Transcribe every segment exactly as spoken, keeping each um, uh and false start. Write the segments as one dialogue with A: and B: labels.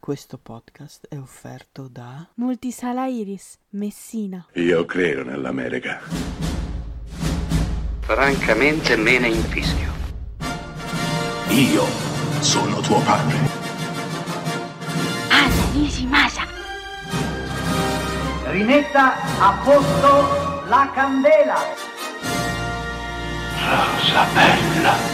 A: Questo podcast è offerto da
B: Multisala Iris, Messina.
C: Io credo nell'America.
D: Francamente me ne infischio.
C: Io sono tuo padre.
E: Anna Nishimasa.
F: Rimetta a posto la candela.
C: Rosa bella.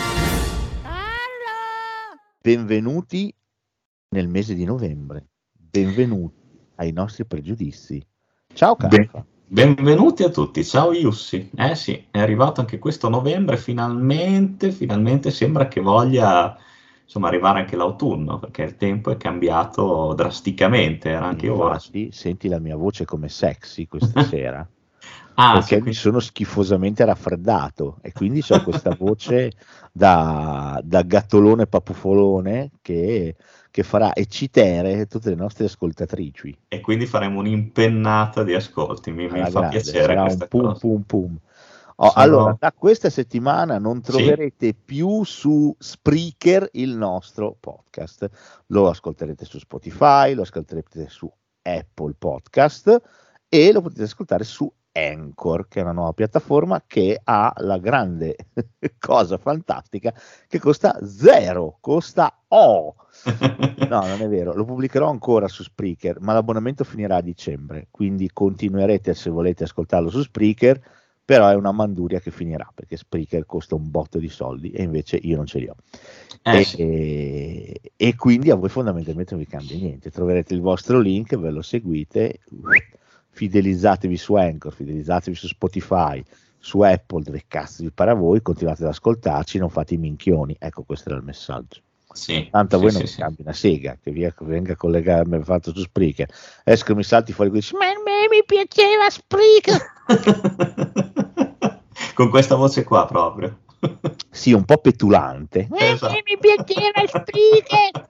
G: Benvenuti nel mese di novembre. Benvenuti ai nostri pregiudizi. Ciao Carfa.
H: Ben, benvenuti a tutti. Ciao Iussi. Eh sì, è arrivato anche questo novembre. Finalmente, finalmente sembra che voglia insomma arrivare anche l'autunno, perché il tempo è cambiato drasticamente. Era anche ora.
G: Infatti, senti la mia voce come sexy questa sera.
H: Ah,
G: perché
H: sì,
G: mi
H: quindi...
G: sono schifosamente raffreddato e quindi ho questa voce da, da gattolone papufolone che, che farà eccitere tutte le nostre ascoltatrici.
H: E quindi faremo un'impennata di ascolti, mi, mi fa
G: grande,
H: piacere
G: sarà
H: questa
G: un pum
H: cosa.
G: pum pum. Oh,
H: Sono...
G: Allora, da questa settimana non troverete
H: sì?
G: più su Spreaker il nostro podcast, lo ascolterete su Spotify, lo ascolterete su Apple Podcast e lo potete ascoltare su Anchor, che è una nuova piattaforma che ha la grande cosa fantastica che costa zero, costa O. No, non è vero, lo pubblicherò ancora su Spreaker, ma l'abbonamento finirà a dicembre, quindi continuerete se volete ascoltarlo su Spreaker, però è una manduria che finirà, perché Spreaker costa un botto di soldi e invece io non ce li ho.
H: Eh,
G: e,
H: sì.
G: e, e quindi a voi fondamentalmente non vi cambia niente, troverete il vostro link, ve lo seguite, fidelizzatevi su Anchor, fidelizzatevi su Spotify, su Apple, dove cazzo vi pare a voi, continuate ad ascoltarci, non fate i minchioni. Ecco, questo era il messaggio.
H: Sì,
G: Tanto a
H: sì,
G: voi non
H: sì,
G: vi
H: sì.
G: cambi una sega, che vi venga a collegarmi, fatto su Spreaker, esco, mi salti fuori e dici, ma a me mi piaceva Spreaker.
H: Con questa voce qua proprio.
G: Sì, un po' petulante.
H: Esatto.
E: A me mi piaceva Spreaker.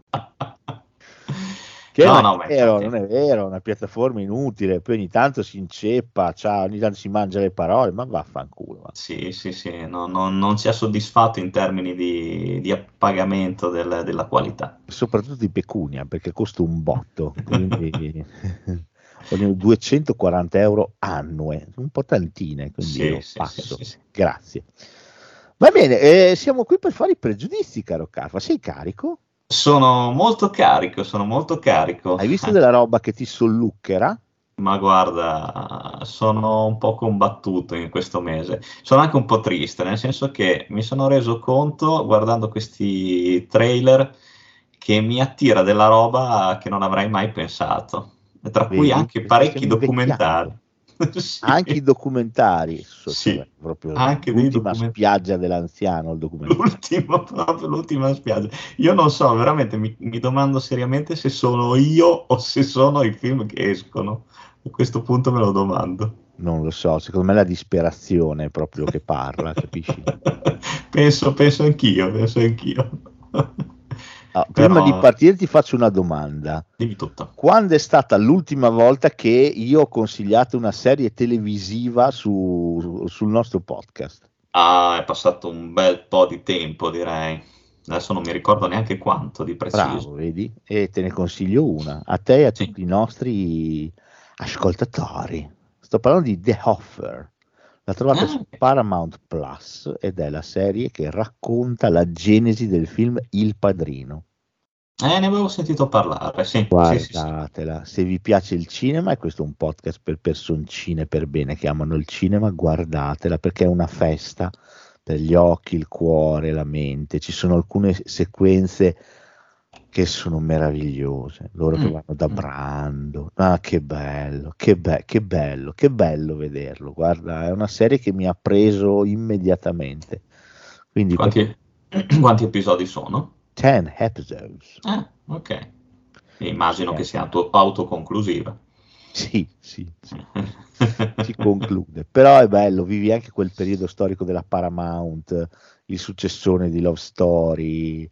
G: Che
H: no,
G: non,
H: no,
G: è
H: ma
G: vero,
H: infatti...
G: non è vero, è una piattaforma inutile, poi ogni tanto si inceppa, ciao, ogni tanto si mangia le parole, ma vaffanculo. Va.
H: Sì, sì, sì, no, no, non ci ha soddisfatto in termini di, di appagamento del, della qualità.
G: Soprattutto di pecunia, perché costa un botto, quindi vogliono duecentoquaranta euro annue, un po' tantine, quindi
H: Sì,
G: io
H: sì,
G: passo,
H: sì, sì, sì.
G: grazie. Va bene, eh, siamo qui per fare i pregiudizi, caro Carfa, sei carico?
H: Sono molto carico, sono molto carico.
G: Hai visto della roba che ti solluccherà?
H: Ma guarda, sono un po' combattuto in questo mese. Sono anche un po' triste, nel senso che mi sono reso conto, guardando questi trailer, che mi attira della roba che non avrei mai pensato, tra cui
G: Vedi?
H: anche
G: Perché
H: parecchi
G: stiamo
H: documentari.
G: invecchiando.
H: Sì.
G: Anche i documentari, so,
H: Sì,
G: cioè, proprio
H: anche dei
G: l'ultima
H: documentari.
G: spiaggia dell'anziano, il documentario.
H: L'ultimo, proprio l'ultima spiaggia. Io non so, veramente mi, mi domando seriamente se sono io o se sono i film che escono. A questo punto me lo domando.
G: Non lo so, secondo me la disperazione è proprio che parla, capisci?
H: penso, penso anch'io, penso anch'io.
G: Ah,
H: Però,
G: prima di partire ti faccio una domanda.
H: dimmi tutto.
G: Quando è stata l'ultima volta che io ho consigliato una serie televisiva su, sul nostro podcast?
H: Ah, è passato un bel po' di tempo, direi. Adesso non mi ricordo neanche quanto di preciso.
G: Bravo, vedi? E te ne consiglio una, a te e a
H: Sì.
G: tutti i nostri ascoltatori. Sto parlando di The Offer. La trovate
H: Ah,
G: su
H: ok.
G: Paramount Plus ed è la serie che racconta la genesi del film Il Padrino.
H: Eh, ne avevo sentito parlare, sì. Sì, sì, sì.
G: Guardatela, se vi piace il cinema, e questo è un podcast per personcine per bene che amano il cinema, guardatela perché è una festa per gli occhi, il cuore, la mente. Ci sono alcune sequenze che sono meravigliose, loro che
H: Mm,
G: vanno da
H: mm.
G: Brando, ah che bello, che, be- che bello, che bello vederlo, guarda, è una serie che mi ha preso immediatamente, quindi proprio
H: Quanti, quanti episodi sono?
G: ten episodes.
H: Ah, ok. E immagino
G: Sì,
H: che
G: eh.
H: sia auto- autoconclusiva.
G: Sì, sì, sì, si conclude, però è bello, vivi anche quel periodo storico della Paramount, il successone di Love Story,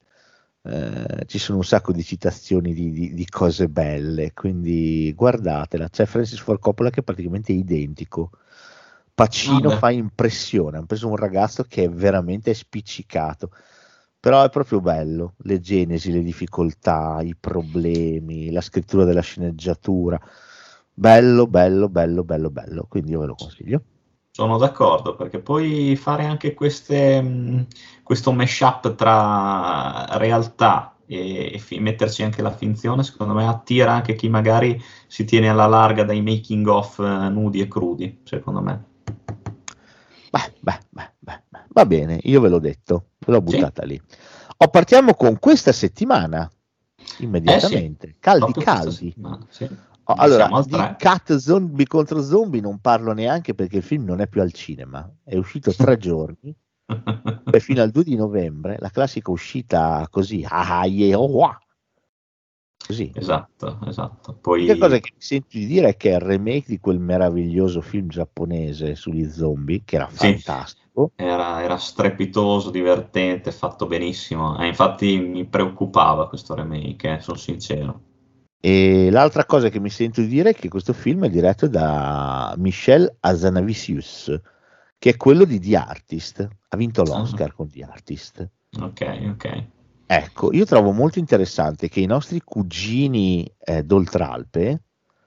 G: eh, ci sono un sacco di citazioni di, di- di cose belle, quindi guardatela, c'è Francis Ford Coppola che è praticamente identico, Pacino
H: Vabbè.
G: fa impressione, hanno preso un ragazzo che è veramente spiccicato, Però è proprio bello, le genesi, le difficoltà, i problemi, la scrittura della sceneggiatura, bello, bello, bello, bello, bello, quindi io ve lo consiglio.
H: Sono d'accordo, perché poi fare anche queste, mh, questo mashup tra realtà e, e fi- metterci anche la finzione, secondo me attira anche chi magari si tiene alla larga dai making of eh, nudi e crudi, secondo me.
G: Beh, beh, beh, beh, beh, va bene, io ve l'ho detto, ve l'ho
H: Sì.
G: buttata lì. O partiamo con questa settimana, immediatamente,
H: Eh sì,
G: caldi
H: proprio questa
G: caldi.
H: settimana, sì.
G: Oh,
H: Siamo
G: allora,
H: al
G: di
H: tre.
G: Cat Zombie contro Zombie non parlo neanche perché il film non è più al cinema, è uscito tre giorni, poi fino al due di novembre, la classica uscita così, ah, ah, yeah, oh, ah. Così.
H: Esatto, esatto.
G: L'unica cosa
H: Poi
G: che mi sento di dire è che è il remake di quel meraviglioso film giapponese sugli zombie, che era
H: sì,
G: fantastico.
H: era, era strepitoso, divertente, fatto benissimo. Eh, infatti mi preoccupava questo remake, eh, sono sincero.
G: E l'altra cosa che mi sento di dire è che questo film è diretto da Michel Hazanavicius, che è quello di The Artist, ha vinto l'Oscar
H: Ah,
G: con The Artist.
H: ok, ok.
G: Ecco, io trovo molto interessante che i nostri cugini eh, d'Oltralpe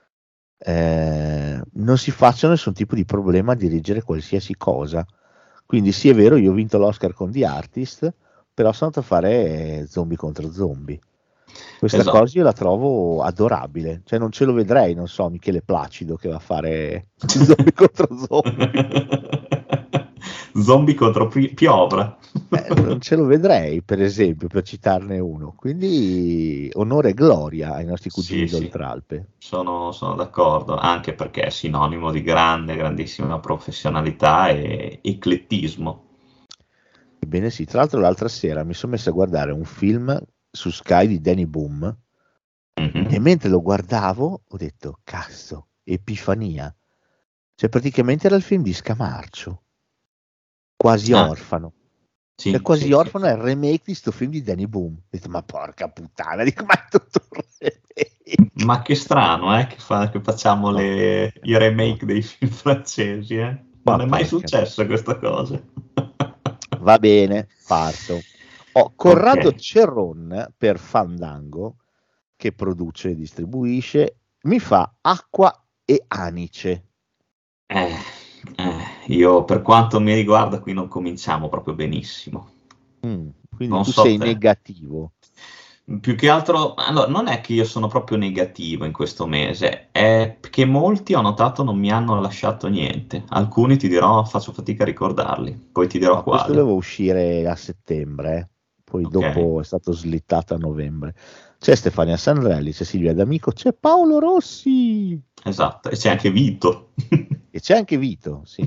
G: eh, non si facciano nessun tipo di problema a dirigere qualsiasi cosa. Quindi sì, è vero, io ho vinto l'Oscar con The Artist, però sono andato a fare eh, zombie contro zombie. Questa
H: Esatto.
G: cosa io la trovo adorabile, cioè non ce lo vedrei, non so, Michele Placido che va a fare zombie contro zombie.
H: Zombie contro pi- piovra.
G: Eh, non ce lo vedrei, per esempio, per citarne uno. Quindi onore e gloria ai nostri cugini
H: Sì, sì,
G: d'Oltralpe.
H: sono, sono d'accordo, anche perché è sinonimo di grande, grandissima professionalità e eclettismo.
G: Ebbene sì, tra l'altro l'altra sera mi sono messo a guardare un film su Sky di Danny Boom
H: Mhm.
G: e mentre lo guardavo ho detto, cazzo, epifania. Cioè praticamente era il film di Scamarcio, Quasi
H: Ah,
G: Orfano.
H: sì,
G: Cioè Quasi
H: sì,
G: Orfano
H: sì,
G: è il remake di sto film di Danny Boom. Ho detto, ma porca puttana, dico, ma è tutto un remake.
H: ma che strano, eh, che, fa- che facciamo
G: No,
H: le- i remake dei film francesi, eh?
G: ma
H: Non è mai
G: porca.
H: successo questa cosa.
G: Va bene, parto. Ho Corrado
H: Ok.
G: Cerron per Fandango, che produce e distribuisce, mi fa Acqua e Anice.
H: Eh, eh, io per quanto mi riguarda qui non cominciamo proprio benissimo.
G: Mm, quindi
H: Non
G: tu
H: so
G: sei
H: te.
G: negativo.
H: Più che altro, allora, non è che io sono proprio negativo in questo mese, è che molti ho notato non mi hanno lasciato niente. Alcuni ti dirò, faccio fatica a ricordarli, poi ti dirò
G: No, questo
H: quali.
G: doveva uscire a settembre, eh. Poi
H: Ok,
G: dopo è stato slittato a novembre. C'è Stefania Sanrelli, c'è Silvia D'Amico, c'è Paolo Rossi
H: esatto, e c'è anche Vito.
G: e c'è anche Vito, sì.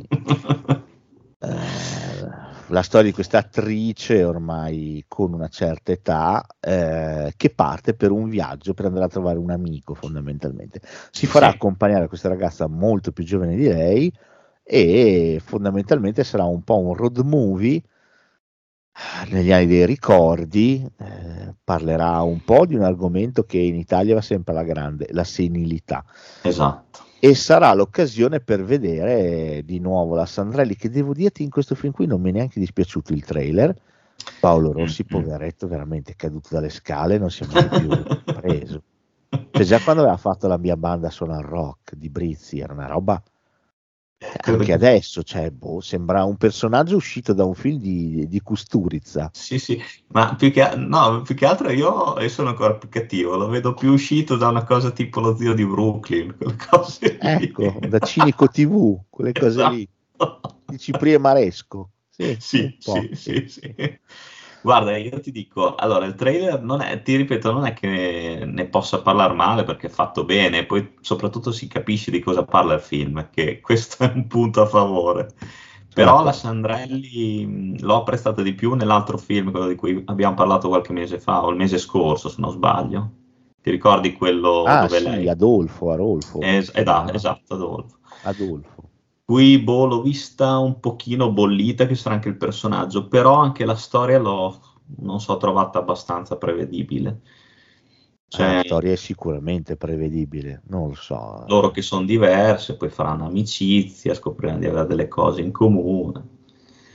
G: Eh, la storia di questa attrice ormai con una certa età eh, che parte per un viaggio per andare a trovare un amico fondamentalmente. Si farà
H: Sì,
G: accompagnare a questa ragazza molto più giovane di lei e fondamentalmente sarà un po' un road movie negli anni dei ricordi, eh, parlerà un po' di un argomento che in Italia va sempre alla grande, la senilità.
H: esatto.
G: E sarà l'occasione per vedere di nuovo la Sandrelli, che devo dirti in questo film qui non mi è neanche dispiaciuto il trailer. Paolo Rossi,
H: Mm-mm.
G: poveretto, veramente caduto dalle scale, non si è mai più preso. Cioè, già quando aveva fatto la mia banda suona al rock di Brizzi, era una roba.
H: Credo
G: Anche
H: che-
G: adesso, cioè, boh, sembra un personaggio uscito da un film di, di Kusturica.
H: Sì, sì, ma più che, no, più che altro io, io sono ancora più cattivo, lo vedo più uscito da una cosa tipo lo zio di Brooklyn, quelle cose lì.
G: Ecco, da Cinico tivù, quelle cose lì,
H: Esatto.
G: di Ciprie Maresco. Sì, un
H: Sì,
G: po',
H: sì, sì, sì. Guarda, io ti dico, allora il trailer non è, ti ripeto, non è che ne possa parlare male perché è fatto bene, poi soprattutto si capisce di cosa parla il film, che questo è un punto a favore. Però la
G: d'accordo.
H: Sandrelli mh, l'ho apprezzata di più nell'altro film, quello di cui abbiamo parlato qualche mese fa, o il mese scorso, se non sbaglio. Ti ricordi quello
G: Ah
H: dove
G: sì,
H: lei...
G: Adolfo, Arolfo,
H: Es-
G: si
H: ed- ah,
G: chiama.
H: esatto, Adolfo.
G: Adolfo.
H: Qui boh, l'ho vista un pochino bollita, che sarà anche il personaggio, però anche la storia l'ho, non so, trovata abbastanza prevedibile.
G: Eh, la
H: Cioè,
G: storia è sicuramente prevedibile, non lo so.
H: loro che sono diverse, poi faranno amicizia, scopriranno di avere delle cose in comune.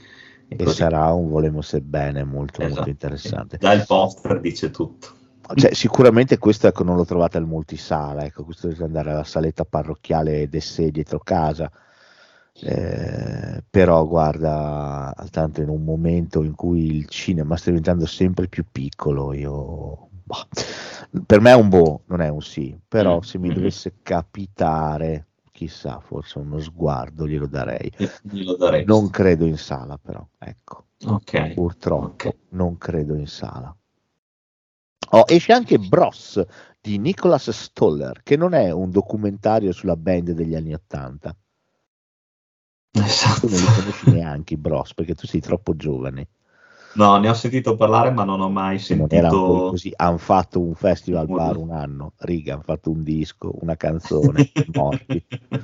H: E
G: E
H: così.
G: sarà un Volemo sebbene molto
H: Esatto.
G: molto interessante.
H: Già il poster dice tutto.
G: Cioè, sicuramente questo, ecco, non l'ho trovata al multisala, ecco, questo deve andare alla saletta parrocchiale d'Essè dietro casa. Eh, però guarda, tanto in un momento in cui il cinema sta diventando sempre più piccolo, io bah, per me è un boh, non è un sì, però
H: Mm,
G: se mi
H: mm,
G: dovesse capitare, chissà, forse uno sguardo glielo darei.
H: e glielo daresti.
G: Non credo in sala, però, ecco,
H: Ok,
G: purtroppo
H: ok.
G: non credo in sala. Oh, esce anche Bros di Nicholas Stoller, che non è un documentario sulla band degli anni Ottanta.
H: Esatto.
G: Tu non li conosci neanche i Bros, perché tu sei troppo giovane.
H: No, ne ho sentito parlare, ma non ho mai
G: Se non erano poi
H: sentito.
G: così, hanno fatto un festival
H: Nulla.
G: bar un anno, riga, hanno fatto un disco, una canzone, morti.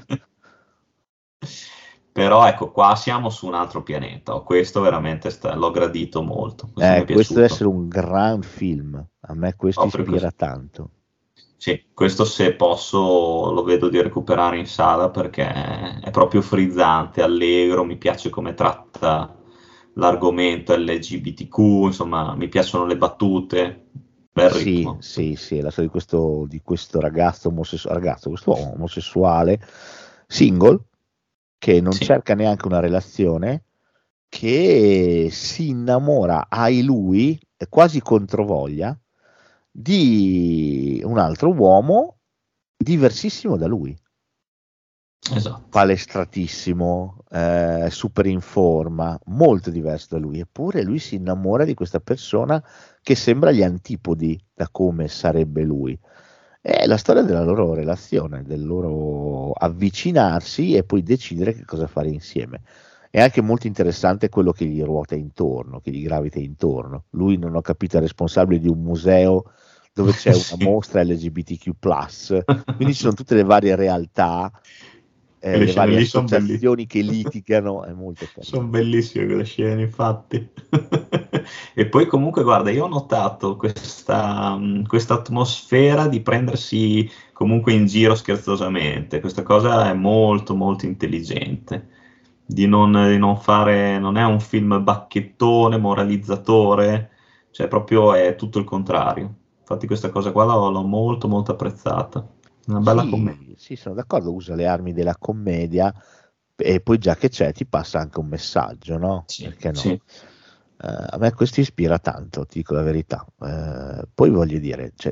H: Però ecco, qua siamo su un altro pianeta. Oh, questo veramente sta- l'ho gradito molto. Questo mi
G: Eh,
H: è
G: questo deve
H: piaciuto.
G: essere un gran film, a me questo
H: Proprio
G: ispira
H: così.
G: tanto.
H: Sì, questo se posso lo vedo di recuperare in sala perché è proprio frizzante, allegro, mi piace come tratta l'argomento L G B T Q, insomma, mi piacciono le battute, bel
G: Sì,
H: ritmo.
G: sì, sì, la storia di questo, di questo ragazzo omosessuale, ragazzo, quest'uomo omosessuale, single, che non
H: Sì,
G: cerca neanche una relazione, che si innamora ai lui, eh, quasi controvoglia, di un altro uomo diversissimo da lui,
H: esatto.
G: palestratissimo, eh, super in forma, molto diverso da lui, eppure lui si innamora di questa persona che sembra gli antipodi da come sarebbe lui. È la storia della loro relazione, del loro avvicinarsi e poi decidere che cosa fare insieme. È anche molto interessante quello che gli ruota intorno, che gli gravita intorno. Lui, non ho capito, è responsabile di un museo dove c'è una
H: Sì.
G: mostra L G B T Q plus, quindi ci sono tutte le varie realtà,
H: E
G: eh,
H: le
G: le
H: scene
G: varie
H: lì sono bellissime.
G: associazioni che litigano, è molto carino.
H: Sono bellissime quelle scene, infatti. E poi comunque, guarda, io ho notato questa questa atmosfera di prendersi comunque in giro scherzosamente. Questa cosa è molto, molto intelligente. Di non, di non fare, non è un film bacchettone, moralizzatore, cioè proprio è tutto il contrario. Infatti questa cosa qua l'ho, l'ho molto, molto apprezzata. Una bella commedia.
G: Sì, sì, sono d'accordo, usa le armi della commedia e poi già che c'è ti passa anche un messaggio, no?
H: Sì,
G: Perché no?
H: sì.
G: Eh, a me questo ispira tanto, ti dico la verità. Eh, poi voglio dire, cioè,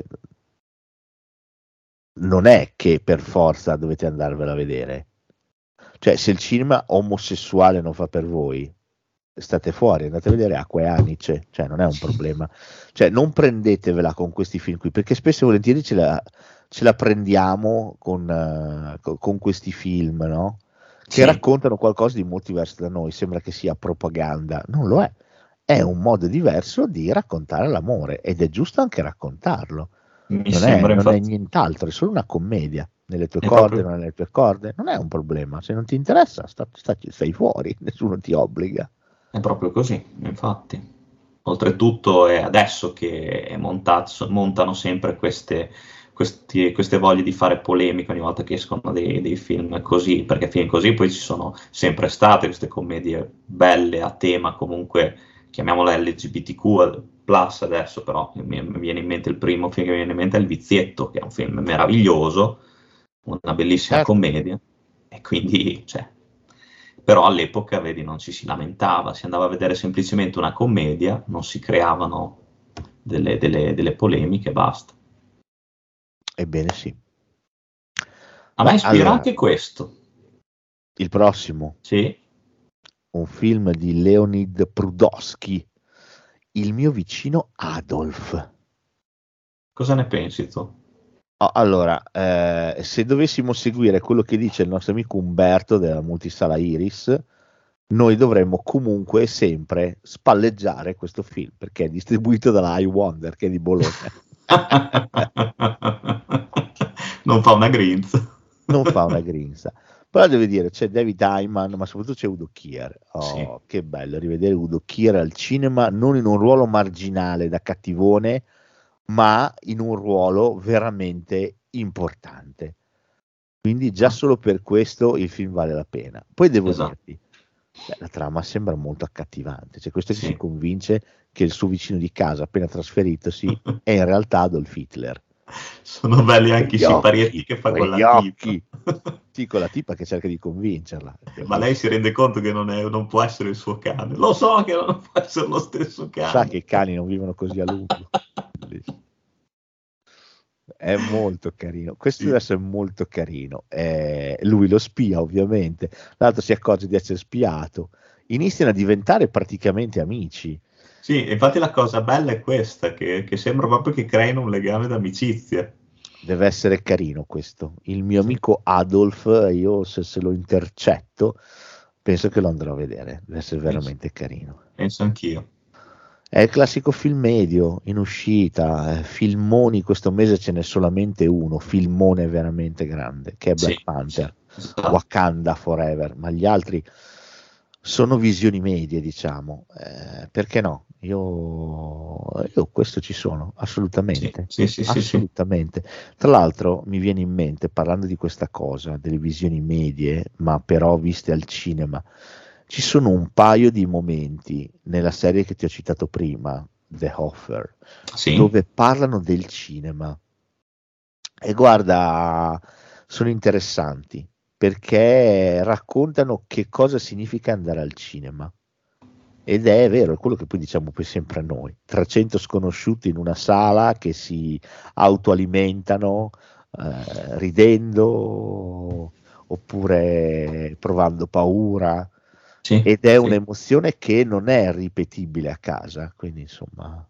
G: non è che per forza dovete andarvela a vedere. Cioè, se il cinema omosessuale non fa per voi, state fuori, andate a vedere Acqua e Anice, cioè non è un problema. Cioè, non prendetevela con questi film qui, perché spesso e volentieri ce la, ce la prendiamo con, eh, co- con questi film, no? Che
H: Sì.
G: raccontano qualcosa di molto diverso da noi, sembra che sia propaganda, non lo è. È un modo diverso di raccontare l'amore ed è giusto anche raccontarlo.
H: Mi
G: Non è,
H: sembra,
G: non è
H: infatti.
G: nient'altro, è solo una commedia. Nelle tue
H: È
G: corde,
H: proprio-
G: non è nelle tue corde, non è un problema. Se non ti interessa, sta- sta- stai fuori, nessuno ti obbliga.
H: È proprio così, infatti. Oltretutto è adesso che è montato- montano sempre queste, questi- queste voglie di fare polemica ogni volta che escono dei, dei film così, perché film così poi ci sono sempre state queste commedie belle a tema, comunque chiamiamola L G B T Q plus adesso, però mi, mi viene in mente il primo film che mi viene in mente è Il Vizietto, che è un film meraviglioso, una bellissima
G: Certo.
H: commedia, e quindi, cioè, però all'epoca, vedi, non ci si lamentava, si andava a vedere semplicemente una commedia, non si creavano delle, delle- delle polemiche, basta.
G: Ebbene sì.
H: A me
G: Beh,
H: ispira
G: allora,
H: anche questo,
G: il prossimo,
H: sì?
G: un film di Leonid Prudowski, Il mio vicino Adolf.
H: Cosa ne pensi tu?
G: Oh, allora, eh, se dovessimo seguire quello che dice il nostro amico Umberto della multisala Iris, noi dovremmo comunque sempre spalleggiare questo film, perché è distribuito dalla iWonder, che è di Bologna.
H: Non fa una grinza.
G: Non fa una grinza. Però devo dire, c'è David Hyman, ma soprattutto c'è Udo Kier. Oh,
H: Sì.
G: che bello rivedere Udo Kier al cinema, non in un ruolo marginale da cattivone, ma in un ruolo veramente importante. Quindi già solo per questo il film vale la pena. Poi devo
H: Esatto.
G: dirti, Beh, la trama sembra molto accattivante. C'è questo che
H: Sì.
G: si convince che il suo vicino di casa, appena trasferitosi, è in realtà Adolf Hitler.
H: Sono belli anche i
G: Quegli
H: siparietti
G: occhi,
H: che fa con
G: quegli
H: la
G: occhi.
H: tipa.
G: Sì, con la tipa che cerca di convincerla.
H: Ma lei si rende conto che non, è, non può essere il suo cane. Lo so che non può essere lo stesso cane.
G: Sa che i cani non vivono così a lungo. Bellissimo. È molto carino. Questo
H: Sì.
G: deve essere molto carino. Eh, lui lo spia, ovviamente. L'altro si accorge di essere spiato. Iniziano a diventare praticamente amici.
H: Sì, infatti la cosa bella è questa, che, che sembra proprio che creino un legame d'amicizia.
G: Deve essere carino questo. Il mio
H: Sì.
G: amico Adolf, io se, se lo intercetto, penso che lo andrò a vedere. Deve essere veramente carino.
H: Penso anch'io.
G: È il classico film medio in uscita. eh, Filmoni, questo mese ce n'è solamente uno. Filmone veramente grande, che è Black
H: Sì,
G: Panther.
H: sì, esatto.
G: Wakanda Forever, ma gli altri sono visioni medie, diciamo. Eh, perché no? Io, io questo ci sono, assolutamente.
H: Sì, sì, sì, sì, sì.
G: assolutamente. Tra l'altro mi viene in mente, parlando di questa cosa, delle visioni medie, ma però viste al cinema, ci sono un paio di momenti nella serie che ti ho citato prima, The Offer,
H: Sì.
G: dove parlano del cinema. E guarda, sono interessanti perché raccontano che cosa significa andare al cinema. Ed è vero, è quello che poi diciamo poi sempre a noi, trecento sconosciuti in una sala che si autoalimentano eh, ridendo oppure provando paura,
H: Sì,
G: ed è
H: sì.
G: un'emozione che non è ripetibile a casa, quindi insomma
H: No,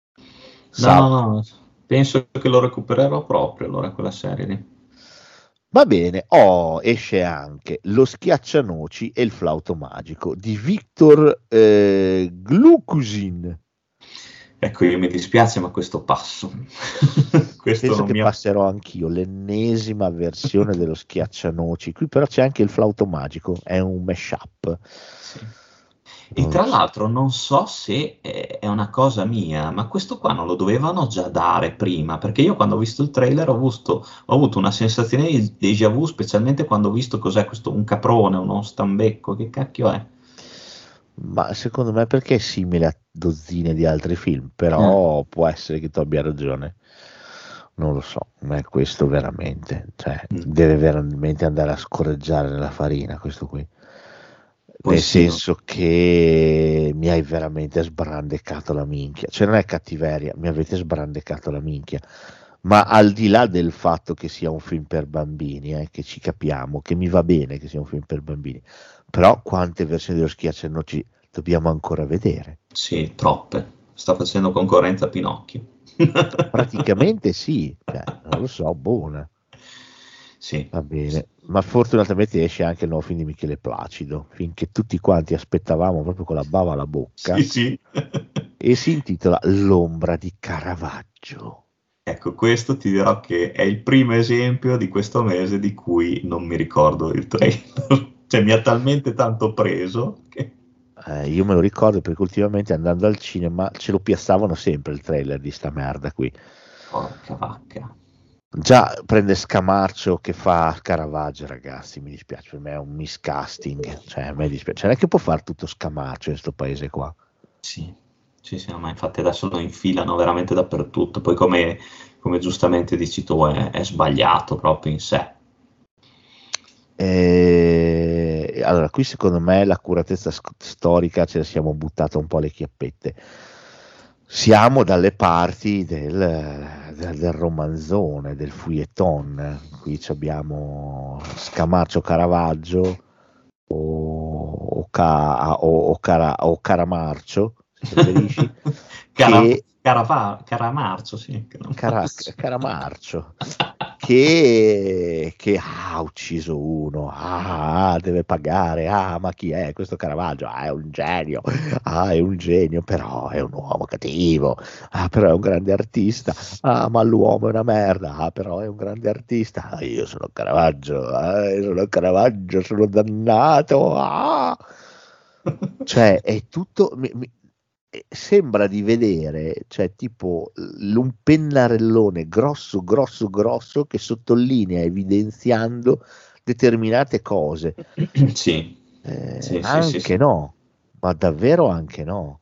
G: sa-
H: no, no, penso che lo recupererò proprio allora quella serie lì.
G: Va bene. Oh, esce anche Lo schiaccianoci e il flauto magico di Victor eh, Glucusin.
H: Ecco, io mi dispiace, ma questo passo. Questo
G: Penso
H: non
G: che
H: mi ha...
G: passerò anch'io l'ennesima versione dello schiaccianoci. Qui però c'è anche il flauto magico, è un mashup.
H: Sì. E
G: Non
H: tra
G: lo so.
H: l'altro non so se è è una cosa mia, ma questo qua non lo dovevano già dare prima, perché io quando ho visto il trailer ho avuto, ho avuto una sensazione di déjà vu, specialmente quando ho visto cos'è questo, un caprone, uno stambecco, che cacchio è?
G: Ma secondo me perché è simile a dozzine di altri film, però può essere che tu abbia ragione. Non lo so, ma è questo veramente, cioè
H: Mm.
G: deve veramente andare a scorreggiare nella farina questo qui.
H: Poi
G: Nel
H: sì,
G: senso che mi hai veramente sbrandecato la minchia, cioè non è cattiveria, mi avete sbrandecato la minchia, ma al di là del fatto che sia un film per bambini, eh, che ci capiamo, che mi va bene che sia un film per bambini, però quante versioni dello schiaccianoci dobbiamo ancora vedere?
H: sì, troppe. Sta facendo concorrenza a Pinocchio.
G: Praticamente sì, cioè, non lo so, buona.
H: Sì.
G: Va bene, ma fortunatamente esce anche il nuovo film di Michele Placido, finché tutti quanti aspettavamo proprio con la bava alla bocca,
H: Sì, sì.
G: e si intitola L'ombra di Caravaggio.
H: Ecco, questo ti dirò che è il primo esempio di questo mese di cui non mi ricordo il trailer. Cioè, mi ha talmente tanto preso che...
G: Eh, io me lo ricordo perché ultimamente andando al cinema ce lo piazzavano sempre il trailer di sta merda qui.
H: Porca vacca.
G: Già prende Scamarcio che fa Caravaggio, ragazzi, mi dispiace, per me è un miscasting, cioè a me dispiace, cioè, non è che può fare tutto Scamarcio in questo paese qua.
H: Sì, sì, sì, no, ma infatti adesso lo infilano veramente dappertutto. Poi come, come giustamente dici tu, è, è sbagliato proprio in sé.
G: E allora, qui secondo me l'accuratezza sc- storica ce la siamo buttata un po' le chiappette. Siamo dalle parti del, del, del romanzone, del feuilleton. Qui ci abbiamo Scamarcio Caravaggio o, o, ca, o, o, cara, o Caramarcio, se preferisci,
H: Cara,
G: che,
H: Carava, Caramarcio, sì.
G: cara, Caramarcio, che, che ha ucciso uno, ah, deve pagare, ah, ma chi è questo Caravaggio? Ah, è un genio, ah, è un genio, però è un uomo cattivo, ah, però è un grande artista, ah, ma l'uomo è una merda, ah, però è un grande artista, ah, io sono Caravaggio, ah, io sono Caravaggio, sono dannato, ah. Cioè è tutto... Mi, mi, sembra di vedere, cioè tipo un pennarellone grosso grosso grosso che sottolinea evidenziando determinate cose.
H: Sì.
G: Eh,
H: Sì, sì,
G: anche
H: sì, sì.
G: no, ma davvero anche no.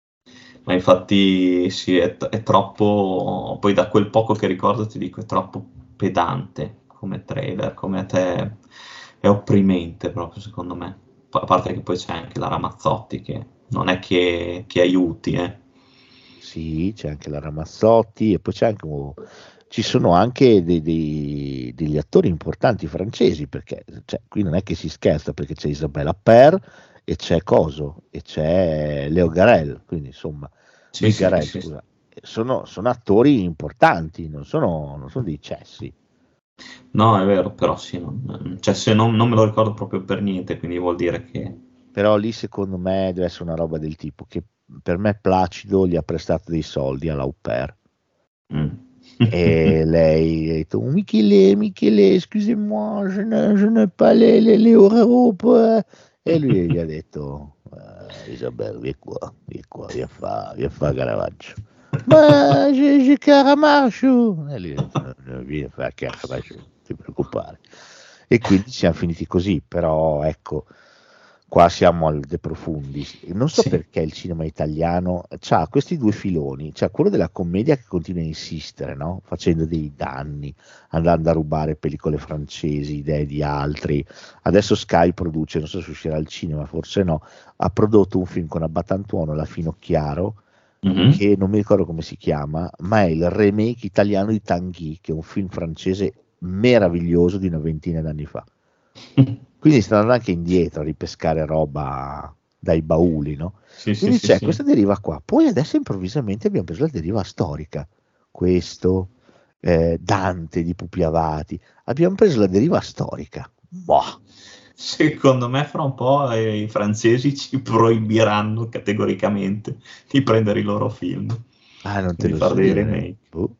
H: Ma infatti sì, è, è troppo, poi da quel poco che ricordo ti dico, è troppo pedante come trailer, come a te è opprimente proprio secondo me. Pa- A parte che poi c'è anche la Ramazzotti che non è che, che aiuti, eh.
G: Sì, c'è anche la Ramazzotti e poi c'è anche, un- ci sono anche dei- dei- degli attori importanti francesi, perché cioè, qui non è che si scherza, perché c'è Isabelle Appert e c'è Coso e c'è Leo Garel, quindi insomma,
H: Sì,
G: Louis
H: sì,
G: Garel,
H: sì.
G: scusa, sono, sono attori importanti, non sono, non sono dei cessi.
H: No, è vero, però sì, non, cioè se non, non me lo ricordo proprio per niente, quindi vuol dire che...
G: Però lì secondo me deve essere una roba del tipo che per me Placido gli ha prestato dei soldi alla au pair.
H: Mm.
G: E lei ha detto Michele, Michele, excusez-moi, je ne, je n'ai pas les, les, les euros pour... E lui gli ha detto "Eh, Isabella, vieni qua, vieni qua, vieni a fare vieni a fa Caravaggio. Ma je, je Caramarcio. E lui ha detto "No, no, vieni a fare Caravaggio, non ti preoccupare." E quindi siamo finiti così, però ecco, qua siamo al De Profundis. Non so
H: Sì.
G: perché il cinema italiano ha questi due filoni, c'è quello della commedia che continua a insistere, no? Facendo dei danni, andando a rubare pellicole francesi, idee di altri. Adesso Sky produce, non so se uscirà al cinema, forse no, ha prodotto un film con Abbatantuono, La Finocchiaro,
H: Mhm.
G: che non mi ricordo come si chiama, ma è il remake italiano di Tanguy, che è un film francese meraviglioso di una ventina d'anni fa. Quindi stanno andando anche indietro a ripescare roba dai bauli, no?
H: Sì, sì,
G: Quindi
H: sì,
G: c'è
H: sì.
G: questa deriva qua. Poi adesso improvvisamente abbiamo preso la deriva storica. Questo, eh, Dante di Pupi Avati. Abbiamo preso la deriva storica. Boh.
H: Secondo me fra un po' eh, i francesi ci proibiranno categoricamente di prendere i loro film,
G: Ah, non te
H: di
G: lo
H: fare
G: so
H: dei
G: dire.
H: remake.
G: Boh.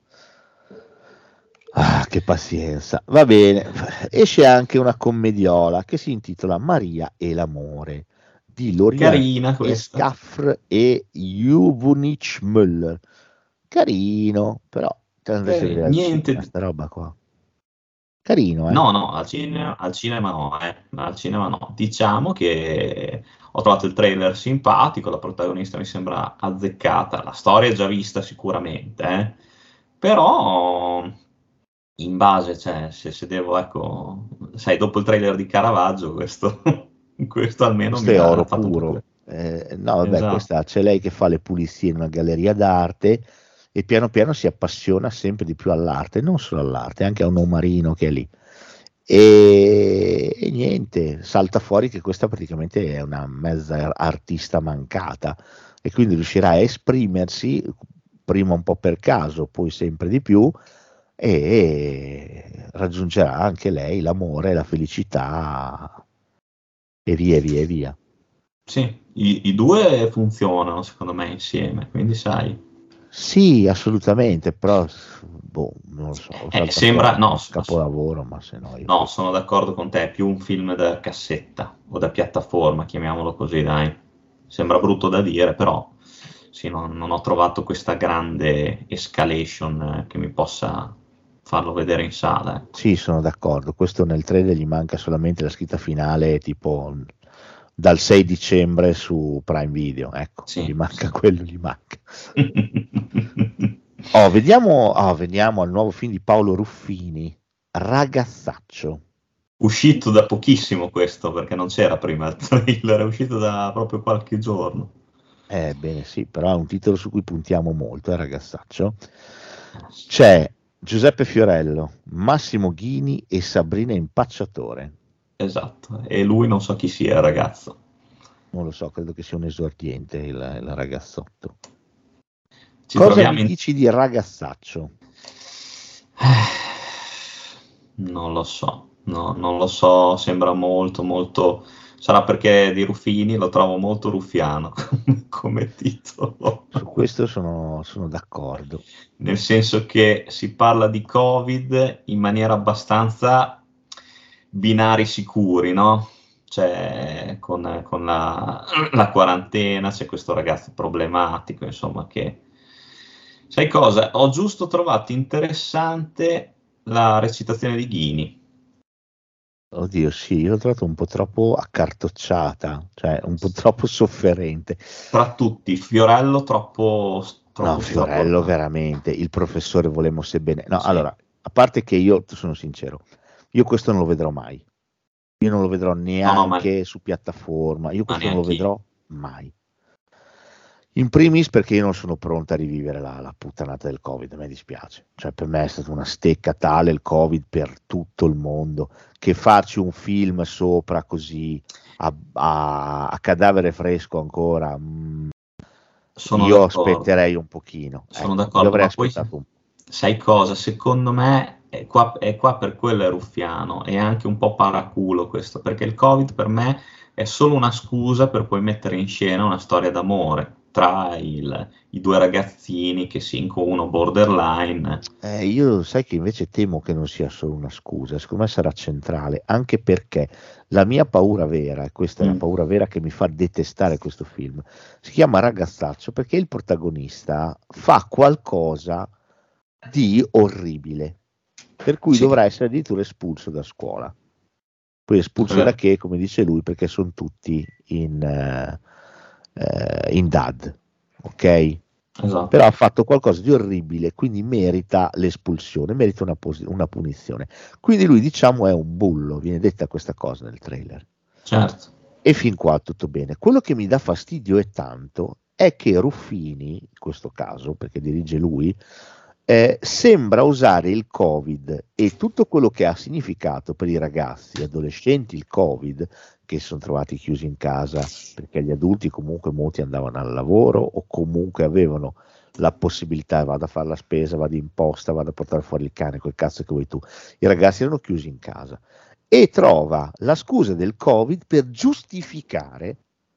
G: Ah, che pazienza. Va bene. Esce anche una commediola che si intitola Maria e l'amore di Lorian
H: Carina questa.
G: Escaffre e Juvunic Müller. Carino, però te andresti a
H: Carina.
G: vedere al
H: Niente
G: cinema
H: di...
G: sta roba qua. Carino, eh?
H: No, no, al cinema, al cinema no, eh. Al cinema no. Diciamo che ho trovato il trailer simpatico, la protagonista mi sembra azzeccata, la storia è già vista sicuramente, eh. Però in base, cioè, se, se devo, ecco, sai, dopo il trailer di Caravaggio, questo, questo almeno
G: Questo
H: mi
G: è
H: ha
G: oro
H: fatto un po' più...
G: puro. Eh, no, vabbè,
H: Esatto.
G: questa c'è lei che fa le pulizie in una galleria d'arte e piano piano si appassiona sempre di più all'arte, non solo all'arte, anche a un omarino che è lì. E, e niente, salta fuori che questa praticamente è una mezza artista mancata e quindi riuscirà a esprimersi prima un po' per caso, poi sempre di più e raggiungerà anche lei l'amore, la felicità e via e via e via.
H: Sì, i, i due funzionano secondo me insieme, quindi sai.
G: Sì, assolutamente, però boh, non lo so,
H: Eh,
G: salta
H: sembra,
G: fuori
H: no,
G: un
H: s-
G: capolavoro, ma se no io
H: no, sono d'accordo con te, è più un film da cassetta o da piattaforma, chiamiamolo così, dai. Sembra brutto da dire, però sì, non, non ho trovato questa grande escalation eh, che mi possa farlo vedere in sala, ecco.
G: sì, sono d'accordo. Questo nel trailer gli manca solamente la scritta finale, tipo dal sei dicembre su Prime Video. Ecco,
H: Sì,
G: gli manca
H: sì.
G: quello, gli manca. Oh, vediamo, oh, veniamo al nuovo film di Paolo Ruffini, Ragazzaccio.
H: Uscito da pochissimo questo, perché non c'era prima il trailer, è uscito da proprio qualche giorno.
G: Eh, bene, sì, però è un titolo su cui puntiamo molto, eh, Ragazzaccio. C'è Giuseppe Fiorello, Massimo Ghini e Sabrina Impacciatore.
H: Esatto, e lui non so chi sia, il ragazzo.
G: Non lo so, credo che sia un esordiente il, il ragazzotto.
H: Ci
G: Cosa
H: troviamo
G: mi
H: in...
G: dici di Ragazzaccio?
H: Non lo so, no, non lo so, sembra molto, molto... Sarà perché di Ruffini lo trovo molto ruffiano come, come titolo.
G: Su questo sono, sono d'accordo.
H: Nel senso che si parla di Covid in maniera abbastanza binari sicuri, no? Cioè, con, con la, la quarantena c'è questo ragazzo problematico, insomma, che... Sai cosa? Ho giusto trovato interessante la recitazione di Ghini.
G: Oddio, sì, io l'ho trovato un po' troppo accartocciata, cioè un po' troppo sofferente.
H: Tra tutti, Fiorello troppo, troppo
G: No, Fiorello
H: strabordato.
G: veramente, il professore volemo sebbene. No,
H: Sì.
G: allora, a parte che io sono sincero, io questo non lo vedrò mai. Io non lo vedrò neanche
H: no, ma-
G: su piattaforma, io
H: Ma
G: questo non lo
H: neanche io.
G: vedrò mai. In primis perché io non sono pronta a rivivere la, la puttanata del Covid, a me dispiace. Cioè per me è stata una stecca tale il Covid per tutto il mondo, che farci un film sopra così a, a- a cadavere fresco ancora, mm,
H: Sono
G: io
H: d'accordo.
G: aspetterei un pochino.
H: Sono
G: Ecco, io
H: d'accordo,
G: avrei
H: ma poi
G: aspettato un po'.
H: sai cosa? Secondo me è qua, è qua per quello è ruffiano, è anche un po' paraculo questo, perché il Covid per me è solo una scusa per poi mettere in scena una storia d'amore tra il- i due ragazzini che si incontrano borderline.
G: Eh, io sai che invece temo che non sia solo una scusa, secondo me sarà centrale, anche perché la mia paura vera, e questa è la
H: Mm.
G: paura vera che mi fa detestare questo film, si chiama Ragazzaccio perché il protagonista fa qualcosa di orribile, per cui
H: Sì,
G: dovrà essere addirittura espulso da scuola. Poi espulso
H: eh,
G: da che, come dice lui, perché sono tutti in, eh, eh, in D A D, ok?
H: esatto.
G: Però ha fatto qualcosa di orribile, quindi merita l'espulsione, merita una, pos- una punizione. Quindi lui, diciamo, è un bullo, viene detta questa cosa nel trailer.
H: Certo.
G: E fin qua tutto bene. Quello che mi dà fastidio e tanto è che Ruffini, in questo caso, perché dirige lui, eh, sembra usare il Covid e tutto quello che ha significato per i ragazzi, gli adolescenti, il Covid, che si sono trovati chiusi in casa perché gli adulti comunque molti andavano al lavoro o comunque avevano la possibilità, vado a fare la spesa, vado in posta, vado a portare fuori il cane, quel cazzo che vuoi tu. I ragazzi erano chiusi in casa e trova la scusa del Covid per giustificare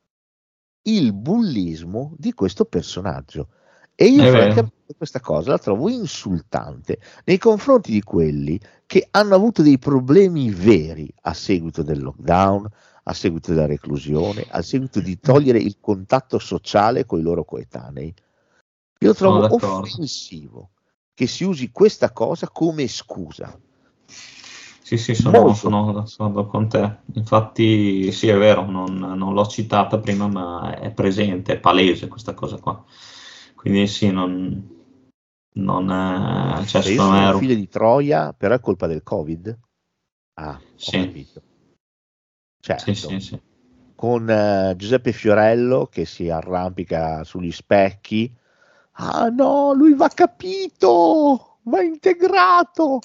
G: il bullismo di questo personaggio. E io
H: È vero.
G: francamente questa cosa la trovo insultante nei confronti di quelli che hanno avuto dei problemi veri a seguito del lockdown, a seguito della reclusione, a seguito di togliere il contatto sociale con i loro coetanei. Io
H: Sono
G: trovo
H: d'accordo.
G: offensivo che si usi questa cosa come scusa.
H: Sì, sì, sono,
G: Molto.
H: sono, sono con te. Infatti, sì, è vero, non, non l'ho citata prima, ma è presente, è palese questa cosa qua. Quindi sì, non, non è, cioè,
G: Cioè, io
H: secondo
G: sono
H: me
G: un
H: ero-
G: figlio di Troia, però è colpa del Covid? Ah, ho
H: Sì.
G: capito. Certo.
H: Sì, sì, sì.
G: Con eh, Giuseppe Fiorello che si arrampica sugli specchi. Ah no, lui va capito, va integrato.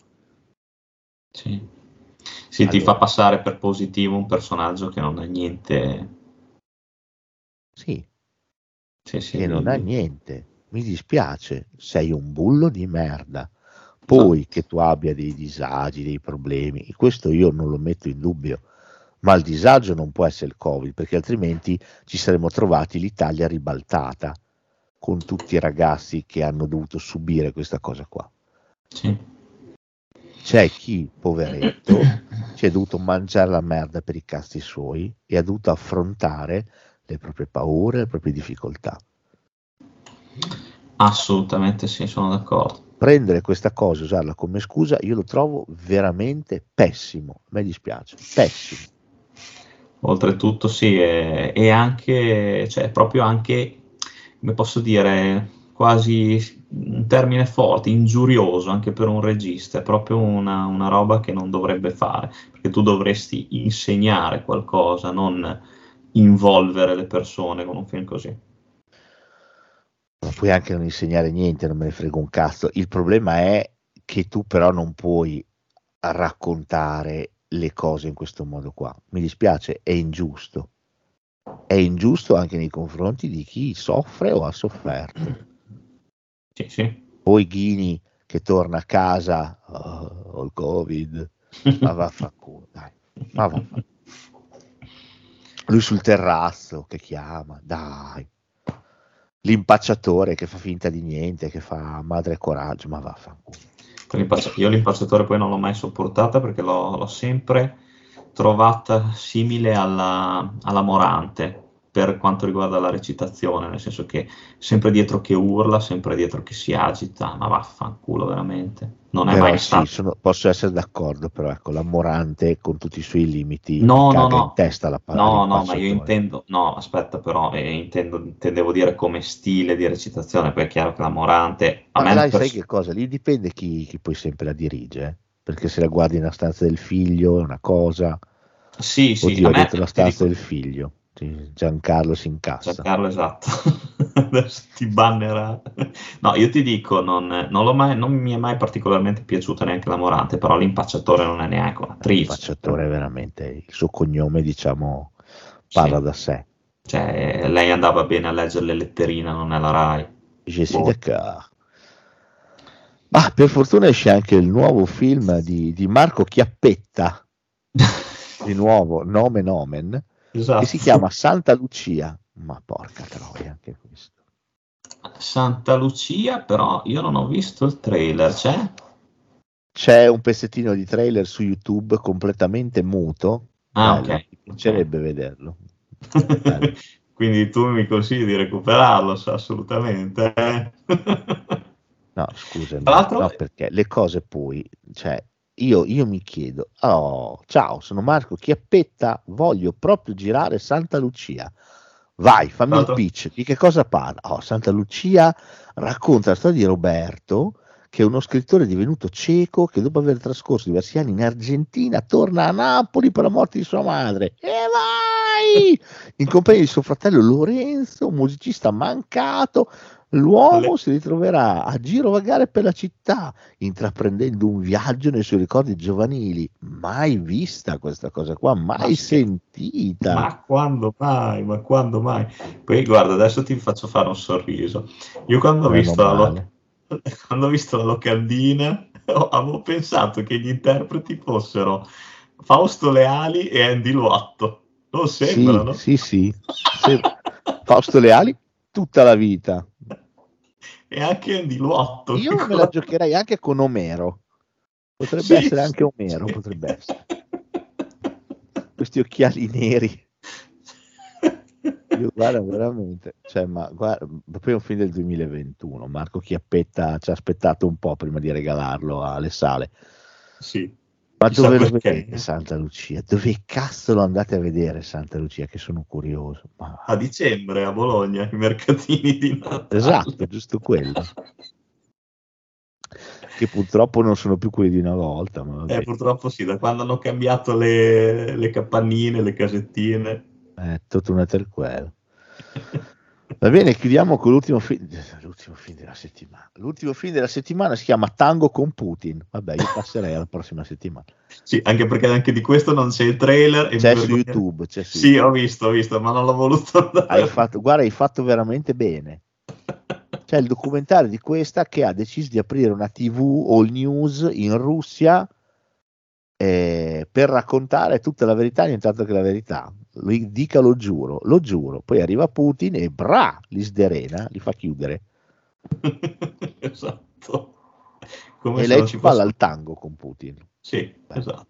H: Sì, sì, ti
G: Allora.
H: fa passare per positivo un personaggio che non ha niente.
G: Sì,
H: Sì, sì,
G: che
H: di-
G: non ha
H: di-
G: niente. Mi dispiace, sei un bullo di merda. Poi che tu abbia dei disagi, dei problemi, questo io non lo metto in dubbio, ma il disagio non può essere il Covid, perché altrimenti ci saremmo trovati l'Italia ribaltata con tutti i ragazzi che hanno dovuto subire questa cosa qua.
H: Sì.
G: C'è chi, poveretto, si è dovuto mangiare la merda per i cazzi suoi e ha dovuto affrontare le proprie paure, le proprie difficoltà.
H: Assolutamente sì, sono d'accordo.
G: Prendere questa cosa e usarla come scusa, io lo trovo veramente pessimo. A me dispiace, pessimo.
H: Oltretutto sì, è, è anche, cioè proprio anche, come posso dire, quasi un termine forte, ingiurioso anche per un regista, è proprio una, una roba che non dovrebbe fare, perché tu dovresti insegnare qualcosa, non involvere le persone con un film così.
G: Ma puoi anche non insegnare niente, non me ne frega un cazzo. Il problema è che tu però non puoi raccontare le cose in questo modo qua. Mi dispiace, è ingiusto. È ingiusto anche nei confronti di chi soffre o ha sofferto.
H: Sì, sì.
G: Poi Ghini che torna a casa, oh, ho il Covid, ma vaffanculo, dai, ma vaffanculo. Lui sul terrazzo che chiama, dai. L'impacciatore che fa finta di niente, che fa madre coraggio, ma vaffanculo.
H: Io l'impacciatore poi non l'ho mai sopportata perché l'ho, l'ho sempre trovata simile alla, alla Morante, per quanto riguarda la recitazione, nel senso che sempre dietro che urla, sempre dietro che si agita, ma vaffanculo veramente, non è
G: Però
H: mai
G: sì,
H: stato.
G: sono- posso essere d'accordo, però ecco, la Morante con tutti i suoi limiti
H: No,
G: mi
H: no,
G: caga
H: no.
G: in testa la parola
H: No, no, ma io
G: impacciatore.
H: intendo, no, aspetta però, eh, intendo, intendevo dire come stile di recitazione, poi è chiaro che la Morante, a
G: Ma
H: me
G: sai,
H: pers-
G: sai che cosa? Lì dipende chi, chi poi sempre la dirige, eh. Perché se la guardi nella stanza del figlio è una cosa,
H: sì, sì,
G: oddio,
H: a me,
G: dentro la
H: ti
G: stanza
H: dico,
G: del figlio, sì, Giancarlo si incassa.
H: Giancarlo, esatto, adesso ti bannerà. No, io ti dico, non, non l'ho mai, non mi è mai particolarmente piaciuta neanche la Morante, però l'impacciatore non è neanche un'attrice.
G: Impacciatore veramente, il suo cognome diciamo
H: Sì.
G: parla da sé.
H: Cioè, lei andava bene a leggere le letterine, non è la Rai.
G: Je suis
H: Boh.
G: d'accord. Ma per fortuna esce anche il nuovo film di, di Marco Chiappetta, di nuovo, nomen omen,
H: Esatto.
G: che si chiama Santa Lucia. Ma porca troia, anche questo.
H: Santa Lucia, però io non ho visto il trailer, c'è?
G: C'è un pezzettino di trailer su YouTube completamente muto.
H: Ah,
G: Bello,
H: ok.
G: mi piacerebbe vederlo. Bello.
H: Quindi tu mi consigli di recuperarlo, so, assolutamente. eh?
G: No, scusami,
H: Tra l'altro,
G: no, perché le cose poi, cioè, io, io mi chiedo, oh, ciao, sono Marco Chiappetta, voglio proprio girare Santa Lucia. Vai, fammi
H: tra
G: il
H: l'altro-
G: pitch. Di che cosa parla? Oh, Santa Lucia racconta la storia di Roberto, che è uno scrittore divenuto cieco, che dopo aver trascorso diversi anni in Argentina torna a Napoli per la morte di sua madre. E vai! In compagnia di suo fratello Lorenzo, un musicista mancato, l'uomo
H: Le-
G: si ritroverà a girovagare per la città, intraprendendo un viaggio nei suoi ricordi giovanili. Mai vista questa cosa qua, mai
H: Ma
G: sentita.
H: Ma quando mai? Ma quando mai? Poi guarda, adesso ti faccio fare un sorriso. Io quando ho
G: Meno
H: visto la,
G: male.
H: lo- quando ho visto la locandina, ho- avevo pensato che gli interpreti fossero Fausto Leali e Andy Luatto. Non
G: Sì,
H: sembrano?
G: sì, sì. Se- Fausto Leali tutta la vita.
H: E anche Andy Luatto.
G: Io
H: che
G: me la
H: cosa-
G: giocherei anche con Omero. Potrebbe
H: Sì,
G: essere
H: sì,
G: anche Omero,
H: sì.
G: potrebbe essere. Questi occhiali neri. Io guarda veramente, cioè, ma guarda, poi è un film del duemilaventuno. Marco Chiappetta ci ha aspettato un po' prima di regalarlo alle sale.
H: Sì.
G: Ma
H: Chissà
G: dove lo
H: perché.
G: vedete Santa Lucia? Dove cazzo lo andate a vedere Santa Lucia? Che sono curioso. Ma-
H: A dicembre a Bologna, i mercatini di Natale.
G: Esatto, giusto quello. Che purtroppo non sono più quelli di una volta. Ma vabbè.
H: Eh, purtroppo sì, da quando hanno cambiato le, le capannine, le casettine.
G: È tutto una terquella. Va bene, chiudiamo con l'ultimo film, l'ultimo film della settimana. L'ultimo film della settimana si chiama Tango con Putin. Vabbè, io passerei alla prossima settimana.
H: Sì, anche perché anche di questo non c'è il trailer. E
G: C'è
H: mi
G: su
H: vergogno-
G: YouTube. C'è su
H: Sì,
G: YouTube.
H: ho visto, ho visto, ma non l'ho voluto andare.
G: Hai fatto, guarda, hai fatto veramente bene. C'è il documentario di questa che ha deciso di aprire una tivù all news in Russia eh, per raccontare tutta la verità, nient'altro che la verità. Lo dica, lo giuro, lo giuro. Poi arriva Putin e bra, li sderena, li fa chiudere.
H: Esatto. Come
G: E
H: se
G: lei
H: non
G: ci
H: ci
G: balla
H: fosse...
G: al tango con Putin.
H: Sì,
G: Beh.
H: esatto.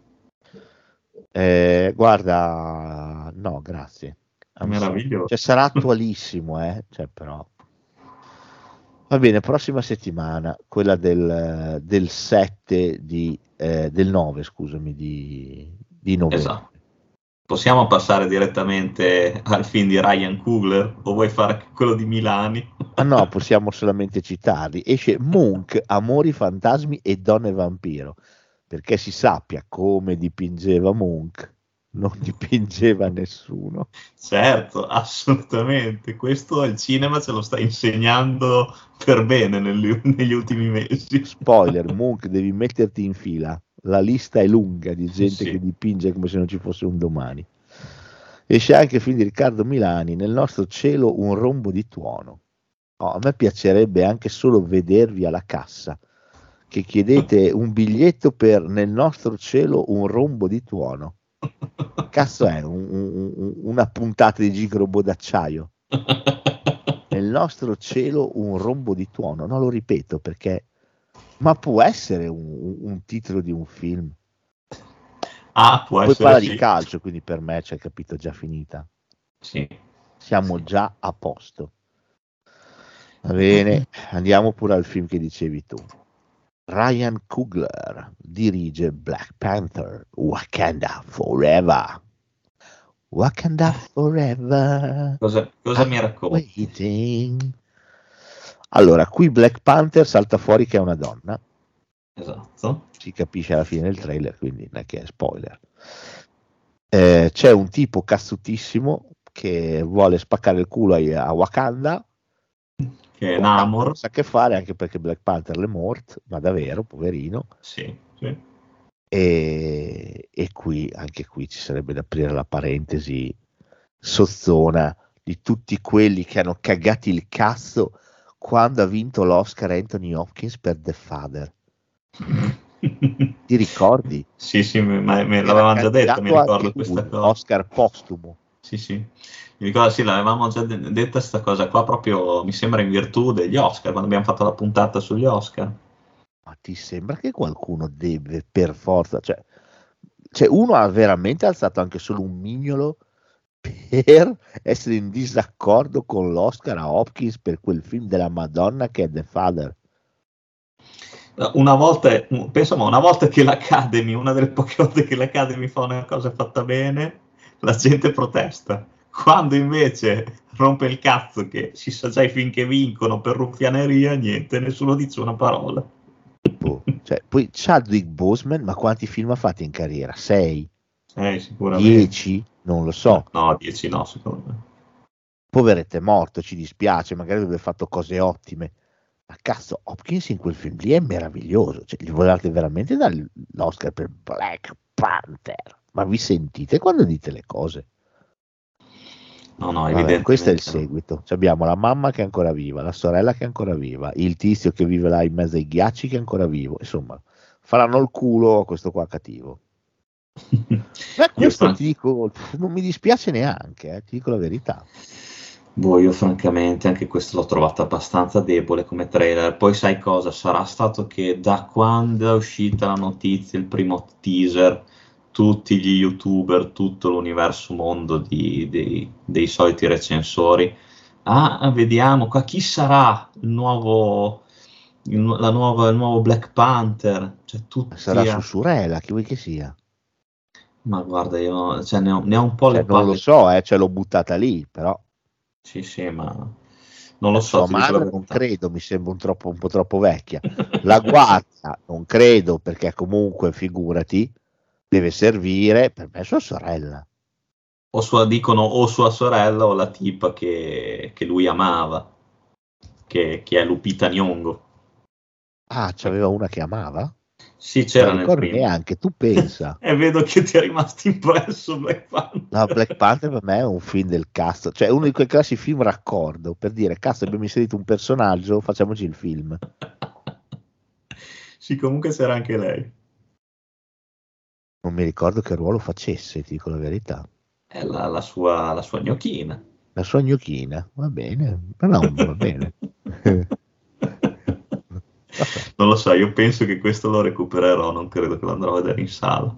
G: Eh, guarda, no, grazie. I'm sorry.
H: Meraviglioso.
G: Cioè, sarà attualissimo, eh? Cioè, però. Va bene, prossima settimana, quella del, del sette di, eh, del nove, scusami, di, di novembre.
H: Esatto. Possiamo passare direttamente al film di Ryan Coogler o vuoi fare quello di Milani?
G: Ah no, possiamo solamente citarli. Esce Munch, Amori, Fantasmi e Donne Vampiro, perché si sappia come dipingeva Munch, non dipingeva nessuno.
H: Certo, assolutamente. Questo il cinema ce lo sta insegnando per bene negli, negli ultimi mesi.
G: Spoiler, Munch, devi metterti in fila. La lista è lunga di gente
H: Sì.
G: che dipinge come se non ci fosse un domani. Esce anche il film di Riccardo Milani, Nel nostro cielo un rombo di tuono. Oh, a me piacerebbe anche solo vedervi alla cassa, che chiedete un biglietto per Nel nostro cielo un rombo di tuono. Cazzo è un, un, un, una puntata di Gigrobo d'acciaio? Nel nostro cielo un rombo di tuono. No, lo ripeto perché... Ma può essere un, un titolo di un film?
H: Ah, può
G: Poi
H: essere
G: parla
H: sì.
G: di calcio, quindi per me c'è capito già finita.
H: Sì,
G: Siamo
H: Sì.
G: già a posto. Va bene, andiamo pure al film che dicevi tu. Ryan Coogler dirige Black Panther, Wakanda Forever. Wakanda Forever.
H: Cosa, cosa mi
G: I'm
H: racconti?
G: waiting. Allora, qui Black Panther salta fuori che è una donna.
H: Esatto.
G: Si capisce alla fine del trailer, quindi non è che è spoiler. Eh, c'è un tipo cazzutissimo che vuole spaccare il culo a, a Wakanda,
H: Che è
G: Wakanda
H: Namor.
G: non sa che fare, anche perché Black Panther l'è morto, ma davvero, poverino.
H: Sì, sì.
G: E, e qui, anche qui ci sarebbe da aprire la parentesi sozzona di tutti quelli che hanno cagato il cazzo quando ha vinto l'Oscar Anthony Hopkins per The Father. Ti ricordi?
H: Sì, sì, me, me- me
G: Era
H: l'avevamo già detto,
G: candidato
H: mi ricordo
G: anche
H: questa
G: lui,
H: cosa.
G: Oscar postumo.
H: Sì, sì. Mi ricordo, sì, l'avevamo già de- detta questa cosa qua, proprio mi sembra in virtù degli Oscar, quando abbiamo fatto la puntata sugli Oscar.
G: Ma ti sembra che qualcuno deve per forza, cioè, cioè uno ha veramente alzato anche solo un mignolo per essere in disaccordo con l'Oscar a Hopkins per quel film della Madonna che è The Father?
H: Una volta, penso, ma una volta che l'Academy, una delle poche volte che l'Academy fa una cosa fatta bene, la gente protesta. Quando invece rompe il cazzo che si sa già i film che vincono per ruffianeria, niente, nessuno dice una parola.
G: Boh, cioè, poi Chadwick Boseman, ma quanti film ha fatto in carriera? sei?
H: Eh, sicuramente.
G: dieci? Non lo so.
H: No, dieci no, secondo me.
G: Poveretto è morto, ci dispiace, magari avrebbe fatto cose ottime. Ma cazzo, Hopkins in quel film lì è meraviglioso. Cioè, gli volete veramente dare l'Oscar per Black Panther? Ma vi sentite quando dite le cose?
H: No, no,
G: Vabbè,
H: evidentemente.
G: questo è il
H: no.
G: seguito. Cioè, abbiamo la mamma che è ancora viva, la sorella che è ancora viva, il tizio che vive là in mezzo ai ghiacci che è ancora vivo. Insomma, faranno il culo a questo qua cattivo. Ma
H: Io
G: questo
H: fran-
G: ti dico, non mi dispiace neanche, eh, ti dico la verità.
H: Boh, io francamente anche questo l'ho trovato abbastanza debole come trailer. Poi sai cosa? Sarà stato che da quando è uscita la notizia, il primo teaser, tutti gli youtuber, tutto l'universo mondo di- dei, dei soliti recensori, ah, vediamo qua chi sarà il nuovo, il, nu- la nuova, il nuovo Black Panther. Cioè, tutti
G: Sarà
H: a-
G: su sorella, chi vuoi che sia?
H: Ma guarda, io cioè, ne, ho, ne ho un po'
G: Cioè,
H: le
G: non lo
H: palle.
G: so, eh, ce l'ho buttata lì, però
H: Sì, sì, ma non lo so,
G: sua
H: ti dico la
G: madre non
H: verità.
G: credo, mi sembra un, troppo, un po' troppo vecchia. La guardia non credo, perché comunque, figurati, deve servire, per me sua sorella.
H: O sua, dicono o sua sorella o la tipa che, che lui amava, che, che è Lupita Nyong'o.
G: Ah, c'aveva una che amava?
H: Sì,
G: Non
H: c'era
G: la
H: nel
G: ricordo
H: primo.
G: neanche, tu pensa.
H: E vedo che ti è rimasto impresso Black Panther.
G: No, Black Panther per me è un film del cazzo, cioè uno di quei classici film raccordo, per dire, cazzo, abbiamo inserito un personaggio, facciamoci il film.
H: Sì, comunque c'era anche lei.
G: Non mi ricordo che ruolo facesse, ti dico la verità.
H: È la, la sua, la sua gnocchina.
G: La sua gnocchina, va bene, no, va bene.
H: Non lo so, io penso che questo lo recupererò, non credo che lo andrò a vedere in sala.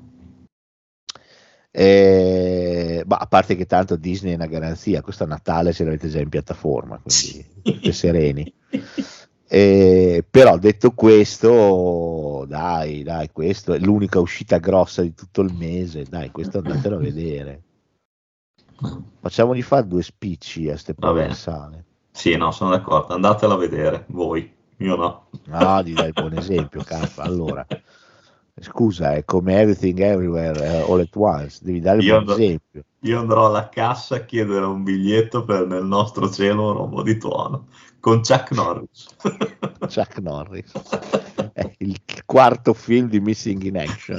G: Eh, ma a parte che tanto Disney è una garanzia, questo a Natale ce l'avete già in piattaforma, quindi siete sereni. Eh, però detto questo, dai, dai, questo è l'unica uscita grossa di tutto il mese, dai, questo andatelo a vedere. Facciamogli fare due spicci a ste
H: Va
G: povere
H: bene.
G: sale.
H: Sì, no, sono d'accordo, andatelo a vedere, voi, io no.
G: No, gli dai il buon esempio, cazzo. Allora, scusa, è come Everything Everywhere uh, All at Once, devi dare il
H: Io
G: buon
H: andrò,
G: esempio.
H: io andrò alla cassa a chiedere un biglietto per Nel nostro cielo un rombo di tuono con Chuck Norris.
G: Chuck Norris è il quarto film di Missing in Action,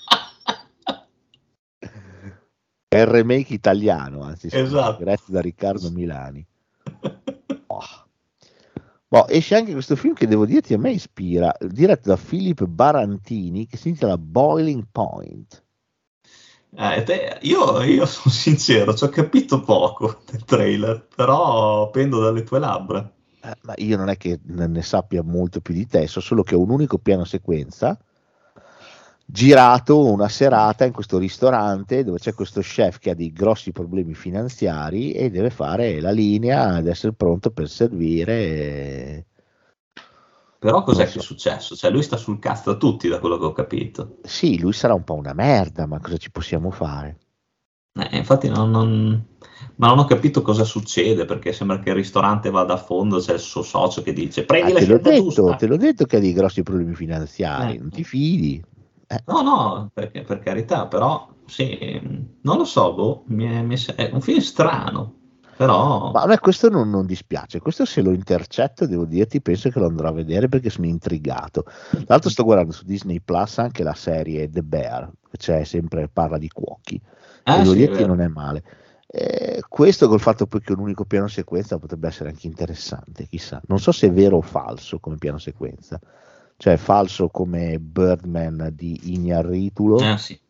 G: è il remake italiano, anzi, scusa,
H: Esatto.
G: diretto da Riccardo Milani. Oh. Boh, esce anche questo film che devo dirti a me ispira, diretto da Philip Barantini, che si intitola Boiling Point.
H: Eh, te- io, io sono sincero, ci ho capito poco del trailer, però pendo dalle tue labbra.
G: Eh, ma io non è che ne ne sappia molto più di te, so solo che ho un unico piano sequenza girato una serata in questo ristorante dove c'è questo chef che ha dei grossi problemi finanziari e deve fare la linea ad essere pronto per servire. E...
H: Però cos'è
G: Non
H: che è
G: so.
H: successo? Cioè lui sta sul cazzo a tutti, da quello che ho capito.
G: Sì, lui sarà un po' una merda, ma cosa ci possiamo fare?
H: Eh, infatti non, non- ma non ho capito cosa succede, perché sembra che il ristorante vada a fondo, c'è il suo socio che dice prendi
G: Ah,
H: la
G: te l'ho
H: scelta
G: detto,
H: giusta.
G: te l'ho detto che ha dei grossi problemi finanziari,
H: Eh.
G: non ti fidi. Eh,
H: No, no, perché, per carità, però sì, non lo so, boh, mi è, mi è- è un film strano, però
G: Ma a me questo non, non dispiace, questo se lo intercetto devo dirti, penso che lo andrò a vedere perché sono intrigato. Tra l'altro sto guardando su Disney Plus anche la serie The Bear, che c'è sempre, parla di cuochi, e
H: eh
G: devo
H: sì, è
G: dirti
H: vero.
G: non è male. Eh, questo col fatto poi che è un unico piano sequenza potrebbe essere anche interessante, chissà. Non so se è vero o falso come piano sequenza, cioè falso come Birdman di Iñárritu,
H: Eh sì.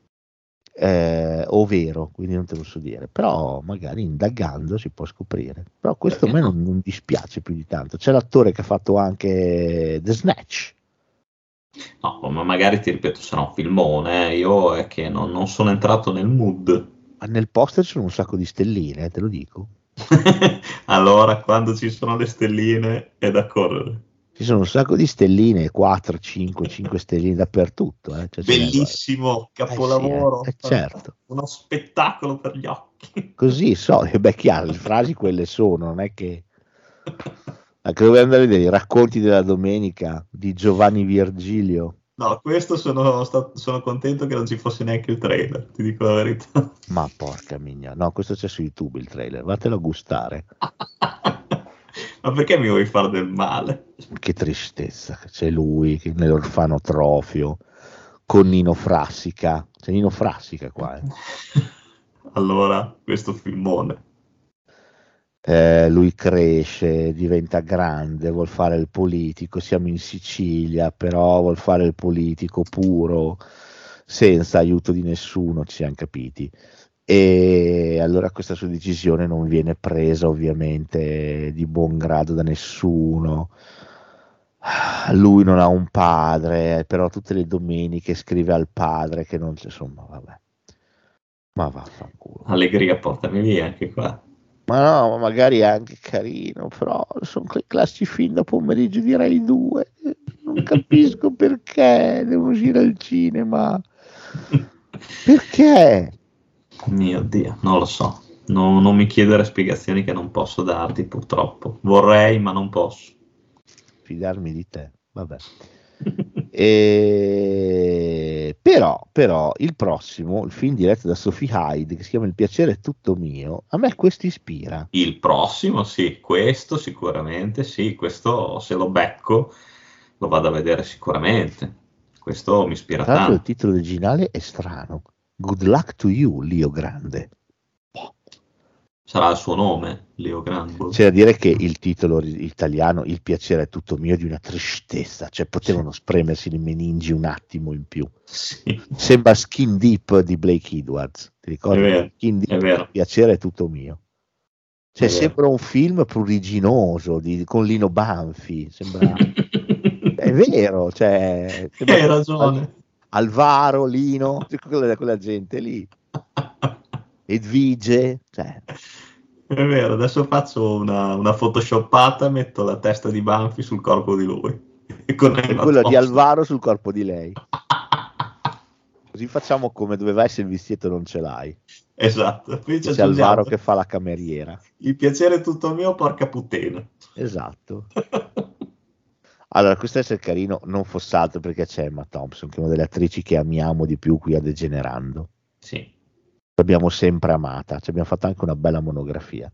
G: eh, o vero, quindi non te lo so dire, però magari indagando si può scoprire. Però questo a
H: Perché
G: me
H: no?
G: non, non dispiace più di tanto. C'è l'attore che ha fatto anche The Snatch.
H: No, ma magari ti ripeto, sarà un filmone, eh, io è che non, non sono entrato nel mood.
G: Ah, nel poster ci sono un sacco di stelline, eh, te lo dico.
H: Allora, quando ci sono le stelline è da correre.
G: Ci sono un sacco di stelline, quattro, cinque, cinque stelline dappertutto. Eh. Cioè, ce n'è,
H: Bellissimo,
G: guarda.
H: capolavoro.
G: Eh sì, eh, eh, certo.
H: Uno spettacolo per gli occhi.
G: Così, so, e beh, chiaro, le frasi quelle sono, non è che... Anche dove andare a vedere i racconti della domenica di Giovanni Virgilio.
H: No, questo sono, sta- sono contento che non ci fosse neanche il trailer, ti dico la verità.
G: Ma porca migna, no, questo c'è su YouTube il trailer, vatelo a gustare.
H: Ma perché mi vuoi fare del male?
G: Che tristezza, c'è lui che nell'orfanotrofio con Nino Frassica, c'è Nino Frassica qua, eh.
H: Allora, questo filmone.
G: Eh, lui cresce, diventa grande, vuol fare il politico, siamo in Sicilia, però vuol fare il politico puro, senza aiuto di nessuno, ci siamo capiti. E allora questa sua decisione non viene presa ovviamente di buon grado da nessuno. Lui non ha un padre, però tutte le domeniche scrive al padre che non c'è, insomma, vabbè. Ma vaffanculo.
H: Allegria, portami via anche qua.
G: Ma no, ma magari è anche carino, però sono quei classici film da pomeriggio di Rai due. Non capisco perché devo uscire al cinema. Perché?
H: Mio Dio, non lo so. No, non mi chiedere spiegazioni che non posso darti, purtroppo. Vorrei, ma non posso.
G: Fidarmi di te, vabbè. E... Però, però il prossimo, il film diretto da Sophie Hyde, che si chiama Il piacere è tutto mio, a me questo ispira.
H: Il prossimo, sì, questo sicuramente, sì, questo se lo becco lo vado a vedere sicuramente. Questo mi ispira
G: Tra l'altro il
H: tanto.
G: titolo originale è strano. Good luck to you, Leo Grande.
H: Sarà il suo nome, Leo Grande.
G: C'è da dire che il titolo ri- italiano, Il piacere è tutto mio, è di una tristezza, cioè potevano spremersi le meningi un attimo in più.
H: Sì,
G: Sembra Skin Deep di Blake Edwards, ti ricordi?
H: È vero,
G: Skin Deep,
H: è vero.
G: Il piacere è tutto mio. Cioè
H: È vero.
G: sembra un film pruriginoso di- con Lino Banfi, sembra... è vero, cioè... sembra-
H: Hai ragione.
G: Alvaro, Lino, quella, quella gente lì. Edvige, cioè...
H: È vero, adesso faccio una, una photoshoppata e metto la testa di Banfi sul corpo di lui. E con
G: e
H: Emma
G: quello di
H: Thompson.
G: Alvaro sul corpo di lei. Così facciamo come dove vai se il vestito non ce l'hai.
H: Esatto. Qui ci
G: C'è Alvaro
H: aggiungiamo
G: che fa la cameriera.
H: il piacere è tutto mio, porca puttana.
G: Esatto. Allora, questo essere carino non fosse altro perché c'è Emma Thompson, che è una delle attrici che amiamo di più qui a Degenerando.
H: Sì.
G: L'abbiamo sempre amata, ci abbiamo fatto anche una bella monografia.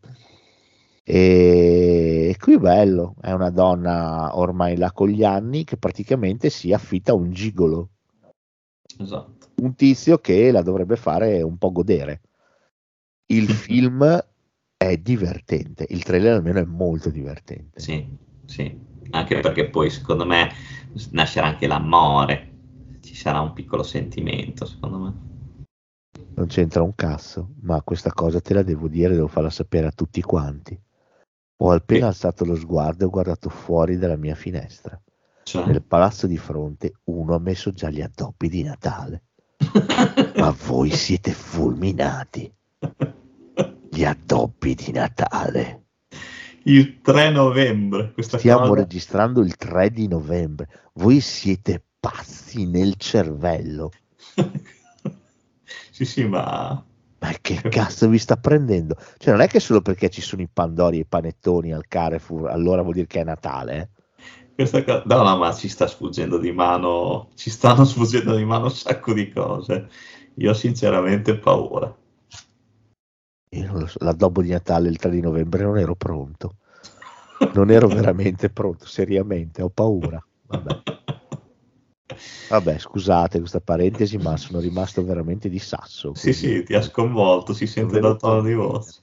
G: E qui è bello, è una donna ormai là con gli anni che praticamente si affitta a un gigolo,
H: Esatto.
G: un tizio che la dovrebbe fare un po' godere. Il film è divertente, il trailer almeno è molto divertente.
H: Sì, sì. Anche perché poi secondo me nascerà anche l'amore. Ci sarà un piccolo sentimento, secondo me.
G: Non c'entra un cazzo, ma questa cosa te la devo dire, devo farla sapere a tutti quanti. Ho appena
H: Sì.
G: alzato lo sguardo e ho guardato fuori dalla mia finestra.
H: Cioè?
G: Nel palazzo di fronte uno ha messo già gli addobbi di Natale. Ma voi siete fulminati. Gli addobbi di Natale.
H: Il tre novembre. Questa
G: Stiamo
H: cosa...
G: registrando il tre di novembre. Voi siete pazzi nel cervello.
H: Sì, sì, ma...
G: Ma che cazzo vi sta prendendo? Cioè non è che solo perché ci sono i pandori e i panettoni al Carrefour, allora vuol dire che è Natale, eh?
H: Questa cosa... No, no, ma ci sta sfuggendo di mano, ci stanno sfuggendo di mano un sacco di cose. Io sinceramente ho paura.
G: Io non lo so, l'addobbo di Natale il tre di novembre non ero pronto. Non ero veramente pronto, seriamente, ho paura. Vabbè. Vabbè, scusate questa parentesi, ma sono rimasto veramente di sasso.
H: Sì, sì, ti ha sconvolto, si sente dal tono di voce.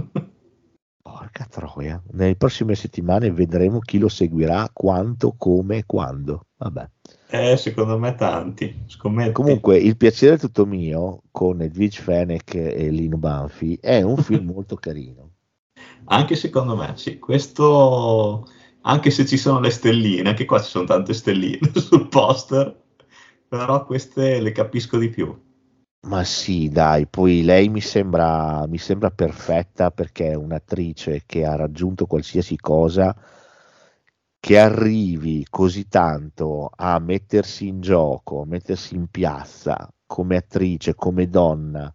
G: Porca troia, nelle prossime settimane vedremo chi lo seguirà, quanto, come e quando. Vabbè.
H: Eh, secondo me tanti. Scommetti.
G: Comunque, Il piacere è tutto mio con Edwige Fenech e Lino Banfi è un film molto carino.
H: Anche secondo me, sì. Questo, anche se ci sono le stelline, anche qua ci sono tante stelline sul poster, però queste le capisco di più.
G: Ma sì, dai, poi lei mi sembra, mi sembra perfetta perché è un'attrice che ha raggiunto qualsiasi cosa, che arrivi così tanto a mettersi in gioco, mettersi in piazza come attrice, come donna,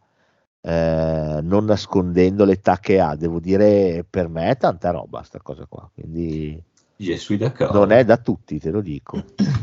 G: eh, non nascondendo l'età che ha. Devo dire, per me è tanta roba sta cosa qua, quindi non è da tutti, te lo dico.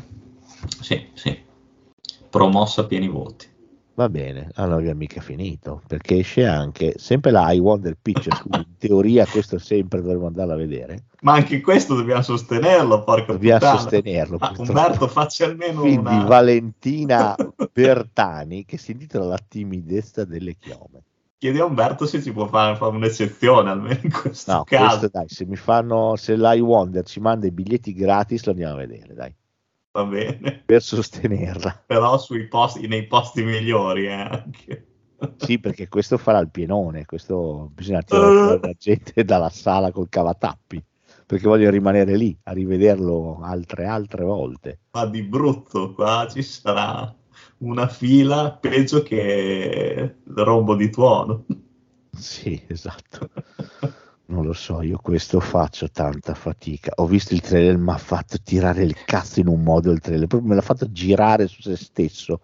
H: Sì, sì, promossa a pieni voti.
G: Va bene, allora abbiamo mica finito, perché esce anche sempre la I Wonder Pictures, quindi in teoria questo sempre dovremmo andarla a vedere.
H: Ma anche questo dobbiamo sostenerlo, porca
G: dobbiamo
H: puttana.
G: sostenerlo.
H: Ma Umberto, faccia almeno
G: quindi
H: una...
G: Valentina Bertani, che si intitola La timidezza delle chiome.
H: Chiedi a Umberto se ci può fare, fare un'eccezione, almeno in questo
G: no,
H: caso.
G: Questo, dai, se mi fanno, se l'I Wonder ci manda i biglietti gratis, lo andiamo a vedere, dai.
H: Va bene.
G: Per sostenerla.
H: Però sui posti, nei posti migliori, eh, anche.
G: Sì, perché questo farà il pienone, questo bisogna tirare la gente dalla sala col cavatappi, perché voglio rimanere lì a rivederlo altre altre volte.
H: Ma di brutto, qua ci sarà una fila peggio che il rombo di tuono.
G: Sì, esatto. Non lo so, io questo faccio tanta fatica. Ho visto il trailer, mi ha fatto tirare il cazzo in un modo il trailer, proprio me l'ha fatto girare su se stesso,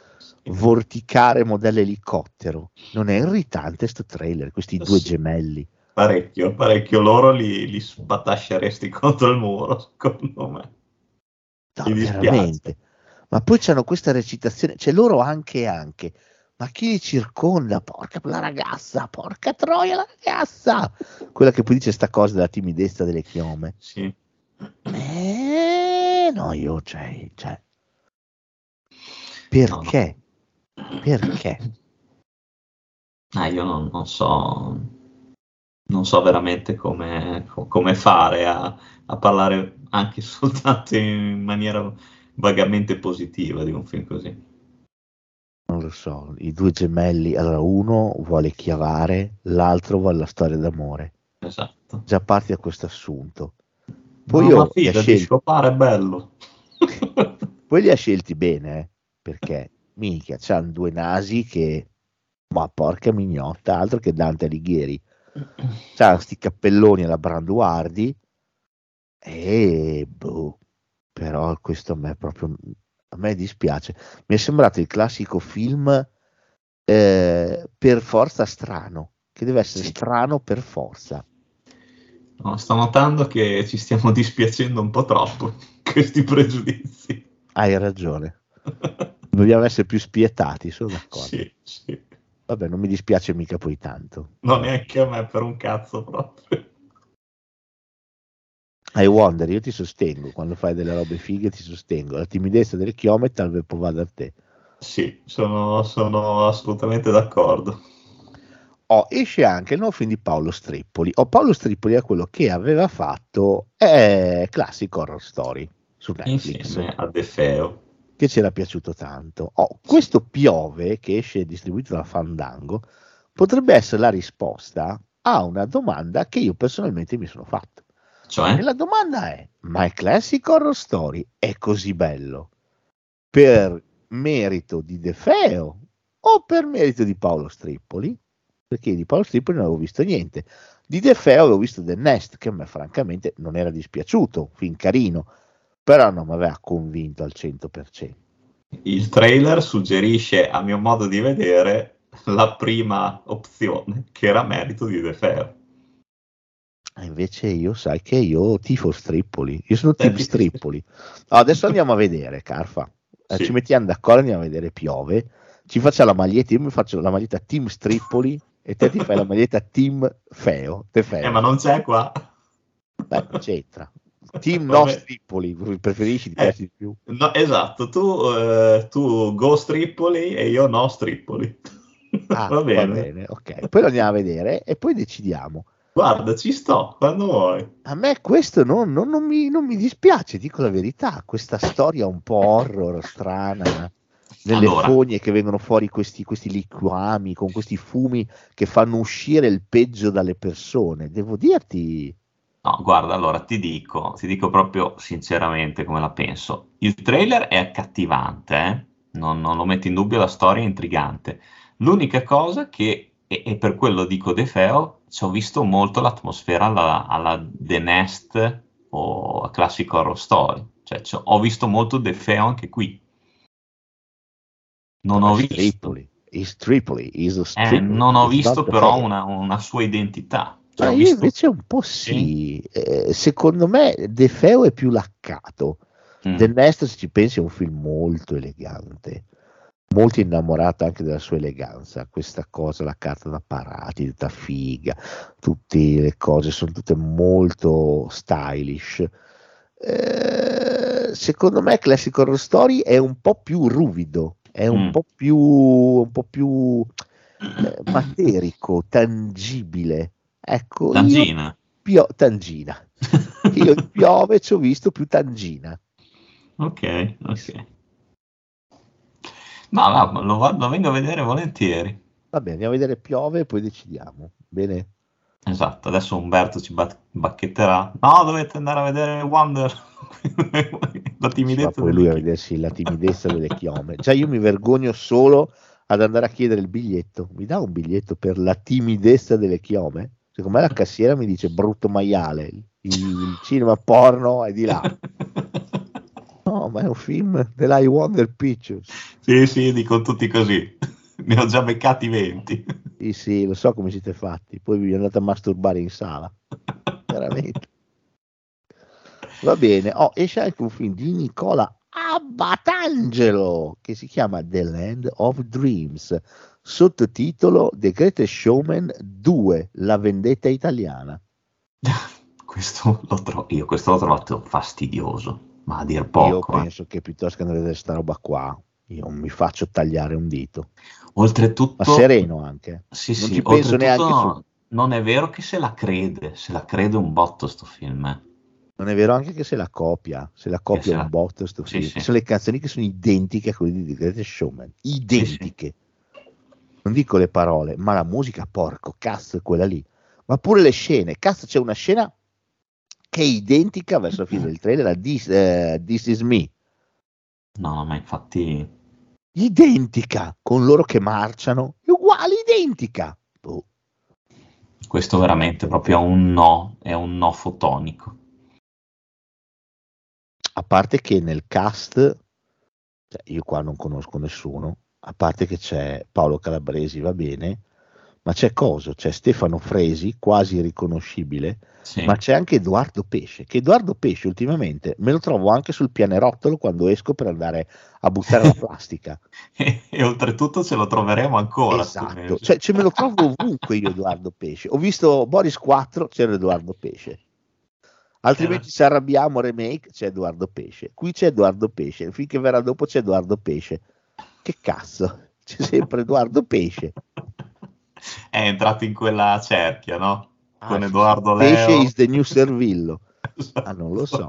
G: vorticare modello elicottero. Non è irritante sto trailer, questi due
H: sì.
G: gemelli?
H: Parecchio, parecchio. Loro li, li spatasceresti contro il muro, secondo me.
G: No, veramente. Ma poi c'hanno questa recitazione, c'è loro anche anche. Ma chi li circonda? Porca la ragazza, porca troia la ragazza! Quella che poi dice sta cosa della timidezza delle chiome.
H: Sì.
G: Eh, no, io, cioè, cioè. Perché? No. Perché?
H: Ah, io non, non so, non so veramente come, come fare a, a parlare anche soltanto in maniera vagamente positiva di un film così.
G: Non lo so, i due gemelli, allora uno vuole chiavare, l'altro vuole la storia d'amore.
H: Esatto.
G: Già parti da questo assunto. Poi
H: no,
G: io
H: ma fida,
G: scelti...
H: di scopare è bello.
G: Poi li ha scelti bene, eh? Perché mica c'hanno due nasi che, ma porca mignotta, altro che Dante Alighieri. C'hanno sti cappelloni alla Branduardi e boh, però questo a me proprio... A me dispiace, mi è sembrato il classico film eh, per forza strano, che deve essere sì. strano per forza.
H: No, sto notando che ci stiamo dispiacendo un po' troppo questi pregiudizi.
G: Hai ragione, dobbiamo essere più spietati, sono d'accordo.
H: Sì, sì.
G: Vabbè, non mi dispiace mica poi tanto.
H: No, neanche a me per un cazzo proprio.
G: I Wonder, io ti sostengo, quando fai delle robe fighe ti sostengo, la timidezza delle chiome talve può va da te.
H: Sì, sono, sono assolutamente d'accordo.
G: Oh, esce anche il nuovo film di Paolo Strippoli. Oh, Paolo Strippoli è quello che aveva fatto eh, Classic Horror Story su Netflix.
H: Insieme a De Feo.
G: Che c'era piaciuto tanto. Oh, questo Piove, che esce distribuito da Fandango, potrebbe essere la risposta a una domanda che io personalmente mi sono fatto.
H: Cioè?
G: E la domanda è, ma il Classic Horror Story è così bello per merito di De Feo o per merito di Paolo Strippoli? Perché di Paolo Strippoli non avevo visto niente. Di De Feo avevo visto The Nest, che a me francamente non era dispiaciuto, fin carino, però non mi aveva convinto al cento per cento.
H: Il trailer suggerisce, a mio modo di vedere, la prima opzione, che era merito di De Feo.
G: Invece io sai che io tifo Strippoli, io sono team Strippoli. Oh, adesso andiamo a vedere, Carfa, eh,
H: Sì.
G: ci mettiamo d'accordo, andiamo a vedere Piove, ci faccia la maglietta, io mi faccio la maglietta team Strippoli e te ti fai la maglietta team Feo, te Feo.
H: Eh, ma non c'è qua.
G: Beh, c'entra. Team
H: Vabbè.
G: no Strippoli, preferisci, ti piace
H: Eh,
G: di più?
H: no, esatto, tu, eh, tu go Strippoli e io no Strippoli.
G: Ah,
H: va bene.
G: va bene, ok. Poi lo andiamo a vedere e poi decidiamo.
H: Guarda, ci sto, quando vuoi.
G: A me questo non, non- non mi, non mi dispiace, dico la verità, questa storia un po' horror, strana, nelle
H: Allora.
G: fogne che vengono fuori questi, questi liquami, con questi fumi che fanno uscire il peggio dalle persone, devo dirti,
H: No, guarda, allora ti dico, ti dico proprio sinceramente come la penso. Il trailer è accattivante, eh? Non, non lo metto in dubbio, la storia è intrigante. L'unica cosa che, e, e per quello dico De Feo, ci ho visto molto l'atmosfera alla, alla The Nest o a Classic Horror Story. Cioè, ci ho- ho visto molto De Feo anche qui. Non ho visto,
G: Tripoli, is Tripoli, is
H: eh,
G: Tripoli,
H: non ho
G: is
H: visto
G: not
H: però
G: fair.
H: una, una sua identità. Cioè,
G: Ma
H: ho
G: io
H: visto-
G: invece un po' sì, Eh, secondo me De Feo è più laccato.
H: Mm.
G: The Nest, se ci pensi, è un film molto elegante, molto innamorato anche della sua eleganza, questa cosa, la carta da parati, tutta figa, tutte le cose sono tutte molto stylish. Eh, secondo me Classic Horror Story è un po' più ruvido, è un
H: Mm.
G: po' più, un po' più eh, materico, tangibile. Ecco, io
H: Tangina.
G: pio- tangina. Io in Piove ci ho visto più tangina.
H: Ok, ok. Ma va, lo, va- lo vengo a vedere volentieri.
G: Va bene, andiamo a vedere Piove e poi decidiamo. Bene?
H: Esatto, adesso Umberto ci bat- bacchetterà. No, dovete andare a vedere Wonder. La
G: Ma
H: timidezza
G: poi lui a
H: delle chi-
G: vedersi la timidezza delle chiome. Già io mi vergogno solo ad andare a chiedere il biglietto. Mi dà un biglietto per la timidezza delle chiome? Secondo me la cassiera mi dice brutto maiale, il, il cinema porno è di là. No, ma è un film della I Wonder Pictures.
H: Sì, sì, dicono tutti così. Ne ho già beccati venti.
G: Sì, sì, lo so come siete fatti. Poi vi andate a masturbare in sala. Veramente. Va bene. Oh, esce anche un film di Nicola Abbatangelo che si chiama The Land of Dreams, sottotitolo The Greatest Showman due, la vendetta italiana.
H: Questo l'ho tro- io questo l'ho trovato fastidioso, ma a dir
G: Io
H: poco. eh.
G: penso che piuttosto che andare a vedere sta roba qua, io mi faccio tagliare un dito.
H: Oltretutto,
G: Ma sereno anche.
H: sì,
G: Non
H: sì,
G: ci penso
H: oltretutto
G: neanche su.
H: non è vero che se la crede, se la crede un botto sto film. eh.
G: Non è vero anche che se la copia, se la copia
H: se
G: un
H: la-
G: botto sto
H: sì,
G: film.
H: sì.
G: Sono le canzoni che sono identiche a quelle di The Greatest Showman, identiche. Non dico le parole, ma la musica, porco cazzo, è quella lì. Ma pure le scene, cazzo, c'è una scena che è identica verso la fine del trailer a This, eh, This Is Me,
H: No, ma infatti
G: identica, con loro che marciano, è uguale, identica. Boh.
H: questo veramente proprio è un no, è un no fotonico.
G: A parte che nel cast, cioè io qua non conosco nessuno, a parte che c'è Paolo Calabresi, va bene, ma c'è Coso, c'è Stefano Fresi, quasi riconoscibile,
H: Sì.
G: ma c'è anche Edoardo Pesce, che Edoardo Pesce ultimamente me lo trovo anche sul pianerottolo quando esco per andare a buttare la plastica.
H: e, e oltretutto ce lo troveremo ancora. sto
G: Esatto,
H: mese.
G: cioè ce me lo trovo ovunque io Edoardo Pesce. Ho visto Boris quattro, c'era Edoardo Pesce. Altrimenti se arrabbiamo remake c'è Edoardo Pesce. Qui c'è Edoardo Pesce, il film che verrà dopo c'è Edoardo Pesce. Che cazzo? C'è sempre Edoardo Pesce.
H: È entrato in quella cerchia, no?
G: Ah,
H: Con
G: sì,
H: Edoardo
G: sì. Pesce
H: Leo.
G: is the new Servillo. Ah, non lo so.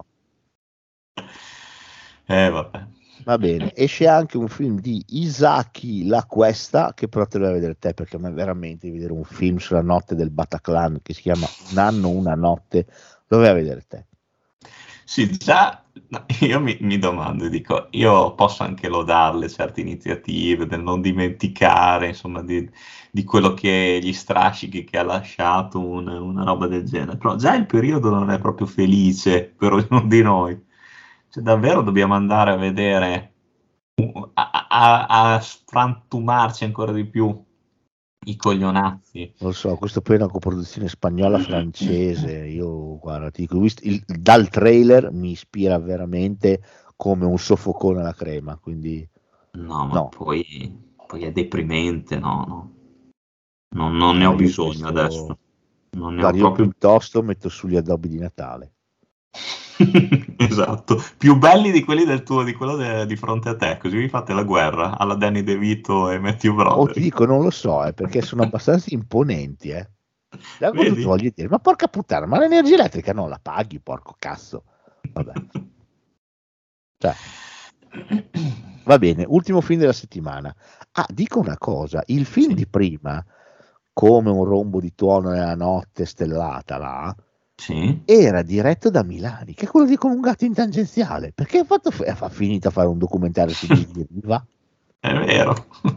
H: Eh, vabbè.
G: Va bene, esce anche un film di Isaki La Cuesta, che però te lo vai a vedere te, perché a me veramente vedere un film sulla notte del Bataclan che si chiama Un anno, una notte, lo vai a vedere te.
H: Sì, già io mi, mi domando, dico, io posso anche lodarle certe iniziative del non dimenticare, insomma, di, di quello che gli strascichi che ha lasciato, una, una roba del genere, però già il periodo non è proprio felice per ognuno di noi, cioè davvero dobbiamo andare a vedere, a, a, a frantumarci ancora di più i coglionazzi.
G: Non lo so, questo poi è una coproduzione spagnola ffrancese. Io guarda, ti dico, ho visto il- dal trailer mi ispira veramente come un soffocone alla crema, quindi
H: No, ma
G: no.
H: poi, poi è deprimente, no, no. Non, non ne ho
G: Io
H: bisogno
G: questo-
H: adesso. Non ne ho
G: guarda, io
H: proprio
G: piuttosto metto sugli addobbi di Natale.
H: esatto, più belli di quelli del tuo, di quello de- di fronte a te, così vi fate la guerra alla Danny DeVito e Matthew
G: O ti
H: Broderick.
G: dico, non lo so, eh, perché sono abbastanza imponenti, eh. Da con
H: Vedi?
G: tutto voglio dire, ma porca puttana, ma l'energia elettrica non la paghi, porco cazzo. Vabbè. Cioè, va bene, ultimo film della settimana. Ah, dico una cosa, il film
H: Sì.
G: di prima, come un rombo di tuono nella notte stellata là,
H: Sì.
G: era diretto da Milani, che è quello di Come un gatto in tangenziale. Perché ha, fatto, ha finito a fare un documentario su Disney Riva?
H: È vero.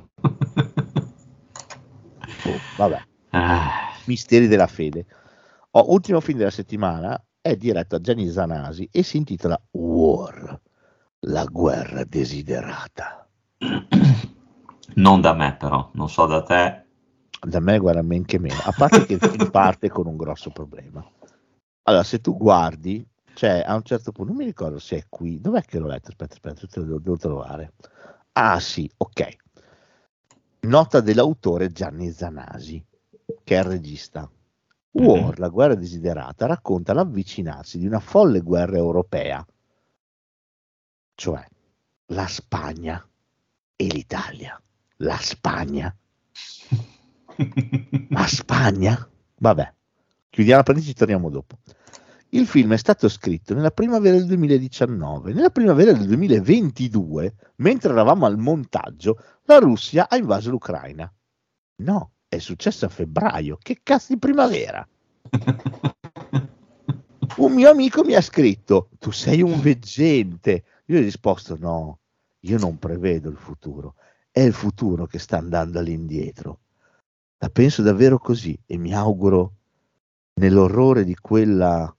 G: Boh, vabbè,
H: Ah,
G: misteri della fede. Oh, ultimo film della settimana è diretto da Gianni Zanasi e si intitola War, la guerra desiderata.
H: non da me però, non so da te.
G: Da me guarda men che meno, a parte che il film parte con un grosso problema. Allora, se tu guardi, cioè a un certo punto, non mi ricordo se è qui, dov'è che l'ho letto? Aspetta, aspetta, te lo devo, devo trovare. Ah sì, ok. Nota dell'autore Gianni Zanasi, che è il regista. War, la guerra desiderata, racconta l'avvicinarsi di una folle guerra europea, cioè la Spagna e l'Italia. La Spagna. La Spagna? Vabbè, chiudiamo la parentesi, ci torniamo dopo. Il film è stato scritto nella primavera del duemiladiciannove. Nella primavera del duemilaventidue, mentre eravamo al montaggio, la Russia ha invaso l'Ucraina. No, è successo a febbraio. Che cazzo di primavera? Un mio amico mi ha scritto: tu sei un veggente. Io gli ho risposto: no, io non prevedo il futuro, è il futuro che sta andando all'indietro. La penso davvero così e mi auguro, nell'orrore di quella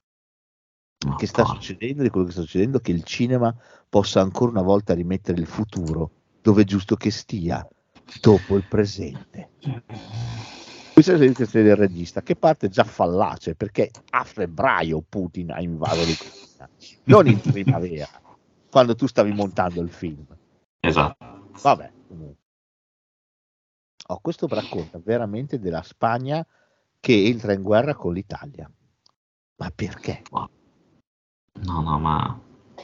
H: No,
G: che sta
H: porca.
G: succedendo, di quello che sta succedendo, che il cinema possa ancora una volta rimettere il futuro dove è giusto che stia, dopo il presente. Questa è la questione del regista, che parte già fallace, perché a febbraio Putin ha invaso l'Ucraina, non in primavera, quando tu stavi montando il film.
H: Esatto.
G: Vabbè, comunque. Oh, questo racconta veramente della Spagna che entra in guerra con l'Italia. Ma perché?
H: No, no, ma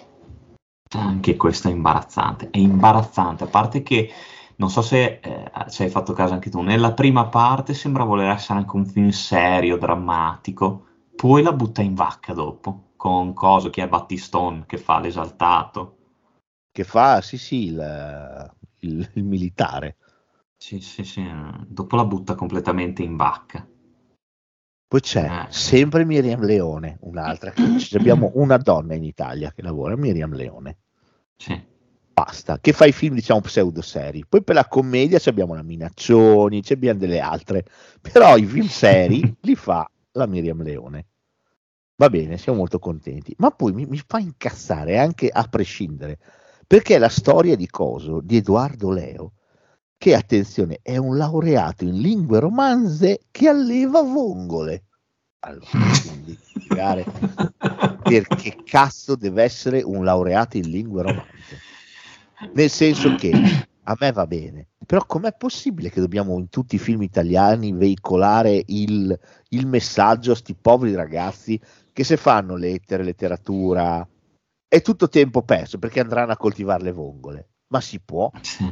H: anche questo è imbarazzante. È imbarazzante, a parte che non so se eh, ci hai fatto caso anche tu, nella prima parte sembra voler essere anche un film serio, drammatico, poi la butta in vacca dopo, con coso che è Battistone che fa l'esaltato.
G: Che fa, sì sì, il, il, il militare.
H: Sì, sì, sì, dopo la butta completamente in vacca.
G: Poi c'è
H: Eh.
G: sempre Miriam Leone, un'altra, che ci abbiamo una donna in Italia che lavora, Miriam Leone.
H: Sì.
G: Basta, che fa i film diciamo pseudo seri. Poi per la commedia ci abbiamo la Minaccioni, ci abbiamo delle altre, però i film seri li fa la Miriam Leone. Va bene, siamo molto contenti, ma poi mi, mi fa incazzare anche a prescindere, perché è la storia di coso, di Edoardo Leo, che attenzione, è un laureato in lingue romanze che alleva vongole. Allora, quindi spiegare perché cazzo deve essere un laureato in lingue romanze. Nel senso che a me va bene, però com'è possibile che dobbiamo in tutti i film italiani veicolare il, il messaggio a sti poveri ragazzi che se fanno lettere, letteratura, è tutto tempo perso perché andranno a coltivare le vongole. Ma si può?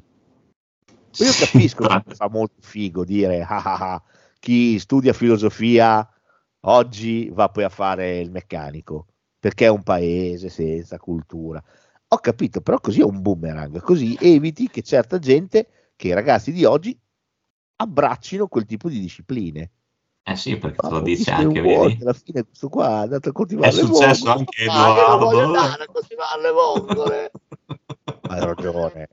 G: Io capisco che fa molto figo dire ah, ah, ah, chi studia filosofia oggi va poi a fare il meccanico perché è un paese senza cultura. Ho capito, però così è un boomerang, così eviti che certa gente, che i ragazzi di oggi abbraccino quel tipo di discipline.
H: Eh sì, perché te
G: Ah,
H: lo
G: ho
H: dice
G: visto
H: anche,
G: in Word,
H: vedi?
G: alla fine questo qua è andato a
H: È
G: coltivare le
H: successo
G: vongole.
H: anche a
G: Ah, io non
H: Edoardo.
G: voglio andare a coltivare le vongole. Hai ragione.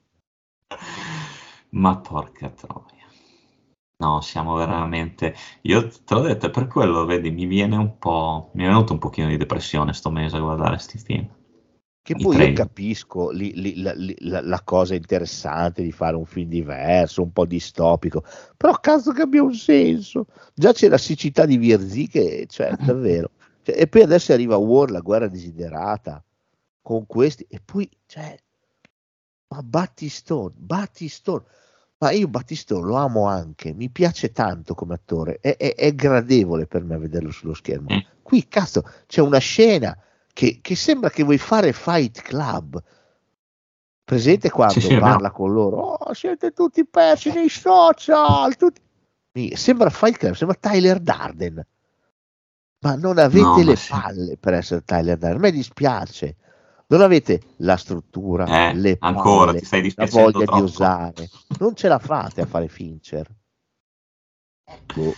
H: Ma porca troia. No, siamo veramente... Io te l'ho detto, è per quello, vedi, mi viene un po'... Mi è venuto un pochino di depressione sto mese a guardare sti film.
G: Che
H: I
G: poi io
H: trailer.
G: capisco li- li- la, li- la- la cosa interessante di fare un film diverso, un po' distopico, però cazzo che abbia un senso. Già c'è la siccità di Virzì che, cioè, davvero. Cioè, e poi adesso arriva War, la guerra desiderata, con questi, e poi, cioè, ma Battistone, Battistone, ma io Battistone lo amo anche, mi piace tanto come attore, è, è- è gradevole per me vederlo sullo schermo.
H: Mm.
G: Qui, cazzo, c'è una scena che, che sembra che vuoi fare Fight Club. Presente quando
H: Sì, sì,
G: parla
H: no.
G: con loro? Oh, siete tutti persi nei social. Tutti... Mi- Sembra Fight Club, sembra Tyler Darden. Ma non avete
H: No, ma
G: le
H: sì.
G: palle per essere Tyler Darden. A me dispiace. Non avete la struttura,
H: Eh,
G: le
H: ancora,
G: palle,
H: ti stai
G: la
H: dispiacendo
G: voglia di
H: troppo.
G: osare. Non ce la fate a fare Fincher. Boh.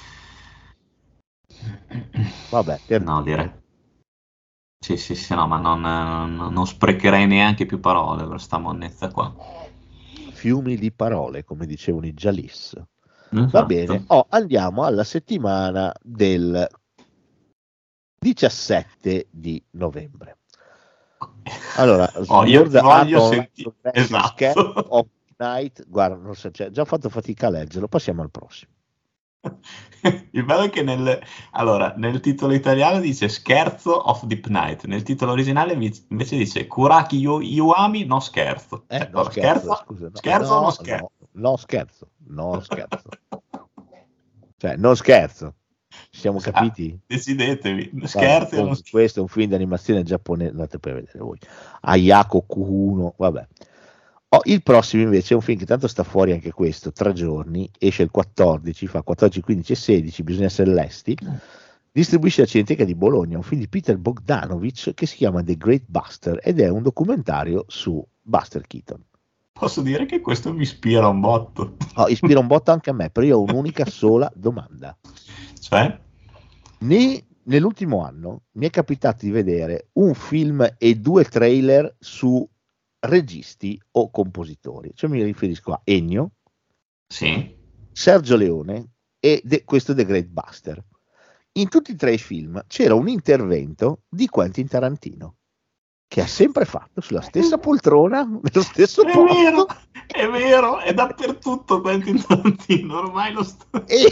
G: Vabbè, per
H: No,
G: dire.
H: direi. Sì, sì, sì, no, ma non, non- non sprecherei neanche più parole per sta monnezza qua.
G: Fiumi di parole, come dicevano i Jalis. Va
H: Esatto.
G: bene, oh, andiamo alla settimana del diciassette di novembre. Allora,
H: Oh, io
G: Sword
H: ti voglio
G: Art Online
H: sentire.
G: Progressive Scan
H: Esatto.
G: of Night, guarda, non so, cioè, già ho fatto fatica a leggerlo, passiamo al prossimo.
H: Il bello è che nel, allora, nel titolo italiano dice Scherzo of Deep Night, nel titolo originale vi- invece dice Kuraki Yu- Iwami, no scherzo.
G: Eh,
H: Cioè,
G: no
H: allora,
G: scherzo,
H: scherzo,
G: scusa, no,
H: scherzo o
G: no,
H: non scherzo?
G: no, no scherzo, no scherzo, cioè, non scherzo, ci siamo
H: Ah,
G: capiti?
H: decidetevi,
G: Vabbè,
H: scherzi o non
G: comunque,
H: scherzi?
G: questo è un film di animazione giapponese, andate poi a vedere voi. Ayako Kuno, vabbè. Oh, il prossimo invece è un film che tanto sta fuori anche questo, tre giorni, esce il quattordici, fa quattordici, quindici e sedici, bisogna essere lesti. Distribuisce la Cineteca di Bologna, un film di Peter Bogdanovich che si chiama The Great Buster ed è un documentario su Buster Keaton.
H: Posso dire che questo mi ispira un botto.
G: Oh, ispira un botto anche a me, però io ho un'unica sola domanda.
H: Cioè?
G: Né nell'ultimo anno mi è capitato di vedere un film e due trailer su registi o compositori, cioè mi riferisco a Ennio,
H: Sì.
G: Sergio Leone e de- questo The Great Buster. In tutti e tre i film c'era un intervento di Quentin Tarantino che ha sempre fatto sulla stessa poltrona, nello stesso
H: È
G: posto.
H: vero, è vero, è dappertutto Quentin Tarantino, ormai lo sto...
G: E,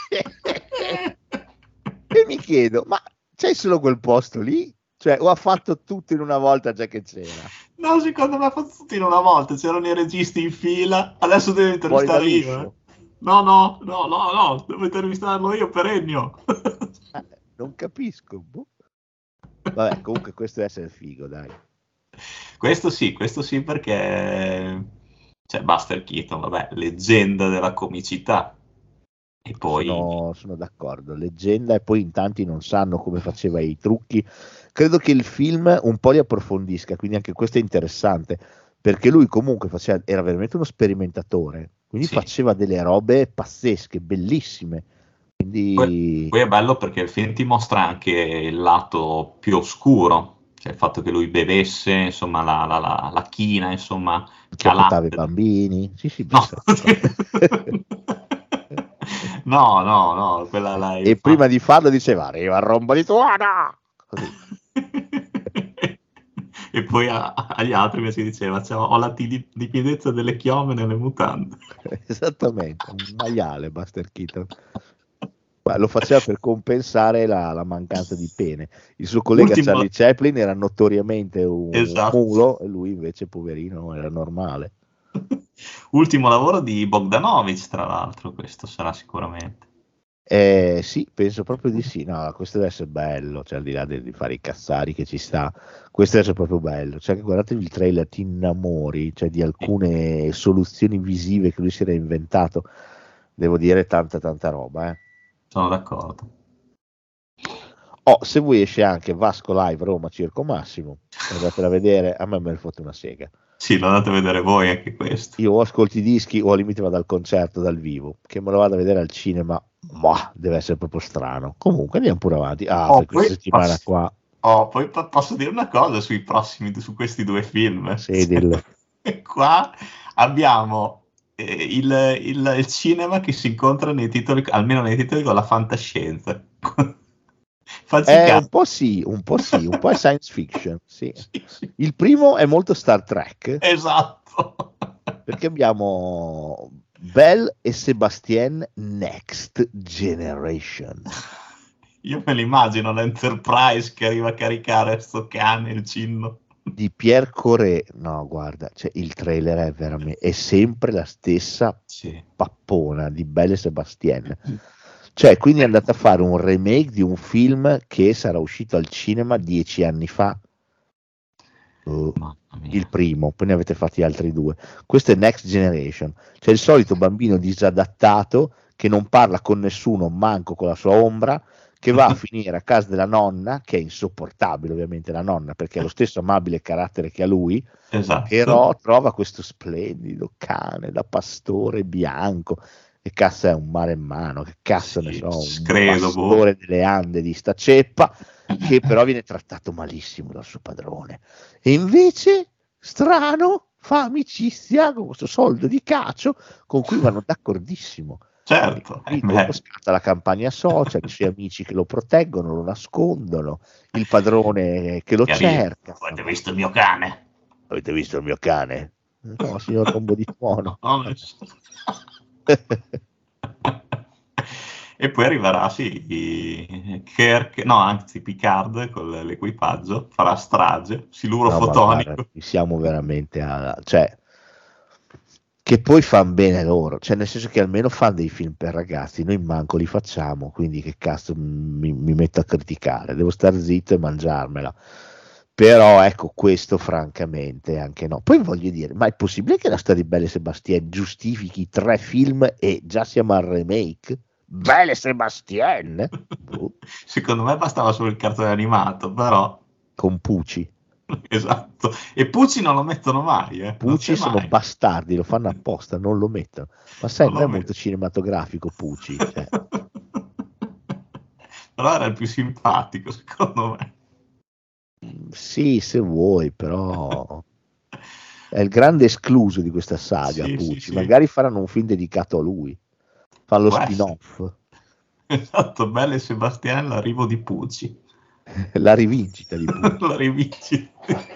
G: e mi chiedo, ma c'è solo quel posto lì? Cioè, o ha fatto tutto in una volta già che c'era?
H: No, secondo me ha fatto tutto in una volta, c'erano i registi in fila, adesso devo
G: Fuori
H: intervistare io.
G: dall'uscio?
H: Eh. No, no, no, no, no, devo intervistarlo io per Ennio.
G: Eh, non capisco. Boh. Vabbè, comunque questo deve essere figo, dai.
H: Questo sì, questo sì perché... Cioè, Buster Keaton, vabbè, leggenda della comicità. E poi...
G: Sono, sono d'accordo, leggenda, e poi in tanti non sanno come faceva i trucchi. Credo che il film un po' li approfondisca, quindi anche questo è interessante, perché lui comunque faceva, era veramente uno sperimentatore, quindi
H: Sì.
G: faceva delle robe pazzesche, bellissime. Quindi
H: Poi, poi è bello perché il film ti mostra anche il lato più oscuro, cioè il fatto che lui bevesse, insomma, la, la, la, la china, insomma,
G: che portava i
H: calante.
G: bambini. Sì, sì,
H: No.
G: perfetto.
H: no, no, no, quella là,
G: E prima di farlo diceva arriva il rombo di tuona. Così.
H: E poi a- agli altri invece diceva cioè, ho la ti- limpidezza delle chiome nelle mutande.
G: Esattamente, un maiale Buster Keaton. Ma lo faceva per compensare la, la mancanza di pene. Il suo collega
H: Ultimo-
G: Charlie Chaplin era notoriamente un
H: Esatto.
G: mulo e lui invece, poverino, era normale.
H: Ultimo lavoro di Bogdanovich, tra l'altro, questo sarà sicuramente.
G: Eh, sì, penso proprio di sì. No, questo deve essere bello, cioè al di là di, di fare i cazzari che ci sta, questo deve essere proprio bello. Cioè, guardatevi il trailer, ti innamori, cioè, di alcune soluzioni visive che lui si era inventato. Devo dire tanta tanta roba, eh.
H: Sono d'accordo.
G: Oh, se vuoi esce anche Vasco Live Roma Circo Massimo, andatela a vedere, a me me ne fotte una sega.
H: Sì, lo andate a vedere voi anche questo.
G: Io o ascolto i dischi o al limite vado al concerto dal vivo, che me lo vado a vedere al cinema, ma deve essere proprio strano. Comunque andiamo pure avanti. Ah,
H: Oh,
G: per questa
H: poi
G: settimana
H: posso-
G: qua,
H: Oh, poi po- posso dire una cosa sui prossimi, su questi due film.
G: sì, dillo.
H: Qua abbiamo eh, il, il- il cinema che si incontra nei titoli, almeno nei titoli, con la fantascienza. Facci
G: Eh,
H: caso.
G: un po' sì, un po' sì, un po' è science fiction, sì.
H: Sì, sì.
G: Il primo è molto Star Trek,
H: Esatto.
G: perché abbiamo Belle e Sebastien Next Generation.
H: Io me l'immagino l'Enterprise che arriva a caricare sto cane, il cinno.
G: Di Pierre Coré. No, guarda, cioè, il trailer è veramente è sempre la stessa
H: Sì.
G: pappona di Belle e Sebastien. Cioè, quindi è andata a fare un remake di un film che sarà uscito al cinema dieci anni fa. Uh,
H: Mamma mia.
G: il primo, poi ne avete fatti altri due. Questo è Next Generation, cioè il solito bambino disadattato che non parla con nessuno, manco con la sua ombra, che va a finire a casa della nonna, che è insopportabile ovviamente la nonna, perché ha lo stesso amabile carattere che ha lui,
H: Esatto.
G: però trova questo splendido cane da pastore bianco, che cazzo è un maremmano, che cazzo
H: Sì,
G: ne so, un
H: credo,
G: pastore delle Ande di sta ceppa, che però viene trattato malissimo dal suo padrone. E invece, strano, fa amicizia con questo soldo di cacio con cui vanno d'accordissimo.
H: Certo.
G: E
H: eh,
G: quindi
H: beh.
G: dopo scatta la campagna social, i suoi amici che lo proteggono, lo nascondono, il padrone che lo
H: Che arriva.
G: cerca.
H: Avete visto il mio cane?
G: Avete visto il mio cane? No, signor Rombo di Tuono.
H: No, nessuno. E poi arriverà, sì, i- Kirk, no, anzi Picard con l'equipaggio, farà strage, siluro
G: No, ma
H: fotonico.
G: guarda, siamo veramente a... cioè, che poi fanno bene loro, cioè nel senso che almeno fanno dei film per ragazzi, noi manco li facciamo, quindi che cazzo mi, mi metto a criticare, devo stare zitto e mangiarmela. Però ecco, questo francamente anche no. Poi voglio dire, ma è possibile che la storia di Belle e Sebastien giustifichi tre film e già siamo al remake? Belle e Sebastien? Boh,
H: Secondo me bastava solo il cartone animato, però
G: con Pucci.
H: esatto. E Pucci non lo mettono mai, eh. Non
G: Pucci
H: c'è
G: sono
H: mai.
G: bastardi, lo fanno apposta, non lo mettono. Ma sai,
H: Non
G: non è
H: lo
G: molto
H: mettono.
G: cinematografico Pucci. Cioè.
H: Però era il più simpatico, secondo me.
G: Sì, se vuoi, però è il grande escluso di questa saga,
H: Sì,
G: Pucci.
H: sì, sì.
G: Magari faranno un film dedicato a lui, fanno lo
H: Può essere.
G: spin-off,
H: Esatto, Belle e Sebastian, l'arrivo di Pucci.
G: la rivincita di Pucci.
H: La rivincita.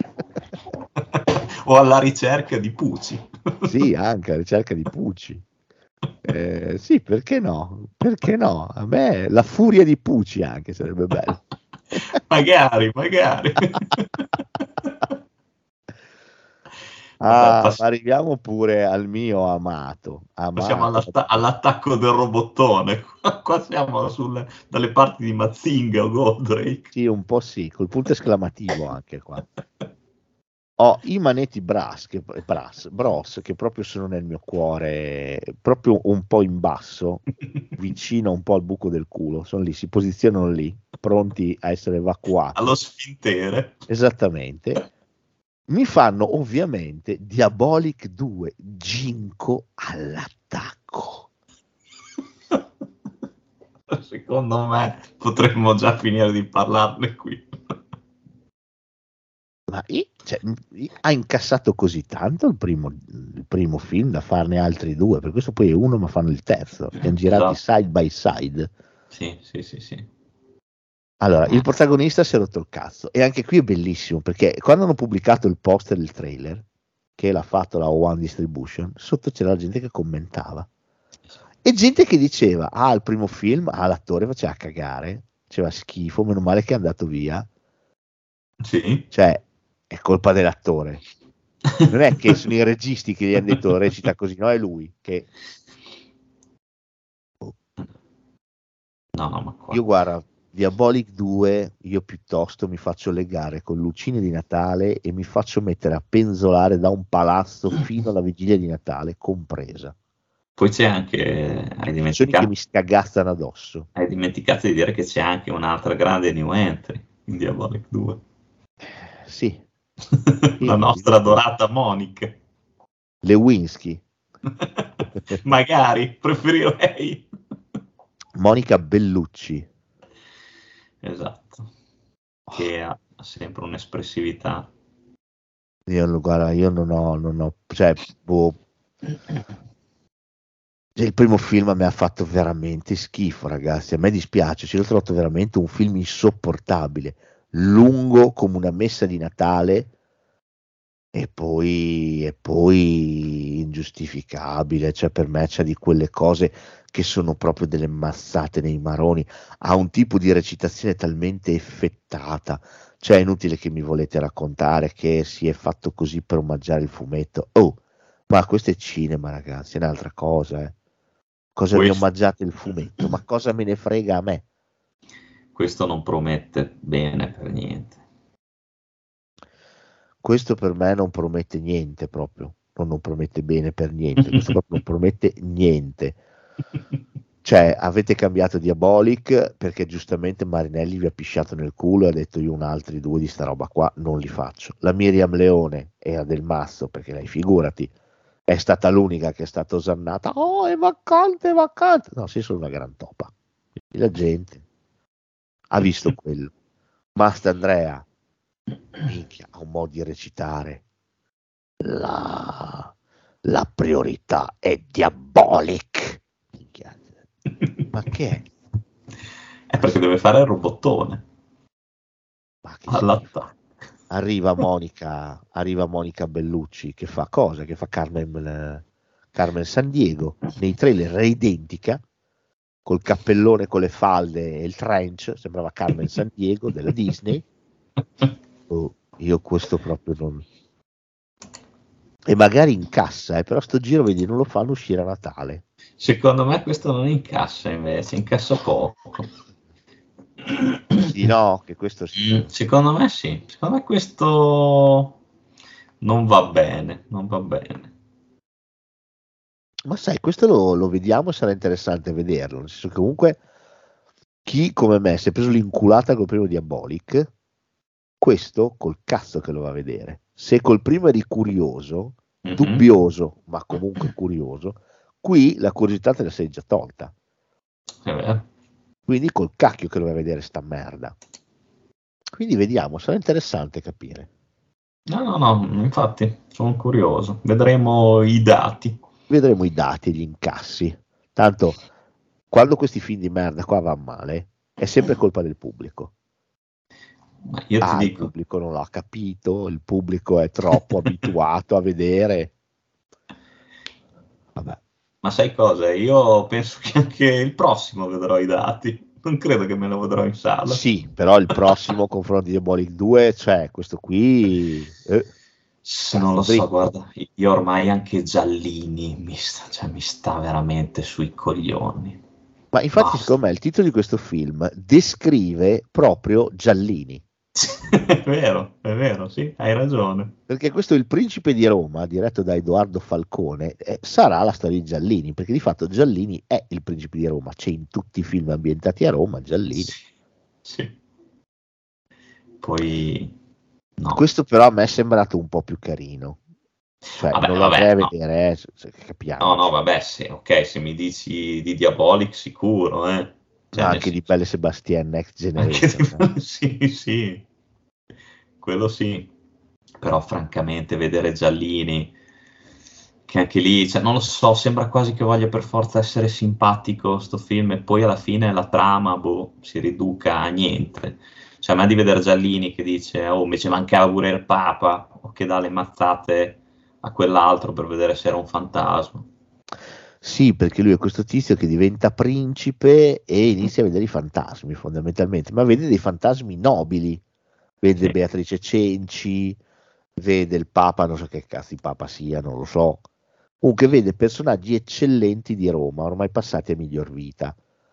H: O alla ricerca di Pucci.
G: Sì, anche la ricerca di Pucci. Eh, sì, perché no? Perché no? A me la furia di Pucci anche sarebbe bello.
H: Magari, magari.
G: Ah,
H: Vabbè, pass-
G: ma arriviamo pure al mio amato,
H: passiamo
G: amato.
H: all'atta- all'attacco del robottone. Qua, qua siamo sul- dalle parti di Mazinga o Goldrake.
G: Sì, un po' sì, col punto esclamativo anche qua. Ho i manetti Brass che, Brass, Bros, che proprio sono nel mio cuore, proprio un po' in basso, vicino un po' al buco del culo, sono lì, si posizionano lì, pronti a essere evacuati.
H: Allo sfintere.
G: Esattamente. Mi fanno ovviamente Diabolic due, Ginko all'attacco.
H: Secondo me potremmo già finire di parlarne qui.
G: Ma i- cioè, i- ha incassato così tanto il primo, il primo film da farne altri due, per questo poi è uno ma fanno il terzo, li hanno girati
H: Esatto.
G: side by side.
H: Sì, sì, sì, sì.
G: Allora, il protagonista si è rotto il cazzo e anche qui è bellissimo perché quando hanno pubblicato il poster del trailer, che l'ha fatto la One Distribution, sotto c'era la gente che commentava e gente che diceva, ah, il primo film, ah, l'attore faceva cagare, faceva schifo, meno male che è andato via.
H: Sì.
G: Cioè, è colpa dell'attore. Non è che sono i registi che gli hanno detto recita così, no, è lui che...
H: No, no, ma qua.
G: Io guarda, Diabolic due, io piuttosto mi faccio legare con lucine di Natale e mi faccio mettere a penzolare da un palazzo fino alla vigilia di Natale compresa.
H: Poi c'è anche, hai
G: Persone che
H: dimenticato,
G: mi scagazzano addosso.
H: hai dimenticato di dire che c'è anche un'altra grande new entry in Diabolic due.
G: Sì,
H: La nostra adorata Monica.
G: Lewinsky.
H: Magari, preferirei.
G: Monica Bellucci.
H: Esatto. Che ha sempre un'espressività.
G: Io, guarda, io non ho, non ho, cioè, boh. Il primo film mi ha fatto veramente schifo, ragazzi. A me dispiace, ce l'ho trovato veramente un film insopportabile, lungo come una messa di Natale e poi, e poi ingiustificabile. Cioè, per me c'è di quelle cose che sono proprio delle mazzate nei maroni. Ha un tipo di recitazione talmente effettata. Cioè, è inutile che mi volete raccontare che si è fatto così per omaggiare il fumetto. Oh, ma questo è cinema, ragazzi, è un'altra cosa, eh. Cosa mi omaggiate il fumetto? Ma cosa me ne frega a me?
H: Questo non promette bene per niente.
G: Questo per me non promette niente proprio. Non, non promette bene per niente. Questo proprio non promette niente. Cioè, avete cambiato Diabolic perché giustamente Marinelli vi ha pisciato nel culo e ha detto io un altri due di sta roba qua non li faccio. La Miriam Leone era del mazzo, perché lei, figurati, è stata l'unica che è stata osannata. Oh, è vacante, è vacante. No, sei solo una gran topa. E la gente ha visto quello. Mastandrea, minchia, ha un modo di recitare. La, la priorità è Diabolic. Minchia. Ma che è?
H: È perché deve fare il robottone.
G: Ma che
H: all'attacco.
G: Arriva Monica, arriva Monica Bellucci che fa cosa? Che fa Carmen, Carmen Sandiego. Nei trailer è identica, col cappellone con le falde e il trench, sembrava Carmen Sandiego della Disney. Oh, io questo proprio non... E magari incassa, eh, però sto giro vedi non lo fanno uscire a Natale.
H: Secondo me questo non incassa invece, incassa poco.
G: Sì, no, che questo sì.
H: Secondo me sì, secondo me questo non va bene, non va bene.
G: Ma sai, questo lo, lo vediamo, sarà interessante vederlo, nel senso che comunque chi come me si è preso l'inculata col primo Diabolic, questo col cazzo che lo va a vedere. Se col primo eri curioso, mm-hmm. dubbioso, ma comunque curioso, qui la curiosità te la sei già tolta.
H: È vero.
G: Quindi col cacchio che lo vai a vedere sta merda. Quindi vediamo, sarà interessante capire.
H: No, no, no, infatti sono curioso. Vedremo i dati.
G: Vedremo i dati e gli incassi. Tanto, quando questi film di merda qua vanno male, è sempre colpa del pubblico.
H: Ma io ti
G: ah,
H: dico...
G: il pubblico non l'ha capito, il pubblico è troppo abituato a vedere. Vabbè.
H: Ma sai cosa? Io penso che anche il prossimo vedrò i dati. Non credo che me lo vedrò in sala.
G: Sì, però il prossimo confronto di Diabolic due, cioè questo qui... Eh,
H: Se non lo so, dritto. Guarda, io ormai anche Giallini mi sta, cioè, mi sta veramente sui coglioni.
G: Ma infatti
H: Basta.
G: Secondo me il titolo di questo film descrive proprio Giallini.
H: È vero, è vero, sì, hai ragione.
G: Perché questo è Il Principe di Roma, diretto da Edoardo Falcone, eh, sarà la storia di Giallini, perché di fatto Giallini è il Principe di Roma, c'è in tutti i film ambientati a Roma Giallini.
H: Sì, sì. Poi no.
G: Questo però a me è sembrato un po' più carino. Cioè,
H: vabbè,
G: non lo
H: vabbè,
G: andrei a
H: no.
G: vedere, eh, se, capiamo.
H: No, no, vabbè, sì, ok, se mi dici di Diabolic sicuro, eh. Cioè,
G: anche di Belle Sebastien Next Generation.
H: Di... sì, sì, quello sì. Però francamente vedere Giallini, che anche lì, cioè, non lo so, sembra quasi che voglia per forza essere simpatico sto film e poi alla fine la trama boh, si riduca a niente. Cioè, a me di vedere Giallini che dice oh, invece mancava pure il Papa, o che dà le mazzate a quell'altro per vedere se era un fantasma.
G: Sì, perché lui è questo tizio che diventa principe e inizia a vedere i fantasmi fondamentalmente, ma vede dei fantasmi nobili, vede sì. Beatrice Cenci, vede il Papa, non so che cazzo il Papa sia, non lo so, comunque vede personaggi eccellenti di Roma, ormai passati a miglior vita,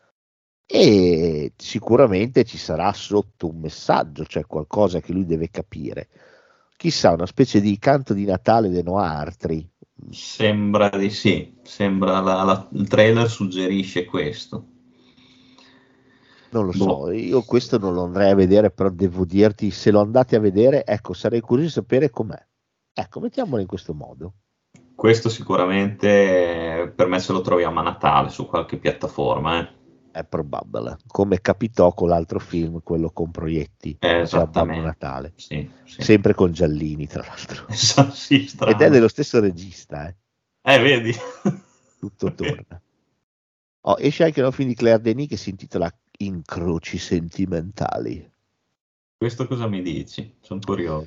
G: e sicuramente ci sarà sotto un messaggio, cioè qualcosa che lui deve capire, chissà, una specie di canto di Natale de Noartri.
H: Sembra di sì, sembra la, la, il trailer suggerisce questo.
G: Non lo so,
H: Boh.
G: io questo non lo andrei a vedere, però devo dirti, se lo andate a vedere, ecco, sarei curioso di sapere com'è. Ecco, mettiamolo in questo modo.
H: Questo sicuramente eh, per me se lo troviamo a Natale su qualche piattaforma. Eh.
G: È probabile, come capitò con l'altro film, quello con Proietti,
H: Eh,
G: cioè Babbo
H: esattamente.
G: Natale,
H: Sì, sì.
G: sempre con Giallini, tra l'altro.
H: Esatto, sì, strano.
G: Ed è dello stesso regista, eh.
H: Eh, vedi?
G: Tutto torna. Oh, esce anche un film di Claire Denis che si intitola Incroci sentimentali.
H: Questo cosa mi dici? Sono curioso.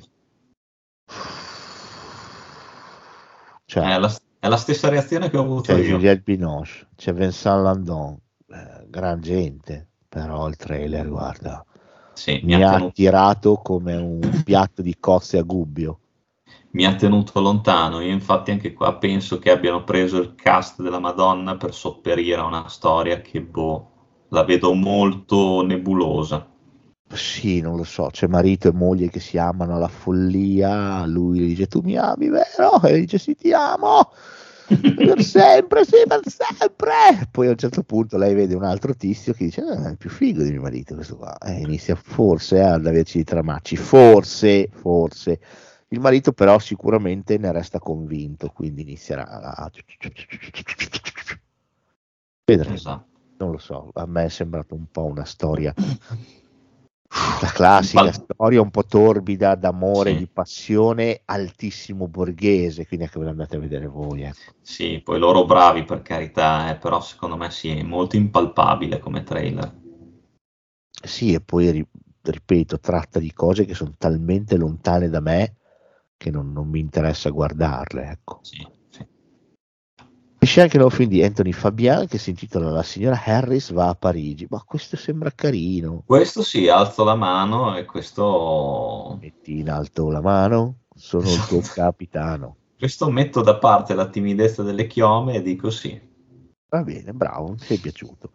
G: Cioè,
H: È la, è la stessa reazione che ho avuto
G: c'è
H: io.
G: Juliette Binoche, c'è Vincent Landon, eh, gran gente, però il trailer, guarda,
H: Sì,
G: mi
H: mi ha
G: ha
H: tenuto,
G: attirato come un piatto di cozze a Gubbio.
H: mi ha tenuto lontano. Io infatti anche qua penso che abbiano preso il cast della Madonna per sopperire a una storia che, boh, la vedo molto nebulosa.
G: Sì, non lo so, c'è marito e moglie che si amano alla follia, lui le dice tu mi ami, vero? E lei dice sì, ti amo, per sempre, sì, per sempre. Poi a un certo punto lei vede un altro tizio che dice ah, è più figo di mio marito questo qua, e inizia forse ad averci i tramacci, forse, forse. Il marito però sicuramente ne resta convinto, quindi inizierà a... Vedremo,
H: Esatto.
G: non lo so, a me è sembrato un po' una storia... La classica
H: Pal-
G: storia un po' torbida d'amore,
H: Sì.
G: di passione, altissimo borghese, quindi anche ve l'andate a vedere voi. Ecco.
H: Sì, poi loro bravi per carità, eh, però secondo me sì, è molto impalpabile come trailer.
G: Sì, e poi ri- ripeto, tratta di cose che sono talmente lontane da me che non, non mi interessa guardarle. Ecco.
H: Sì, sì.
G: Esce anche il nuovo film di Anthony Fabian che si intitola La signora Harris va a Parigi, ma questo sembra carino.
H: Questo sì, alzo la mano e questo...
G: Metti in alto la mano, sono il tuo capitano.
H: Questo metto da parte la timidezza delle chiome e dico sì.
G: Va bene, bravo, mi sei piaciuto.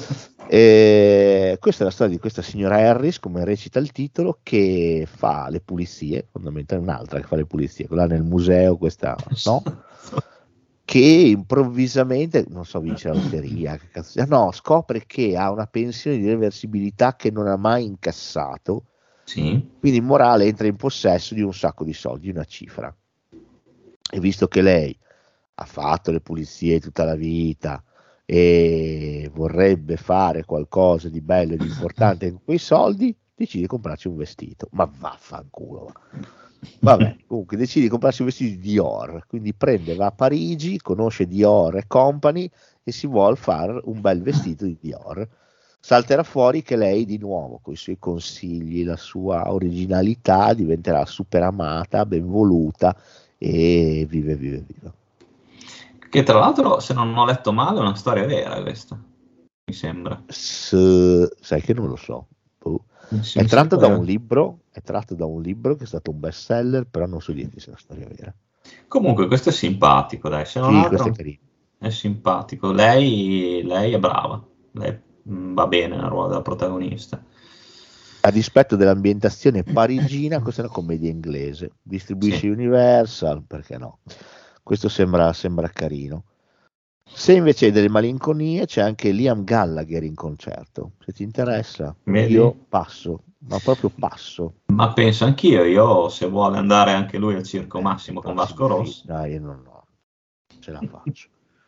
G: E questa è la storia di questa signora Harris, come recita il titolo, che fa le pulizie, fondamentalmente un'altra che fa le pulizie, quella nel museo, questa no, che improvvisamente, non so, vince la lotteria, che cazzo sia, no, scopre che ha una pensione di reversibilità che non ha mai incassato,
H: Sì.
G: quindi in morale entra in possesso di un sacco di soldi, una cifra. E visto che lei ha fatto le pulizie tutta la vita e vorrebbe fare qualcosa di bello e di importante con quei soldi, decide di comprarci un vestito. Ma vaffanculo. Va. Vabbè, comunque decide di comprarsi un vestito di Dior, quindi prende, va a Parigi, conosce Dior e Company e si vuole fare un bel vestito di Dior. Salterà fuori che lei di nuovo, con i suoi consigli, la sua originalità, diventerà super amata, ben voluta e vive, vive, vive.
H: Che tra l'altro, se non ho letto male, è una storia vera questa, mi sembra.
G: S- sai che non lo so. Boh.
H: Sì,
G: È
H: mi
G: tratto da
H: sembra-
G: un libro, è tratto da un libro che è stato un best seller, però non so dire se è una storia vera.
H: Comunque questo è simpatico, dai, se non
G: Sì,
H: altro
G: questo è carino.
H: è simpatico. Lei, lei è brava, lei mm, va bene nel ruolo della protagonista.
G: A dispetto dell'ambientazione parigina, questa è una commedia inglese. Distribuisce
H: Sì.
G: Universal, perché no? Questo sembra, sembra carino. Se invece hai delle malinconie, c'è anche Liam Gallagher in concerto. Se ti interessa,
H: Vedi?
G: io passo, ma proprio passo.
H: Ma penso anch'io, io se vuole andare anche lui al Circo Massimo con Vasco Rossi.
G: Dai, io non, no, ce la faccio.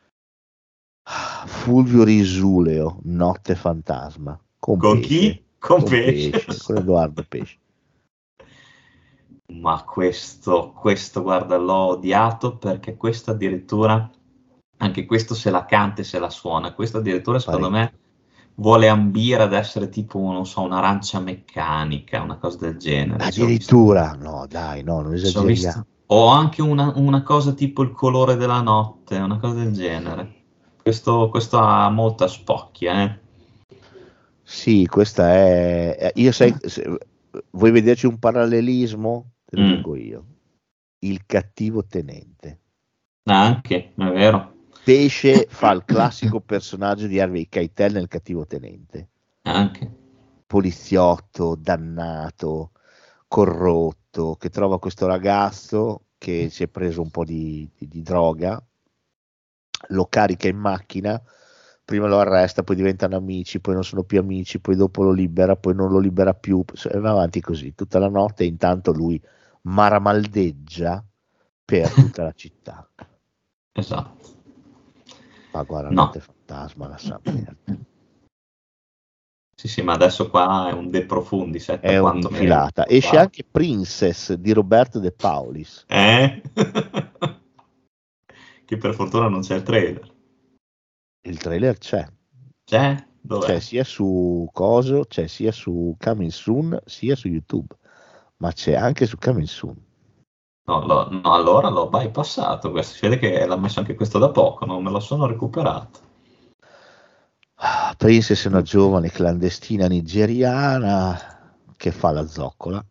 G: Fulvio Risuleo, Notte Fantasma. Con,
H: Con
G: Pesce.
H: chi? Con Pesce.
G: Con Edoardo Pesce.
H: Ma questo, questo, guarda, l'ho odiato perché questo addirittura, anche questo se la canta e se la suona, questo addirittura secondo me vuole ambire ad essere tipo, non so, un'arancia meccanica, una cosa del genere.
G: Addirittura, no dai, no, non esageriamo.
H: O anche una, una cosa tipo il colore della notte, una cosa del genere. Questo, questo ha molta spocchia, eh.
G: Sì, questa è... Io sai, se, vuoi vederci un parallelismo? Te lo
H: Mm.
G: dico io. Il cattivo tenente.
H: Anche, è vero.
G: Pesce fa il classico personaggio di Harvey Keitel nel Cattivo Tenente.
H: Anche.
G: Poliziotto, dannato, corrotto, che trova questo ragazzo che si è preso un po' di, di, di droga, lo carica in macchina prima lo arresta, poi diventano amici, poi non sono più amici, poi dopo lo libera, poi non lo libera più, e va avanti così tutta la notte, e intanto lui maramaldeggia per tutta la città.
H: Esatto.
G: Ma guarda,
H: No.
G: Notte Fantasma la sa bene.
H: Sì, sì, ma adesso qua è un De Profundis. Ecco
G: È
H: quanto
G: un'infilata.
H: mi-
G: Esce anche Princess di Roberto De Paulis.
H: Eh? Che per fortuna non c'è il trailer.
G: Il trailer c'è.
H: C'è? Dov'è?
G: C'è sia su Coso, c'è sia su Coming Soon, sia su YouTube. Ma c'è anche su Coming Soon.
H: No, lo- no, allora l'ho bypassato. Questo. Si vede che l'ha messo anche questo da poco, non me lo sono recuperato.
G: Ah, Princess è una giovane clandestina nigeriana che fa la zoccola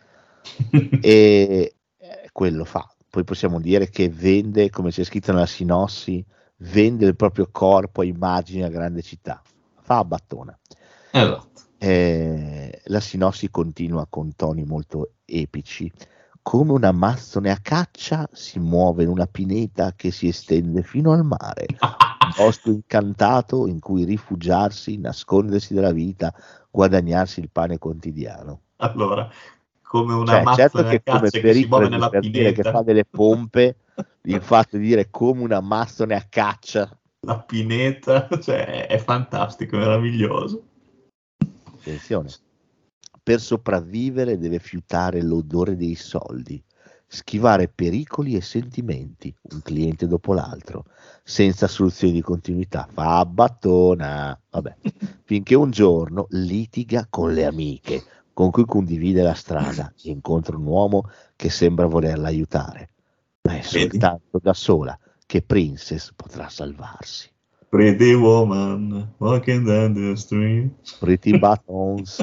G: e eh, quello fa. Poi possiamo dire che vende, come c'è scritto nella sinossi, vende il proprio corpo a immagini a grande città. Fa a battona.
H: Esatto.
G: Eh, la sinossi continua con toni molto epici. Come un amazzone a caccia si muove in una pineta che si estende fino al mare. Un posto incantato in cui rifugiarsi, nascondersi dalla vita, guadagnarsi il pane quotidiano.
H: Allora, come una
G: Cioè,
H: mazza
G: certo
H: nella
G: che come
H: cazzo che si muove
G: pericolo
H: nella
G: per dire che
H: pineta.
G: fa delle pompe, il fatto di dire come un amazzone a caccia.
H: La pineta, cioè, è fantastico, è meraviglioso.
G: Attenzione, per sopravvivere deve fiutare l'odore dei soldi, schivare pericoli e sentimenti, un cliente dopo l'altro, senza soluzioni di continuità, fa a battona, vabbè, finché un giorno litiga con le amiche, con cui condivide la strada, e incontra un uomo che sembra volerla aiutare, ma è
H: Vedi?
G: soltanto da sola che Princess potrà salvarsi.
H: Pretty woman walking down the street.
G: Pretty Buttons.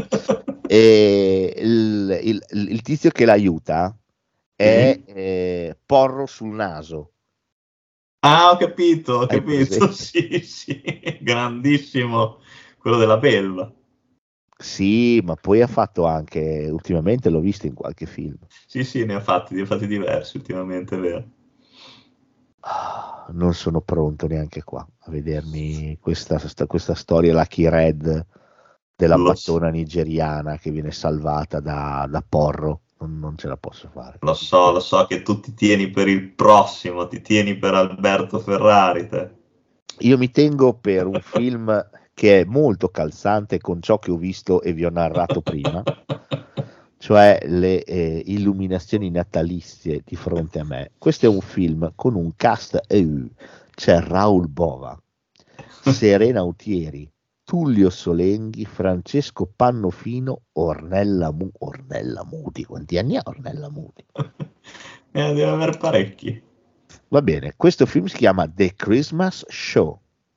G: E il, il- il tizio che l'aiuta è
H: Sì.
G: eh, Porro sul naso.
H: Ah, ho capito, ho
G: Hai
H: capito,
G: presente?
H: sì, sì, grandissimo, quello della belva.
G: Sì, ma poi ha fatto anche, ultimamente l'ho visto in qualche film.
H: Sì, sì, ne ha fatti, ne ha fatti diversi ultimamente, è vero.
G: Ah, non sono pronto neanche qua a vedermi questa, sta- questa storia Lucky Red della
H: Lo so.
G: battona nigeriana che viene salvata da, da Porro. Non, non ce la posso fare.
H: Lo so, lo so che tu ti tieni per il prossimo, ti tieni per Alberto Ferrari, te.
G: Io mi tengo per un film che è molto calzante con ciò che ho visto e vi ho narrato prima, cioè le eh, illuminazioni natalizie di fronte a me. Questo è un film con un cast E U, c'è Raul Bova, Serena Autieri, Tullio Solenghi, Francesco Pannofino, Ornella, Mu- Ornella Muti. Quanti anni ha Ornella Muti?
H: Eh, deve aver parecchi.
G: Va bene, questo film si chiama The Christmas Show.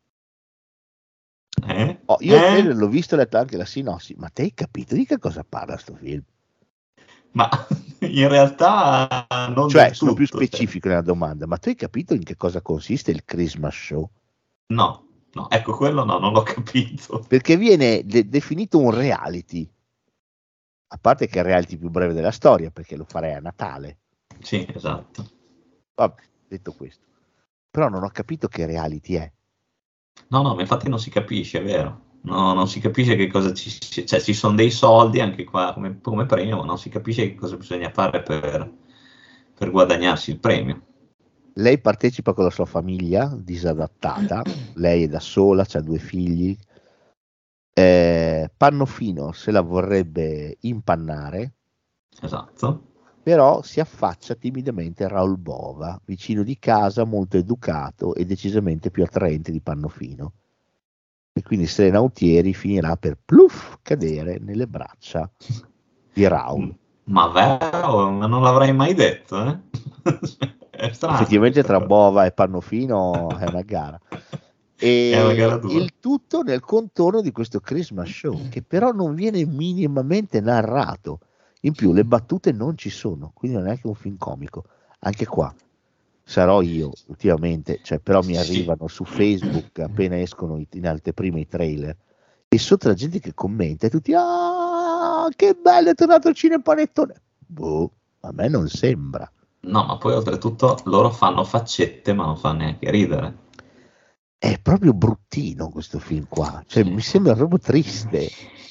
H: Eh?
G: Oh, io il
H: Eh?
G: trailer l'ho visto e ho letto anche la sinossi, ma te hai capito di che cosa parla sto film?
H: Ma in realtà non
G: Cioè,
H: del
G: sono più
H: tutto, cioè.
G: specifico nella domanda, ma tu hai capito in che cosa consiste il Christmas Show?
H: No, no, ecco quello no, non l'ho capito.
G: Perché viene de- definito un reality, a parte che è il reality più breve della storia, perché lo farei a Natale.
H: Sì, esatto.
G: Vabbè, detto questo. Però non ho capito che reality è.
H: No, no, ma infatti non si capisce, è vero. No, non si capisce che cosa ci ci- cioè ci sono dei soldi anche qua come, come premio, ma non si capisce che cosa bisogna fare per, per guadagnarsi il premio.
G: Lei partecipa con la sua famiglia disadattata, lei è da sola, ha due figli. Eh, Pannofino se la vorrebbe impannare,
H: Esatto.
G: però si affaccia timidamente a Raul Bova, vicino di casa, molto educato e decisamente più attraente di Pannofino. E quindi Serena Autieri finirà per pluff cadere nelle braccia di Raul.
H: Ma vero, ma non l'avrei mai detto, eh? È strano.
G: Effettivamente
H: questa
G: tra
H: cosa.
G: Bova e Pannofino è una gara. E
H: È una gara dura.
G: il tutto nel contorno di questo Christmas Show, che però non viene minimamente narrato. In più le battute non ci sono, quindi non è neanche un film comico. Anche qua sarò io ultimamente, cioè, però mi
H: Sì.
G: arrivano su Facebook appena escono i- in anteprima i trailer e sotto la gente che commenta e tutti ah che bello, è tornato il cinepanettone. Boh, a me non sembra.
H: No, ma poi oltretutto loro fanno faccette, ma non fanno neanche ridere.
G: è proprio bruttino questo film qua, cioè
H: Sì.
G: mi sembra proprio triste.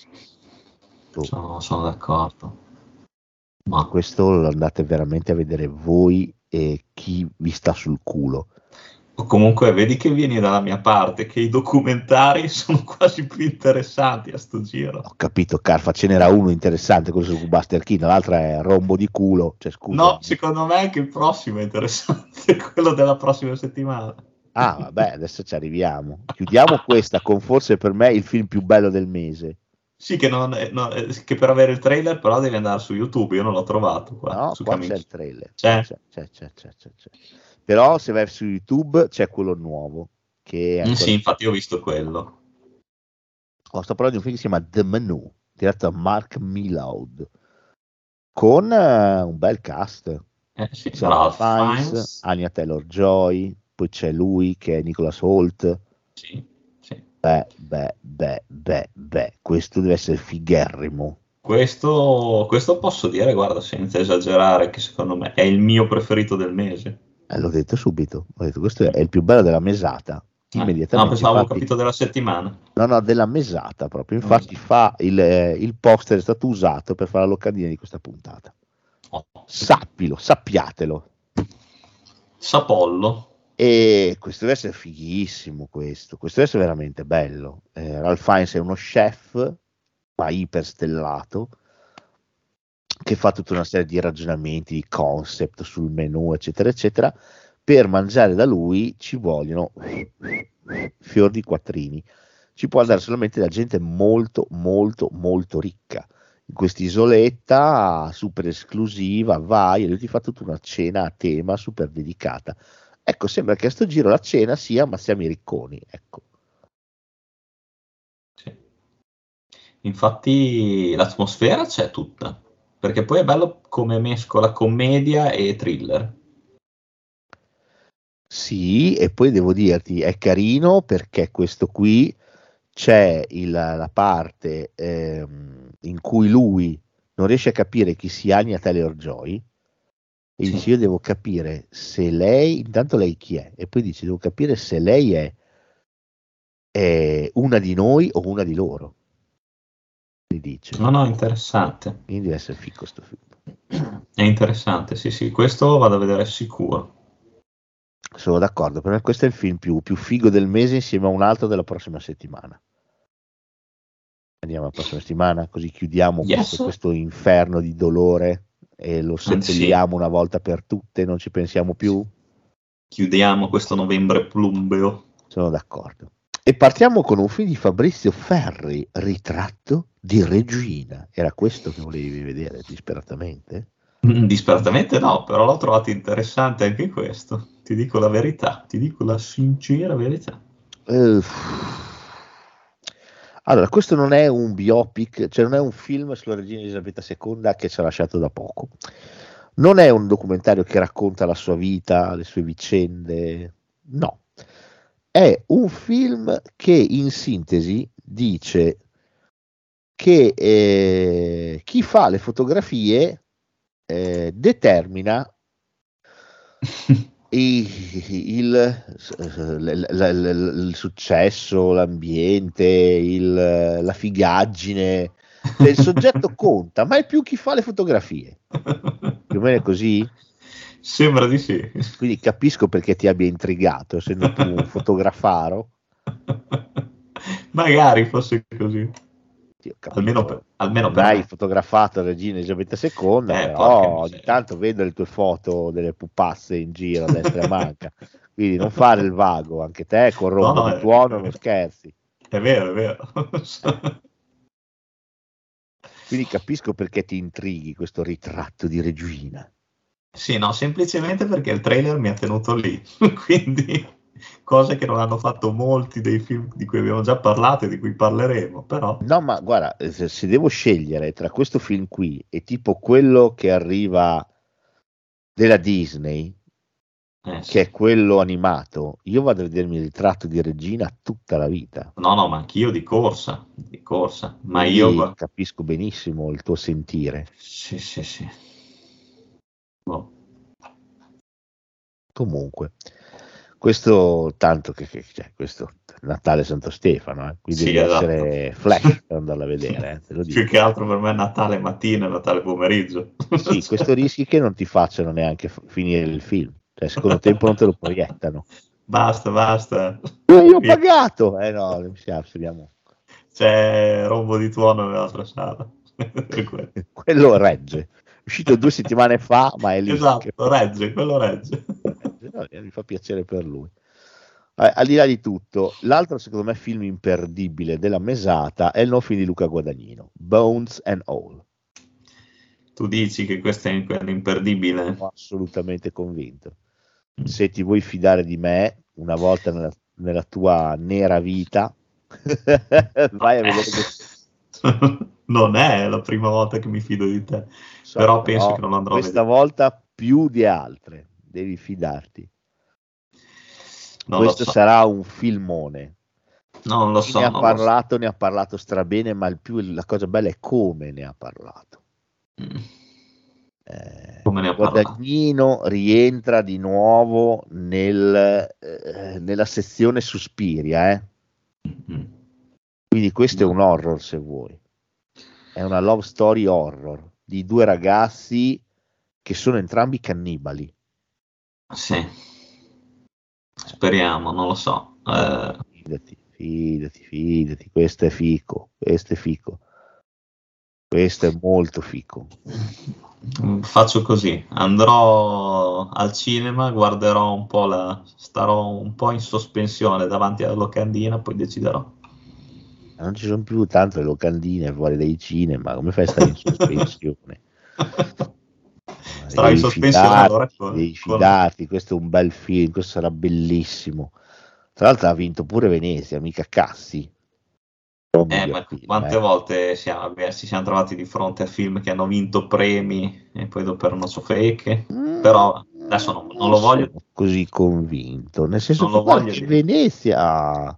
H: Sono, sono d'accordo. Ma
G: Questo lo andate veramente a vedere voi e chi vi sta sul culo.
H: comunque vedi che vieni dalla mia parte, che i documentari sono quasi più interessanti a sto giro.
G: Ho capito, Carfa, ce n'era uno interessante, quello su Buster Keaton, l'altra è rombo di culo, cioè scusa.
H: No, secondo me anche il prossimo è interessante, quello della prossima settimana.
G: Ah, vabbè, adesso ci arriviamo. Chiudiamo questa con forse per me il film più bello del mese.
H: Sì, che, non è- no, è- che per avere il trailer però devi andare su YouTube, io non l'ho trovato qua.
G: No,
H: su
G: qua
H: Camino.
G: c'è il trailer.
H: C'è?
G: C'è, c'è, c'è, c'è, c'è, c'è. Però se vai su YouTube c'è quello nuovo. Che è
H: Mm,
G: ancora...
H: sì, infatti ho visto quello.
G: Oh, sto parlando di un film che si chiama The Menu, diretto da Mark Mylod, con eh, un bel cast.
H: Eh, sì,
G: C'è
H: Ralph
G: Ralph Fiennes,
H: Fiennes.
G: Anya Taylor-Joy, poi c'è lui che è Nicholas Hoult.
H: Sì, sì.
G: Beh, beh, beh, beh, beh, questo deve essere figherrimo.
H: Questo, questo posso dire, guarda, senza esagerare, che secondo me è il mio preferito del mese.
G: Eh, l'ho detto subito, ho detto questo è il più bello della mesata.
H: Eh,
G: Immediatamente.
H: no, pensavo avevo
G: Infatti-
H: capito della settimana.
G: No, no, della mesata proprio. Infatti fa il, eh, il poster è stato usato per fare la locandina di questa puntata.
H: Oh.
G: Sappilo, sappiatelo.
H: Sapollo.
G: E questo deve essere fighissimo, questo. Questo deve essere veramente bello. Eh, Ralph Fiennes è uno chef, ma iperstellato, che fa tutta una serie di ragionamenti, di concept sul menù, eccetera, eccetera. Per mangiare da lui ci vogliono fior di quattrini. Ci può andare solamente la gente molto, molto, molto ricca. In questa isoletta super esclusiva, vai e lui ti fa tutta una cena a tema super dedicata. Ecco, sembra che a sto giro la cena sia ma siamo i ricconi, ecco.
H: Sì. Infatti l'atmosfera c'è tutta, perché poi è bello come mescola commedia e thriller.
G: Sì, e poi devo dirti, è carino perché questo qui c'è il- la parte ehm, in cui lui non riesce a capire chi sia Anya Taylor-Joy e
H: Sì.
G: dice io devo capire se lei, intanto lei chi è, e poi dice devo capire se lei è, è una di noi o una di loro. Mi dice,
H: No, no, interessante.
G: quindi deve essere fico sto film.
H: È interessante, sì, sì, questo vado a vedere sicuro.
G: Sono d'accordo, per me questo è il film più, più figo del mese insieme a un altro della prossima settimana. Andiamo alla prossima settimana, così chiudiamo
H: Yes.
G: questo, questo inferno di dolore e lo seppelliamo una volta per tutte, non ci pensiamo più.
H: Chiudiamo questo novembre plumbeo.
G: Sono d'accordo. E partiamo con un film di Fabrizio Ferri, Ritratto di Regina. Era questo che volevi vedere disperatamente?
H: Mm, Disperatamente no, però l'ho trovato interessante anche questo. Ti dico la verità, ti dico la sincera verità.
G: Eh, allora, questo non è un biopic, cioè non è un film sulla regina Elisabetta seconda che ci ha lasciato da poco. Non è un documentario che racconta la sua vita, le sue vicende, no. È un film che in sintesi dice che eh, chi fa le fotografie eh, determina i- il, il- il- il successo, l'ambiente, il- la figaggine. Cioè, il soggetto conta, ma è più chi fa le fotografie. Più o meno è così?
H: Sembra di sì.
G: Quindi capisco perché ti abbia intrigato, essendo tu un fotografaro.
H: Magari fosse così.
G: Sì, ho capito.
H: Almeno per, almeno
G: Non
H: per
G: hai
H: me.
G: fotografato la regina Elisabetta seconda,
H: Eh,
G: però
H: porca
G: ogni
H: miseria.
G: tanto vedo le tue foto delle pupazze in giro a destra e a manca. Quindi non fare il vago, anche te con rombo
H: No, no,
G: di
H: è-
G: tuono non scherzi.
H: È vero, è vero.
G: Quindi capisco perché ti intrighi questo ritratto di regina.
H: Sì, no, semplicemente perché il trailer mi ha tenuto lì. Quindi, cose che non hanno fatto molti dei film di cui abbiamo già parlato e di cui parleremo, però...
G: No, ma guarda, se, se devo scegliere tra questo film qui e tipo quello che arriva della Disney,
H: eh, sì.
G: che è quello animato, io vado a vedermi il ritratto di regina tutta la vita.
H: No, no, ma anch'io di corsa, di corsa. Ma
G: Quindi
H: io...
G: capisco benissimo il tuo sentire.
H: Sì, sì, sì. Boh.
G: Comunque, questo tanto che, che cioè, questo Natale Santo Stefano, eh, quindi
H: Sì,
G: devi
H: esatto.
G: essere flash per andarla a vedere, eh, te lo dico.
H: Più che altro per me è Natale mattina e Natale pomeriggio.
G: Sì, questo rischi che non ti facciano neanche f- finire il film, cioè secondo tempo non te lo proiettano.
H: Basta, basta.
G: Eh, io ho
H: Via.
G: pagato, eh no, mi siamo, speriamo.
H: C'è rombo di tuono nell'altra sala. Per quello.
G: Quello regge, è uscito due settimane fa, ma è lì.
H: Esatto,
G: che-
H: regge, quello regge.
G: No, mi fa piacere per lui. Eh, al di là di tutto, l'altro secondo me film imperdibile della mesata è il nuovo film di Luca Guadagnino, Bones and All.
H: Tu dici che questo è quello imperdibile?
G: Sono assolutamente convinto. Se ti vuoi fidare di me, una volta nella, nella tua nera vita, vai a vedere questo.
H: Non è la prima volta che mi fido di te,
G: So,
H: però penso che non lo andrò a
G: questa
H: vedere.
G: volta più di altre, devi fidarti.
H: Non lo
G: Questo
H: so.
G: sarà un filmone.
H: Non lo
G: Chi
H: so.
G: ne ha
H: non lo so.
G: parlato, ne ha parlato strabene, ma il più, la cosa bella è come ne ha parlato.
H: Mm.
G: Eh,
H: Come ne ha parlato?
G: Guadagnino rientra di nuovo nel, eh, nella sezione Suspiria, eh?
H: Mm.
G: Quindi questo è un horror, se vuoi. È una love story horror di due ragazzi che sono entrambi cannibali.
H: Sì. Speriamo, non lo so. Eh,
G: Fidati, fidati, fidati, questo è fico, questo è fico. Questo è molto fico.
H: Faccio così, andrò al cinema, guarderò un po' la, starò un po' in sospensione davanti alla locandina, poi deciderò.
G: Non ci sono più tanto le locandine fuori dai cinema, come fai a stare in sospensione?
H: Starò in
G: Devi
H: sospensione
G: fidarti,
H: allora con,
G: devi
H: con-
G: fidarti, questo è un bel film, questo sarà bellissimo. Tra l'altro ha vinto pure Venezia, mica Cassi. Non
H: Eh,
G: miglior
H: ma
G: film,
H: quante
G: eh.
H: volte siamo, beh, ci siamo trovati di fronte a film che hanno vinto premi e poi dopo erano ciofeche, però adesso non, non lo voglio,
G: sono così convinto, nel senso
H: Non
G: che
H: lo
G: guarda,
H: voglio
G: che
H: dire.
G: Venezia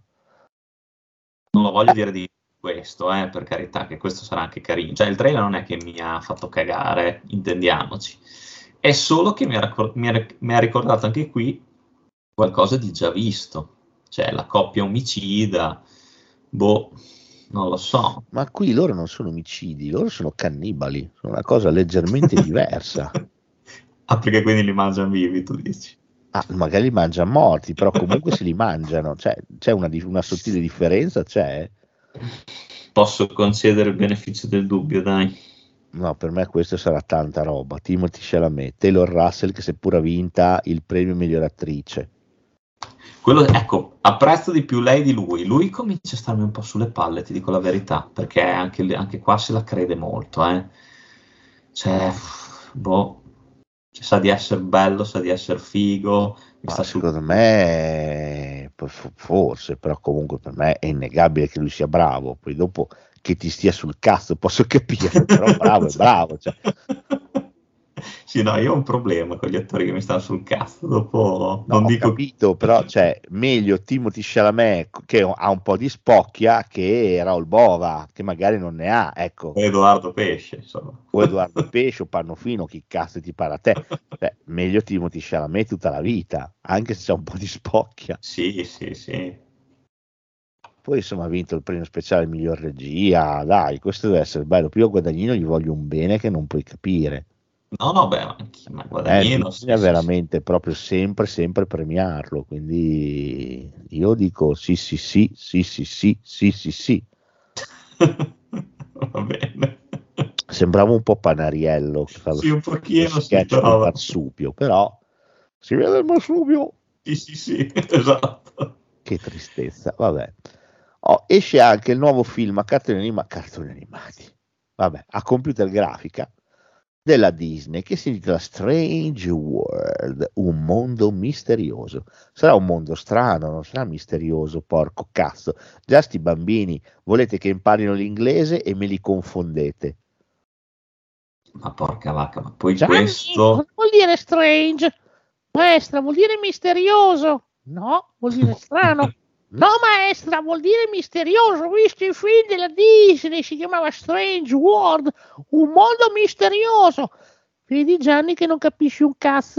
H: non lo voglio dire di questo, eh, per carità, che questo sarà anche carino. Cioè, il trailer non è che mi ha fatto cagare, intendiamoci. È solo che mi ha, raccor- mi ha- mi ha ricordato anche qui qualcosa di già visto. Cioè, la coppia omicida, boh, non lo so.
G: ma qui loro non sono omicidi, loro sono cannibali, sono una cosa leggermente diversa.
H: Ah, perché quindi li mangiano vivi, tu dici?
G: Ah, magari li mangiano morti, però comunque se li mangiano, cioè, c'è una, di- una sottile differenza, c'è?
H: Posso concedere il beneficio del dubbio, dai.
G: No, per me questo sarà tanta roba. Timothy Chalamet, Taylor Russell, che seppur ha vinta il premio miglior attrice.
H: Quello, ecco, apprezzo di più lei di lui. Lui comincia a starmi un po' sulle palle, ti dico la verità, perché anche, anche qua se la crede molto, eh. Cioè, boh, cioè, sa di essere bello, sa di essere figo. mi
G: Ma
H: sta sul-
G: secondo me, f- forse, però comunque per me è innegabile che lui sia bravo. Poi dopo che ti stia sul cazzo posso capire, però bravo è bravo. Cioè.
H: Sì, no, io ho un problema con gli attori che mi stanno sul cazzo. Dopo
G: No,
H: non
G: ho
H: dico
G: capito, però cioè, meglio Timothy Chalamet che ha un po' di spocchia che Raoul Bova, che magari non ne ha, ecco.
H: Edoardo Pesce, insomma.
G: O Edoardo Pesce o Pannofino, chi cazzo ti pare a te? Cioè, meglio Timothy Chalamet tutta la vita, anche se c'è un po' di spocchia.
H: Sì, sì, sì.
G: Poi insomma ha vinto il premio speciale miglior regia, dai, questo deve essere bello. Più io a Guadagnino gli voglio un bene che non puoi capire.
H: No, no, beh, ma, ma
G: Eh,
H: Guadagnino, sì,
G: bisogna
H: sì,
G: veramente proprio sempre, sempre premiarlo. Quindi io dico sì, sì, sì, sì, sì, sì, sì, sì, sì.
H: sì. Va bene.
G: Sembrava un po' Panariello che fa lo,
H: Sì, un pochino,
G: lo
H: sì,
G: sketch
H: però-
G: sul marsupio, però si vede il marsupio.
H: Sì, sì, sì, esatto.
G: Che tristezza, vabbè. Oh, esce anche il nuovo film a cartoni, anima- cartoni animati, vabbè, a computer grafica della Disney che si intitola Strange World, un mondo misterioso. Sarà un mondo strano, non sarà misterioso, porco cazzo. Già sti bambini volete che imparino l'inglese e me li confondete.
H: Ma porca vacca, ma poi
E: Gianni,
H: questo...
E: cosa vuol dire strange? Maestra, vuol dire misterioso. No, vuol dire strano. No, maestra, vuol dire misterioso. Ho visto il film della Disney, si chiamava Strange World, un mondo misterioso. Vedi Gianni che non capisci un cazzo?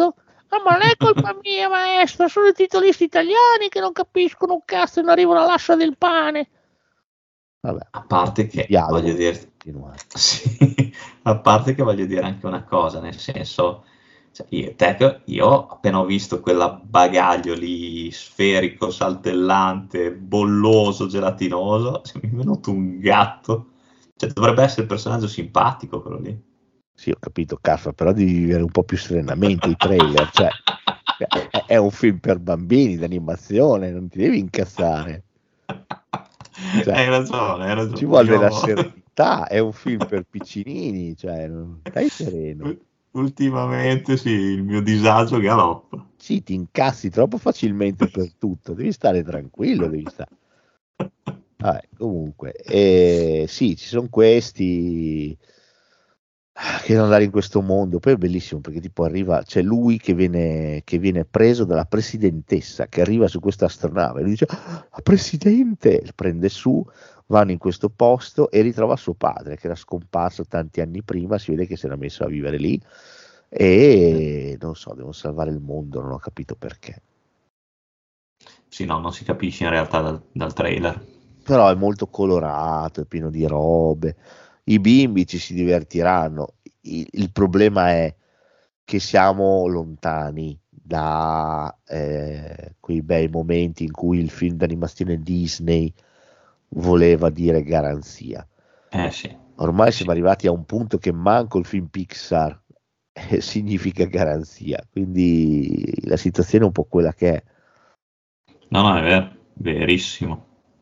E: No, ma non è colpa mia, maestro, sono i titolisti italiani che non capiscono un cazzo e non arrivano all'ascia del pane.
G: Vabbè,
H: A parte che
G: dialogo,
H: voglio dire, sì, a parte che voglio dire anche una cosa, nel senso, cioè io, te, io appena ho visto quella bagaglio lì sferico, saltellante, bolloso, gelatinoso, cioè, mi è venuto un gatto. Cioè, dovrebbe essere il personaggio simpatico quello lì.
G: Sì, ho capito, Caffa, però devi vivere un po' più serenamente i trailer, cioè è, è un film per bambini d'animazione, non ti devi incazzare. Cioè,
H: hai ragione, hai ragione.
G: Ci vuole
H: Io...
G: della serenità, è un film per piccinini, cioè non... stai sereno.
H: Ultimamente sì, il mio disagio galoppa.
G: Sì, ti incassi troppo facilmente per tutto, devi stare tranquillo, devi stare... Vabbè, comunque, eh, sì, ci sono questi che devono andare in questo mondo. Poi è bellissimo perché tipo arriva, c'è lui che viene, che viene preso dalla presidentessa, che arriva su questa astronave, lui dice la presidente, prende su, vanno in questo posto e ritrova suo padre che era scomparso tanti anni prima, si vede che si era messo a vivere lì e non so, devono salvare il mondo, non ho capito perché.
H: Sì, no, non si capisce in realtà dal, dal trailer.
G: Però è molto colorato, è pieno di robe. I bimbi ci si divertiranno. Il, il problema è che siamo lontani da eh, quei bei momenti in cui il film d'animazione Disney voleva dire garanzia.
H: Eh sì.
G: Ormai
H: sì.
G: siamo arrivati a un punto che manco il film Pixar eh, significa garanzia. Quindi la situazione è un po' quella che è.
H: No, no, è vero, verissimo.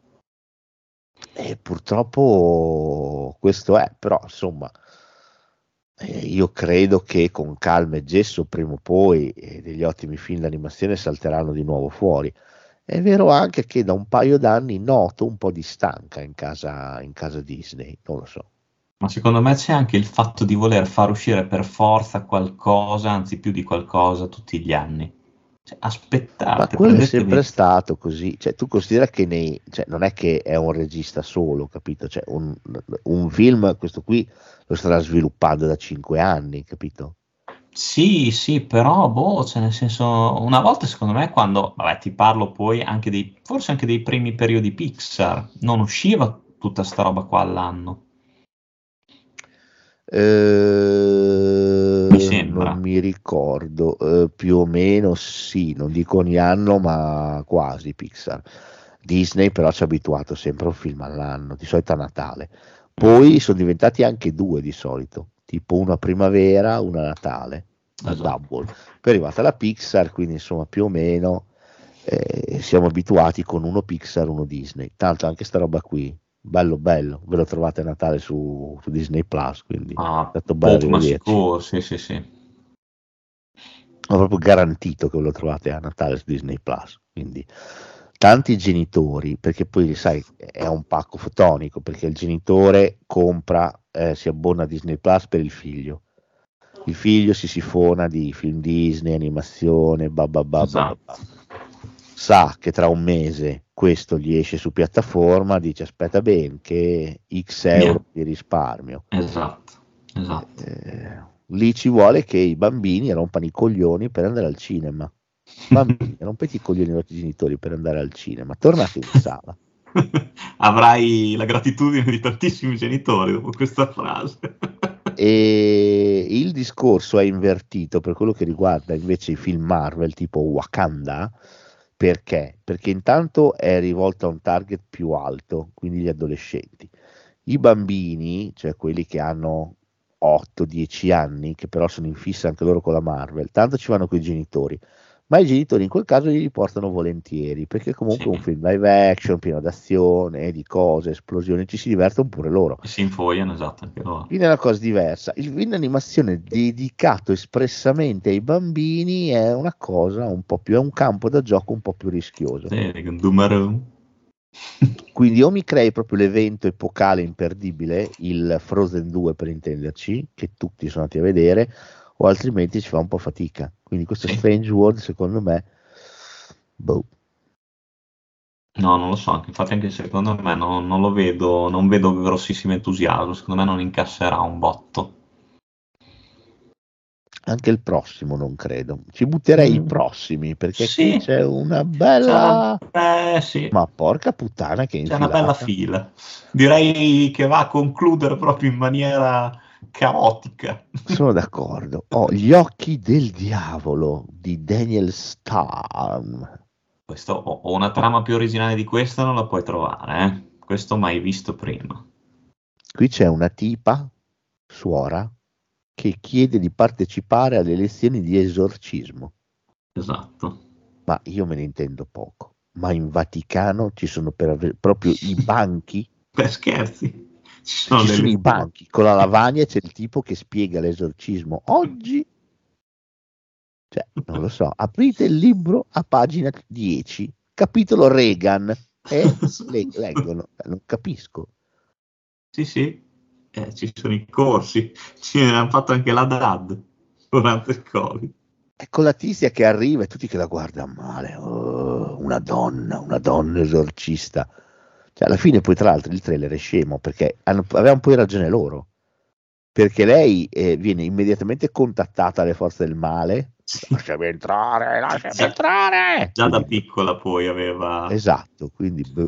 G: E purtroppo questo è, però insomma eh, io credo che con calma e gesso prima o poi eh, degli ottimi film d'animazione salteranno di nuovo fuori. È vero anche che da un paio d'anni noto un po' di stanca in casa, in casa Disney, non lo so.
H: Ma secondo me c'è anche il fatto di voler far uscire per forza qualcosa, anzi più di qualcosa, tutti gli anni. Cioè, aspettate,
G: ma quello è
H: prendetevi...
G: sempre stato così, cioè tu considera che nei, cioè, non è che è un regista solo, capito? Cioè, un, un film, questo qui lo starà sviluppando da cinque anni, capito?
H: Sì, sì, però boh, cioè nel senso, una volta secondo me quando, vabbè, ti parlo poi anche dei, forse anche dei primi periodi Pixar, non usciva tutta sta roba qua all'anno.
G: Eh,
H: Mi sembra.
G: Non mi ricordo, eh, più o meno sì, non dico ogni anno, ma quasi Pixar. Disney però ci ha abituato sempre a un film all'anno, di solito a Natale. Poi sono diventati anche due di solito, tipo una primavera, una Natale, una
H: Esatto.
G: double. Poi è arrivata la Pixar, quindi insomma più o meno eh, siamo abituati con uno Pixar, uno Disney. Tanto anche sta roba qui, bello bello, ve lo trovate a Natale su, su Disney Plus, quindi
H: Ah,
G: è stato bello
H: poco ma
G: rivederci.
H: sicuro, sì, sì, sì.
G: Ho proprio garantito che ve lo trovate a Natale su Disney Plus, quindi tanti genitori, perché poi sai è un pacco fotonico, perché il genitore compra, eh, si abbona a Disney Plus per il figlio, il figlio si sifona di film Disney, animazione, bababà,
H: Esatto.
G: bababà. Sa che tra un mese questo gli esce su piattaforma, dice aspetta ben che X euro
H: Yeah.
G: di risparmio.
H: Esatto, esatto.
G: Eh, lì ci vuole che i bambini rompano i coglioni per andare al cinema. Bambini, rompete i coglioni ai vostri genitori per andare al cinema, tornate in sala.
H: Avrai la gratitudine di tantissimi genitori dopo questa frase.
G: E il discorso è invertito per quello che riguarda invece i film Marvel tipo Wakanda. Perché? Perché intanto è rivolto a un target più alto, quindi gli adolescenti. I bambini, cioè quelli che hanno otto dieci anni, che però sono in fissa anche loro con la Marvel, tanto ci vanno con i genitori, ma i genitori in quel caso li portano volentieri, perché comunque è
H: Sì.
G: un film live action, pieno d'azione, di cose, esplosioni, ci si divertono pure loro.
H: Si infogliano, esatto, anche loro.
G: Quindi è una cosa diversa. Il film d'animazione dedicato espressamente ai bambini è una cosa un po' più, è un campo da gioco un po' più rischioso.
H: Sì, un numero.
G: Quindi o mi crei proprio l'evento epocale imperdibile, il Frozen due per intenderci, che tutti sono andati a vedere, o altrimenti ci fa un po' fatica. Quindi questo
H: Sì.
G: Strange World secondo me boh.
H: No, non lo so, anche- infatti anche secondo me non, non lo vedo, non vedo grossissimo entusiasmo, secondo me non incasserà un botto.
G: Anche il prossimo non credo. Ci butterei
H: Mm.
G: i prossimi, perché
H: Sì.
G: qui c'è una
H: C'è
G: bella...
H: una, eh, sì.
G: Ma porca puttana che
H: C'è una bella
G: infilata.
H: fila. Direi che va a concludere proprio in maniera caotica.
G: Sono d'accordo. Ho Gli occhi del diavolo di Daniel Starm.
H: Questo, ho ho una trama più originale di questa, non la puoi trovare, eh? Questo mai visto prima.
G: Qui c'è una tipa, suora, che chiede di partecipare alle lezioni di esorcismo.
H: Esatto.
G: Ma io me ne intendo poco. Ma in Vaticano ci sono per ave- proprio i banchi.
H: Per scherzi. Ci sono,
G: Ci
H: le
G: sono i
H: lezioni.
G: banchi con la lavagna e c'è il tipo che spiega l'esorcismo. Oggi, cioè, non lo so, aprite il libro a pagina dieci, capitolo Reagan, e le- leggono. Non capisco.
H: Sì, sì. Eh, ci sono i corsi. Ci hanno fatto anche la D A D durante il Covid.
G: Ecco la tizia che arriva e tutti che la guardano male. Oh, una donna, una donna esorcista. Cioè, alla fine poi tra l'altro il trailer è scemo perché hanno, avevano poi ragione loro. Perché lei eh, viene immediatamente contattata dalle forze del male.
H: Sì.
G: Lasciami entrare, lasciami
H: Già-
G: entrare.
H: Già da
G: Quindi,
H: piccola poi aveva...
G: esatto, quindi boh.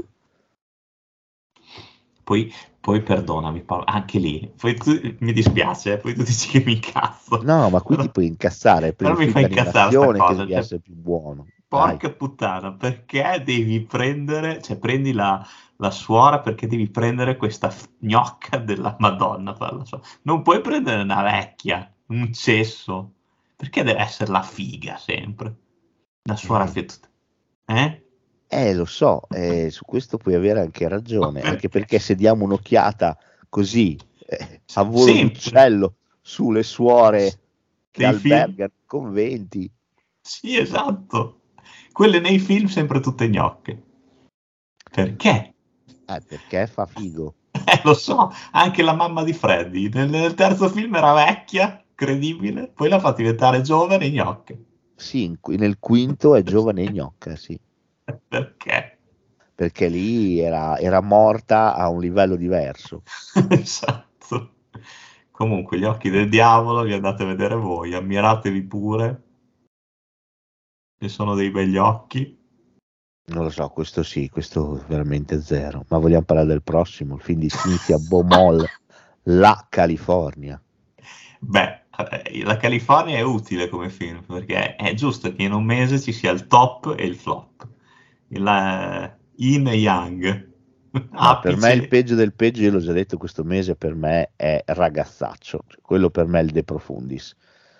H: Poi, poi perdonami, Paolo, anche lì, poi tu, mi dispiace, eh, poi tu dici che mi incazzo.
G: No, ma qui
H: Però-
G: ti puoi incazzare per
H: però
G: il
H: mi
G: film
H: fa incazzare sta
G: d'animazione che
H: cosa,
G: devi
H: cioè,
G: essere più buono.
H: porca puttana, perché devi prendere, cioè prendi la, la suora perché devi prendere questa f- gnocca della Madonna, per la sua- non puoi prendere una vecchia, un cesso, perché deve essere la figa sempre, la suora
G: Eh.
H: fettuta, eh?
G: Eh, lo so, eh, su questo puoi avere anche ragione,
H: Ma
G: anche
H: perché?
G: perché se diamo un'occhiata così, eh, a volo
H: Sempre.
G: d'uccello, sulle suore che
H: Dei film.
G: albergano i conventi,
H: Sì, esatto. Quelle nei film sempre tutte gnocche. Perché?
G: eh, perché fa figo.
H: Eh, lo so, anche la mamma di Freddy. Nel, nel terzo film era vecchia, credibile, poi l'ha fatta diventare giovane gnocche.
G: Sì, in- nel quinto è giovane e gnocca, sì,
H: Perché?
G: perché lì era, era morta a un livello diverso.
H: Esatto. Comunque, Gli occhi del diavolo, li andate a vedere voi, ammiratevi pure, che sono dei begli occhi.
G: Non lo so, questo sì, questo veramente zero. Ma vogliamo parlare del prossimo, il film di Cynthia Beaumont, La California.
H: Beh, eh, la California è utile come film, perché è giusto che in un mese ci sia il top e il flop. Il eh, yin e yang.
G: No, per me
H: Apice.
G: il peggio del peggio, io l'ho già detto, questo mese per me è Ragazzaccio, cioè, quello per me è il De Profundis.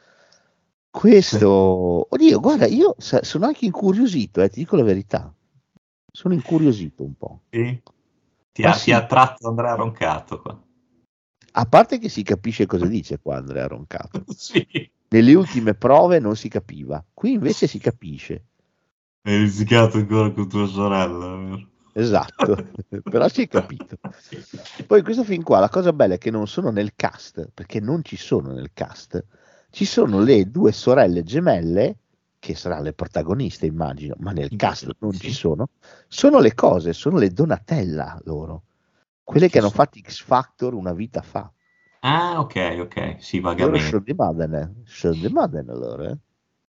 G: Questo, oddio, guarda, io sa- sono anche incuriosito, eh, ti dico la verità, sono incuriosito un po'.
H: Sì. Ti
G: Ma
H: ha,
G: sì.
H: ti ha attratto Andrea Roncato qua.
G: A parte che si capisce cosa dice qua Andrea Roncato.
H: Sì.
G: Nelle ultime prove non si capiva, qui invece si capisce.
H: Hai rischiato ancora con tua sorella, vero?
G: Esatto, però si è capito. Poi questo film qua, la cosa bella è che non sono nel cast, perché non ci sono nel cast, ci sono le due sorelle gemelle, che saranno le protagoniste immagino, ma nel cast non
H: Sì.
G: ci sono, sono le cose, sono le Donatella loro, quelle che hanno fatto X Factor una vita fa.
H: Ah, ok, ok, sì,
G: Loro
H: vagamente.
G: sono di Madden, sono di Madden loro, eh.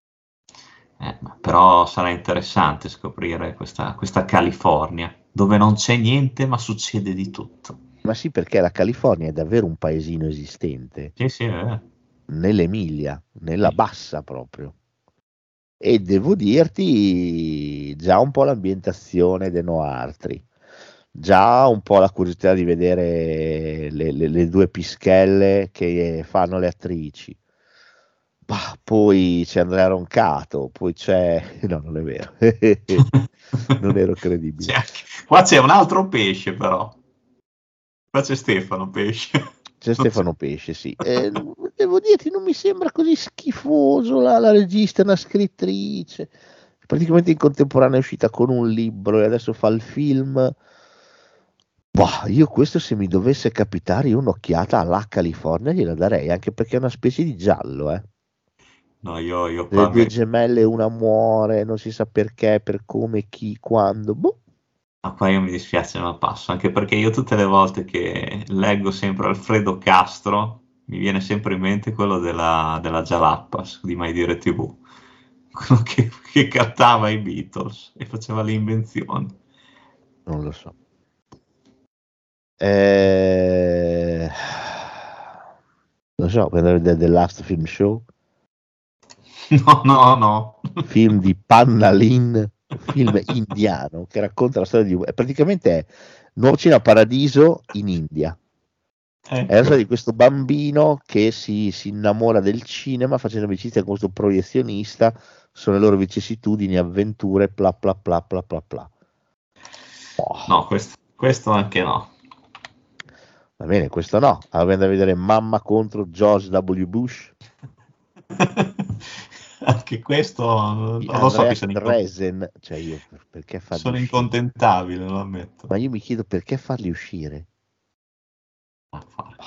H: Eh, ma però sarà interessante scoprire questa, questa California, dove non c'è niente ma succede di tutto.
G: Ma sì, perché la California è davvero un paesino esistente,
H: Sì, sì, eh.
G: nell'Emilia, nella bassa proprio. E devo dirti già un po' l'ambientazione dei Noartri, già un po' la curiosità di vedere le, le- le due pischelle che fanno le attrici. Bah, poi c'è Andrea Roncato, poi c'è... No, non è vero, non ero credibile.
H: C'è anche- Qua c'è un altro pesce però. Qua c'è Stefano Pesce.
G: C'è Stefano Pesce, sì. Eh, devo dirti, non mi sembra così schifoso la, la regista, una scrittrice. Praticamente in contemporanea è uscita con un libro e adesso fa il film. Boh, io questo se mi dovesse capitare io un'occhiata alla California gliela darei, anche perché è una specie di giallo, eh.
H: No, io, io
G: Le
H: qua
G: due
H: mi-
G: gemelle, una muore, non si sa perché, per come, chi, quando. Boh.
H: ah, qua io mi dispiace ma passo, anche perché io tutte le volte che leggo sempre Alfredo Castro mi viene sempre in mente quello della, della Jalapas di Mai Dire T V, quello che, che cantava i Beatles e faceva le invenzioni.
G: Non lo so. Eh... Non so, per andare a vedere The Last Film Show.
H: No, no, no.
G: Film di Pannalin, film indiano che racconta la storia di... Praticamente è Nuovo Cinema Paradiso in India.
H: Ecco.
G: È la storia di questo bambino che si, si innamora del cinema facendo amicizia con questo proiezionista, sono le loro vicissitudini, avventure, bla bla bla bla bla bla. Oh.
H: No, questo, questo anche no.
G: Va bene, questo no. Avendo a vedere Mamma contro George W. Bush.
H: Anche questo non
G: Di
H: lo so
G: Andrea
H: che sono,
G: Dresen, cioè io perché farli
H: sono
G: uscire?
H: incontentabile, lo ammetto.
G: Ma io mi chiedo perché farli uscire.
H: Ah,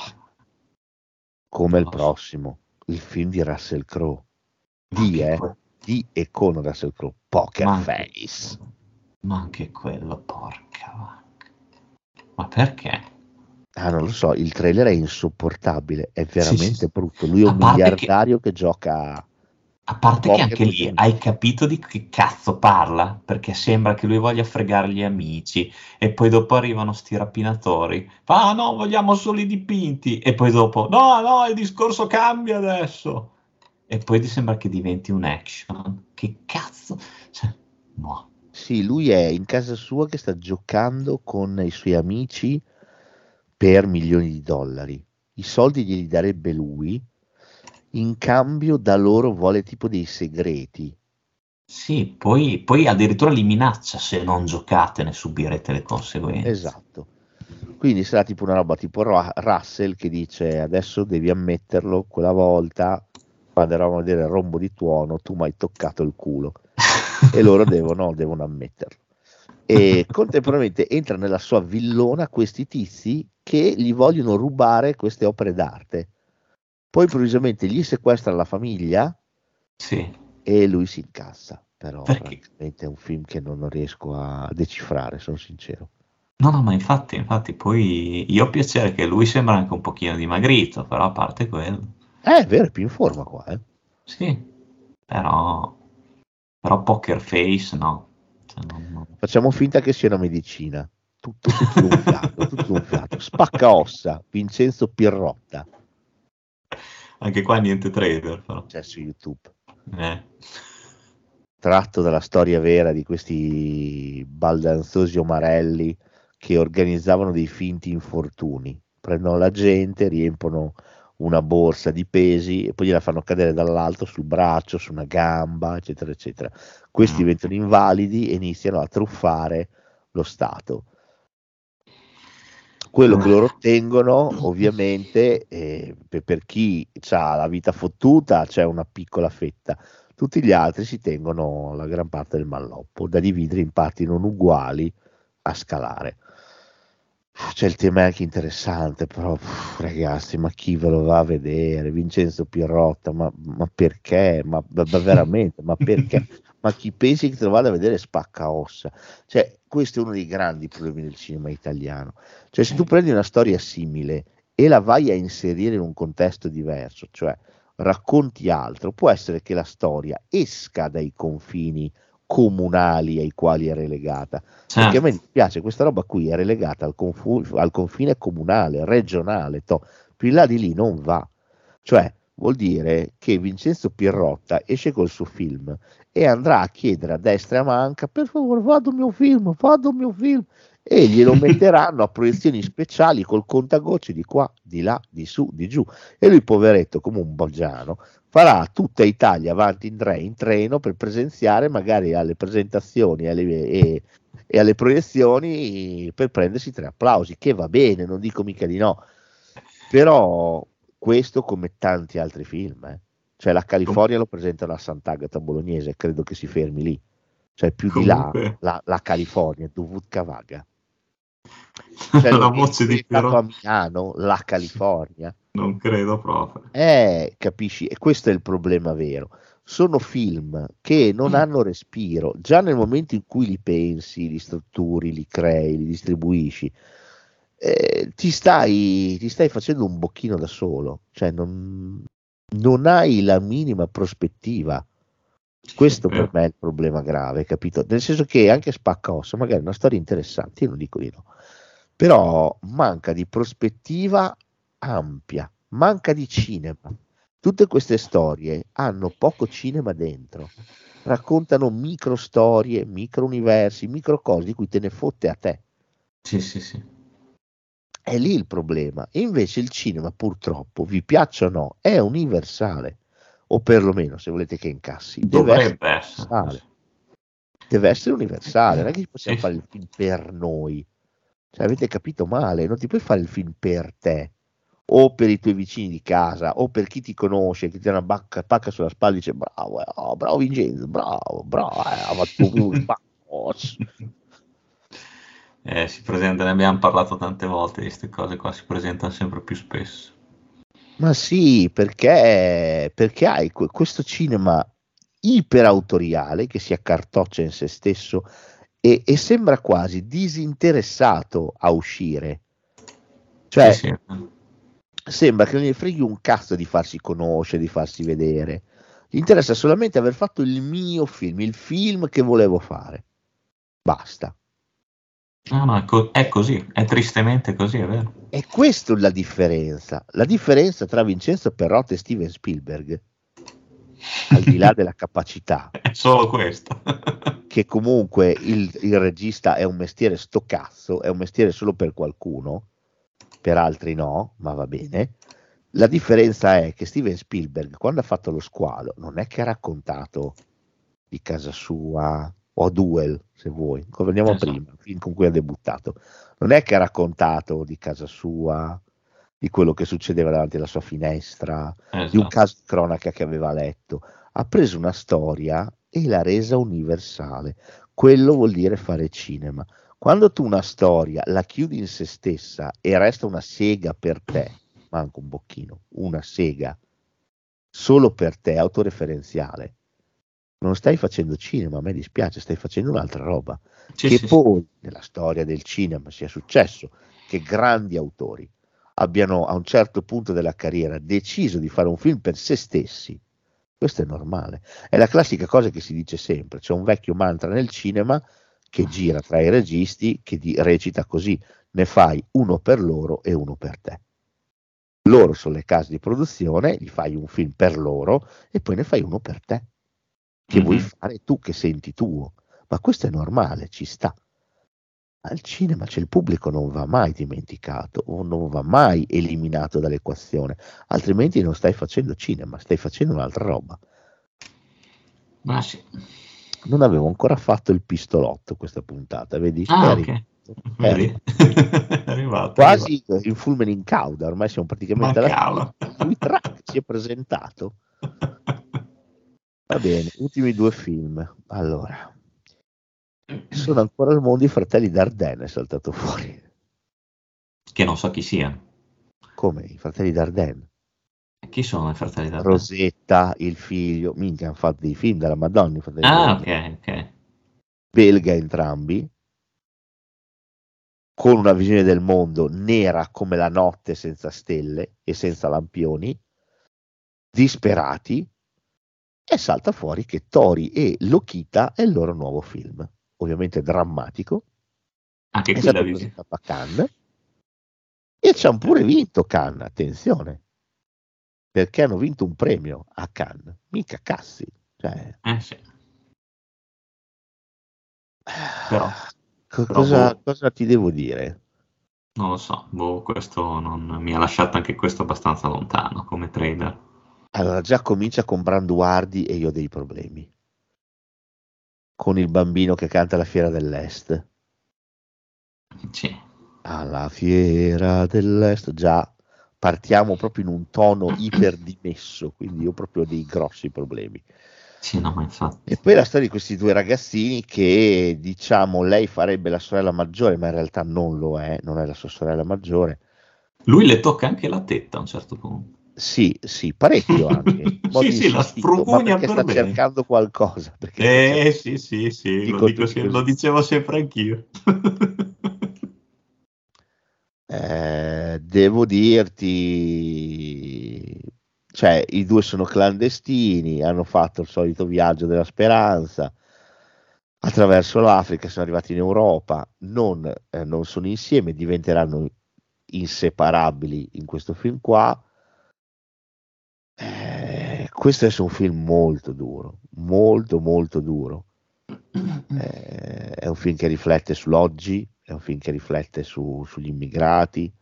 G: Come il
H: No.
G: prossimo, il film di Russell Crowe. Di,
H: Anche
G: eh,
H: que-
G: di e con Russell Crowe, Poker
H: Ma anche-
G: Face.
H: Ma anche quello, porca vacca. Ma perché?
G: Ah, non lo so, il trailer è insopportabile, è veramente
H: Sì, sì.
G: brutto. Lui è
H: A
G: un
H: parte
G: miliardario che, gioca.
H: A parte che
G: Poker
H: anche lì
G: con-
H: hai capito di che cazzo parla? Perché sembra che lui voglia fregare gli amici e poi dopo arrivano sti rapinatori. Fa, ah no, vogliamo solo i dipinti. E poi dopo, no, no, il discorso cambia adesso. E poi ti sembra che diventi un action. Che cazzo? Cioè, no.
G: Sì, lui è in casa sua che sta giocando con i suoi amici per milioni di dollari. I soldi glieli darebbe lui, in cambio da loro vuole tipo dei segreti.
H: Sì, poi, poi addirittura li minaccia: se non giocate ne subirete le conseguenze.
G: Esatto. Quindi sarà tipo una roba tipo Ru- Russell che dice adesso devi ammetterlo, quella volta quando eravamo a vedere il rombo di tuono tu mi hai toccato il culo e loro devono, devono ammetterlo. E contemporaneamente entra nella sua villona questi tizi che gli vogliono rubare queste opere d'arte. Poi improvvisamente gli sequestra la famiglia
H: Sì.
G: e lui si incassa. Però
H: Perché?
G: francamente è un film che non riesco a decifrare, sono sincero.
H: No, no, ma infatti, infatti, poi io ho piacere che lui sembra anche un pochino dimagrito, però a parte quello,
G: Eh, è vero, è più in forma qua, eh.
H: sì, però, però Poker Face no. Cioè, non- non-
G: Facciamo finta che sia una medicina. Tutto, tutto gonfiato, tutto gonfiato. Spacca ossa, Vincenzo Pirrotta.
H: Anche qua niente trailer, però.
G: C'è su YouTube.
H: Eh.
G: Tratto dalla storia vera di questi baldanzosi omarelli che organizzavano dei finti infortuni. Prendono la gente, riempono una borsa di pesi e poi gliela fanno cadere dall'alto sul braccio, su una gamba, eccetera, eccetera. Questi
H: Mm.
G: diventano invalidi e iniziano a truffare lo Stato. Quello che loro ottengono, ovviamente, eh, per, per chi ha la vita fottuta, c'è una piccola fetta. Tutti gli altri si tengono la gran parte del malloppo, da dividere in parti non uguali a scalare. C'è il tema anche interessante, però uff, ragazzi, ma chi ve lo va a vedere? Vincenzo Pirrotta, ma, ma perché? Ma, ma veramente, ma perché? Ma chi pensi che te lo vada a vedere spacca ossa? Cioè, questo è uno dei grandi problemi del cinema italiano. Cioè, se tu prendi una storia simile e la vai a inserire in un contesto diverso, cioè racconti altro, può essere che la storia esca dai confini comunali ai quali è relegata.
H: Certo.
G: Perché a me piace questa roba qui, è relegata al, confu- al confine comunale, regionale, to. Più in là di lì non va. Cioè, vuol dire che Vincenzo Pirrotta esce col suo film e andrà a chiedere a destra e a manca: per favore, vado il mio film, vado il mio film, e glielo metteranno a proiezioni speciali col contagocce di qua, di là, di su, di giù, e lui, poveretto, come un boggiano, farà tutta Italia avanti in, tre, in treno per presenziare magari alle presentazioni alle, e, e alle proiezioni per prendersi tre applausi, che va bene, non dico mica di no, però questo come tanti altri film, eh. Cioè la California lo presentano a Sant'Agata Bolognese, credo che si fermi lì, cioè più
H: Comunque.
G: di là la, la California, Dovut Vaga. Cioè,
H: La
G: lo
H: voce di
G: stato a
H: Pirro
G: Milano, la California.
H: non credo proprio.
G: Eh, capisci? E questo è il problema vero. Sono film che non hanno respiro, già nel momento in cui li pensi, li strutturi, li crei, li distribuisci. eh, ti stai, ti stai facendo un bocchino da solo, cioè non, non hai la minima prospettiva. Questo per me è il problema grave, capito? Nel senso che anche Spacca Ossa magari è una storia interessante, io non dico di no, però manca di prospettiva ampia, manca di cinema. Tutte queste storie hanno poco cinema dentro, raccontano micro storie, micro universi, micro cose di cui te ne fotte a te.
H: Sì, sì, sì.
G: È lì il problema. E invece il cinema, purtroppo, vi piaccia o no, è universale, o perlomeno, se volete che incassi, deve essere
H: Dovrebbe essere.
G: universale. Deve essere universale, non è che possiamo
H: Sì,
G: fare
H: sì.
G: il film per noi. Cioè, avete capito male, non ti puoi fare il film per te, o per i tuoi vicini di casa, o per chi ti conosce, che ti dà una bacca, pacca sulla spalla e dice bravo, eh, oh, bravo Vincenzo, bravo, bravo, eh, ma tu, bravo.
H: Eh, si presenta, ne abbiamo parlato tante volte di queste cose qua, si presentano sempre più spesso.
G: Ma sì, perché, perché hai que- questo cinema iperautoriale che si accartoccia in se stesso e, e sembra quasi disinteressato a uscire. Cioè,
H: Sì, sì.
G: sembra che non gli freghi un cazzo di farsi conoscere, di farsi vedere. Gli interessa solamente aver fatto il mio film, il film che volevo fare. Basta.
H: No, no, è, co- è così, è tristemente così, è vero.
G: E questa è la differenza. La differenza tra Vincenzo Perrotta e Steven Spielberg, al di là della capacità,
H: È solo questo.
G: che comunque il, il regista è un mestiere sto cazzo, è un mestiere solo per qualcuno, per altri no, ma va bene. La differenza è che Steven Spielberg, quando ha fatto Lo Squalo, non è che ha raccontato di casa sua, o Duel, se vuoi, come andiamo
H: Esatto.
G: prima, il film con cui ha debuttato, non è che ha raccontato di casa sua, di quello che succedeva davanti alla sua finestra,
H: Esatto.
G: di un caso di cronaca che aveva letto. Ha preso una storia e l'ha resa universale. Quello vuol dire fare cinema. Quando tu una storia la chiudi in se stessa e resta una sega per te, manca un bocchino, una sega solo per te, autoreferenziale, non stai facendo cinema, a me dispiace, stai facendo un'altra roba.
H: Sì,
G: che
H: sì,
G: poi nella storia del cinema sia successo che grandi autori abbiano a un certo punto della carriera deciso di fare un film per se stessi. Questo è normale, è la classica cosa che si dice sempre, c'è un vecchio mantra nel cinema che gira tra i registi che di, recita così: ne fai uno per loro e uno per te. Loro sono le case di produzione, gli fai un film per loro e poi ne fai uno per te, che
H: Mhm.
G: vuoi fare tu, che senti tuo. Ma questo è normale, ci sta. Al cinema c'è il pubblico, non va mai dimenticato o non va mai eliminato dall'equazione, altrimenti non stai facendo cinema, stai facendo un'altra roba.
H: Ma sì.
G: Non avevo ancora fatto il pistolotto questa puntata, vedi? È
H: Ah,
G: arrivato,
H: ok.
G: è
H: Vedi?
G: arrivato.
H: È arrivato.
G: Quasi il fulmine in cauda, ormai siamo praticamente alla
H: Mancava.
G: fine. Lui track si è presentato. Va bene, ultimi due film. Allora, sono ancora al mondo i fratelli Dardenne, è saltato fuori.
H: Che non so chi siano.
G: Come? I fratelli Dardenne?
H: Chi sono i fratelli d'Ardenne?
G: Rosetta, il figlio, minchia, hanno fatto dei film della Madonna, i fratelli
H: Ah,
G: Dardenne.
H: ok, ok.
G: Belga entrambi, con una visione del mondo nera come la notte senza stelle e senza lampioni, disperati, e salta fuori che Tori e Lokita è il loro nuovo film, ovviamente drammatico,
H: Anche
G: è
H: qui
G: stato
H: la visi.
G: presentato a Cannes e ci hanno pure vinto Cannes, attenzione, perché hanno vinto un premio a Cannes, mica cassi, cioè,
H: Eh sì. Però,
G: co-
H: però
G: cosa,
H: boh,
G: cosa ti devo dire?
H: non lo so, boh, questo non mi ha lasciato anche questo abbastanza lontano come trailer.
G: Allora, già comincia con Branduardi e io ho dei problemi. Con il bambino che canta alla Fiera dell'Est.
H: Sì.
G: Alla Fiera dell'Est, già partiamo proprio in un tono iperdimesso, quindi io proprio ho dei grossi problemi.
H: Sì, no, ma infatti.
G: E poi la storia di questi due ragazzini che, diciamo, lei farebbe la sorella maggiore, ma in realtà non lo è, non è la sua sorella maggiore.
H: Lui le tocca anche la tetta a un certo punto.
G: Sì, sì, parecchio anche. in modo
H: Sì, sì, la
G: insistito, ma
H: sprugugna
G: perché
H: per
G: sta
H: bene.
G: cercando qualcosa. Perché
H: Eh,
G: sta cercando-
H: sì, sì, sì, lo,
G: Dico
H: dico
G: tutti
H: se-
G: così.
H: lo dicevo sempre anch'io.
G: Eh, devo dirti, cioè, i due sono clandestini, hanno fatto il solito viaggio della speranza attraverso l'Africa, sono arrivati in Europa, non, eh, non sono insieme, diventeranno inseparabili in questo film qua. Eh, questo è un film molto duro, molto molto duro. Eh, è un film che riflette sull'oggi, è un film che riflette su, sugli immigrati,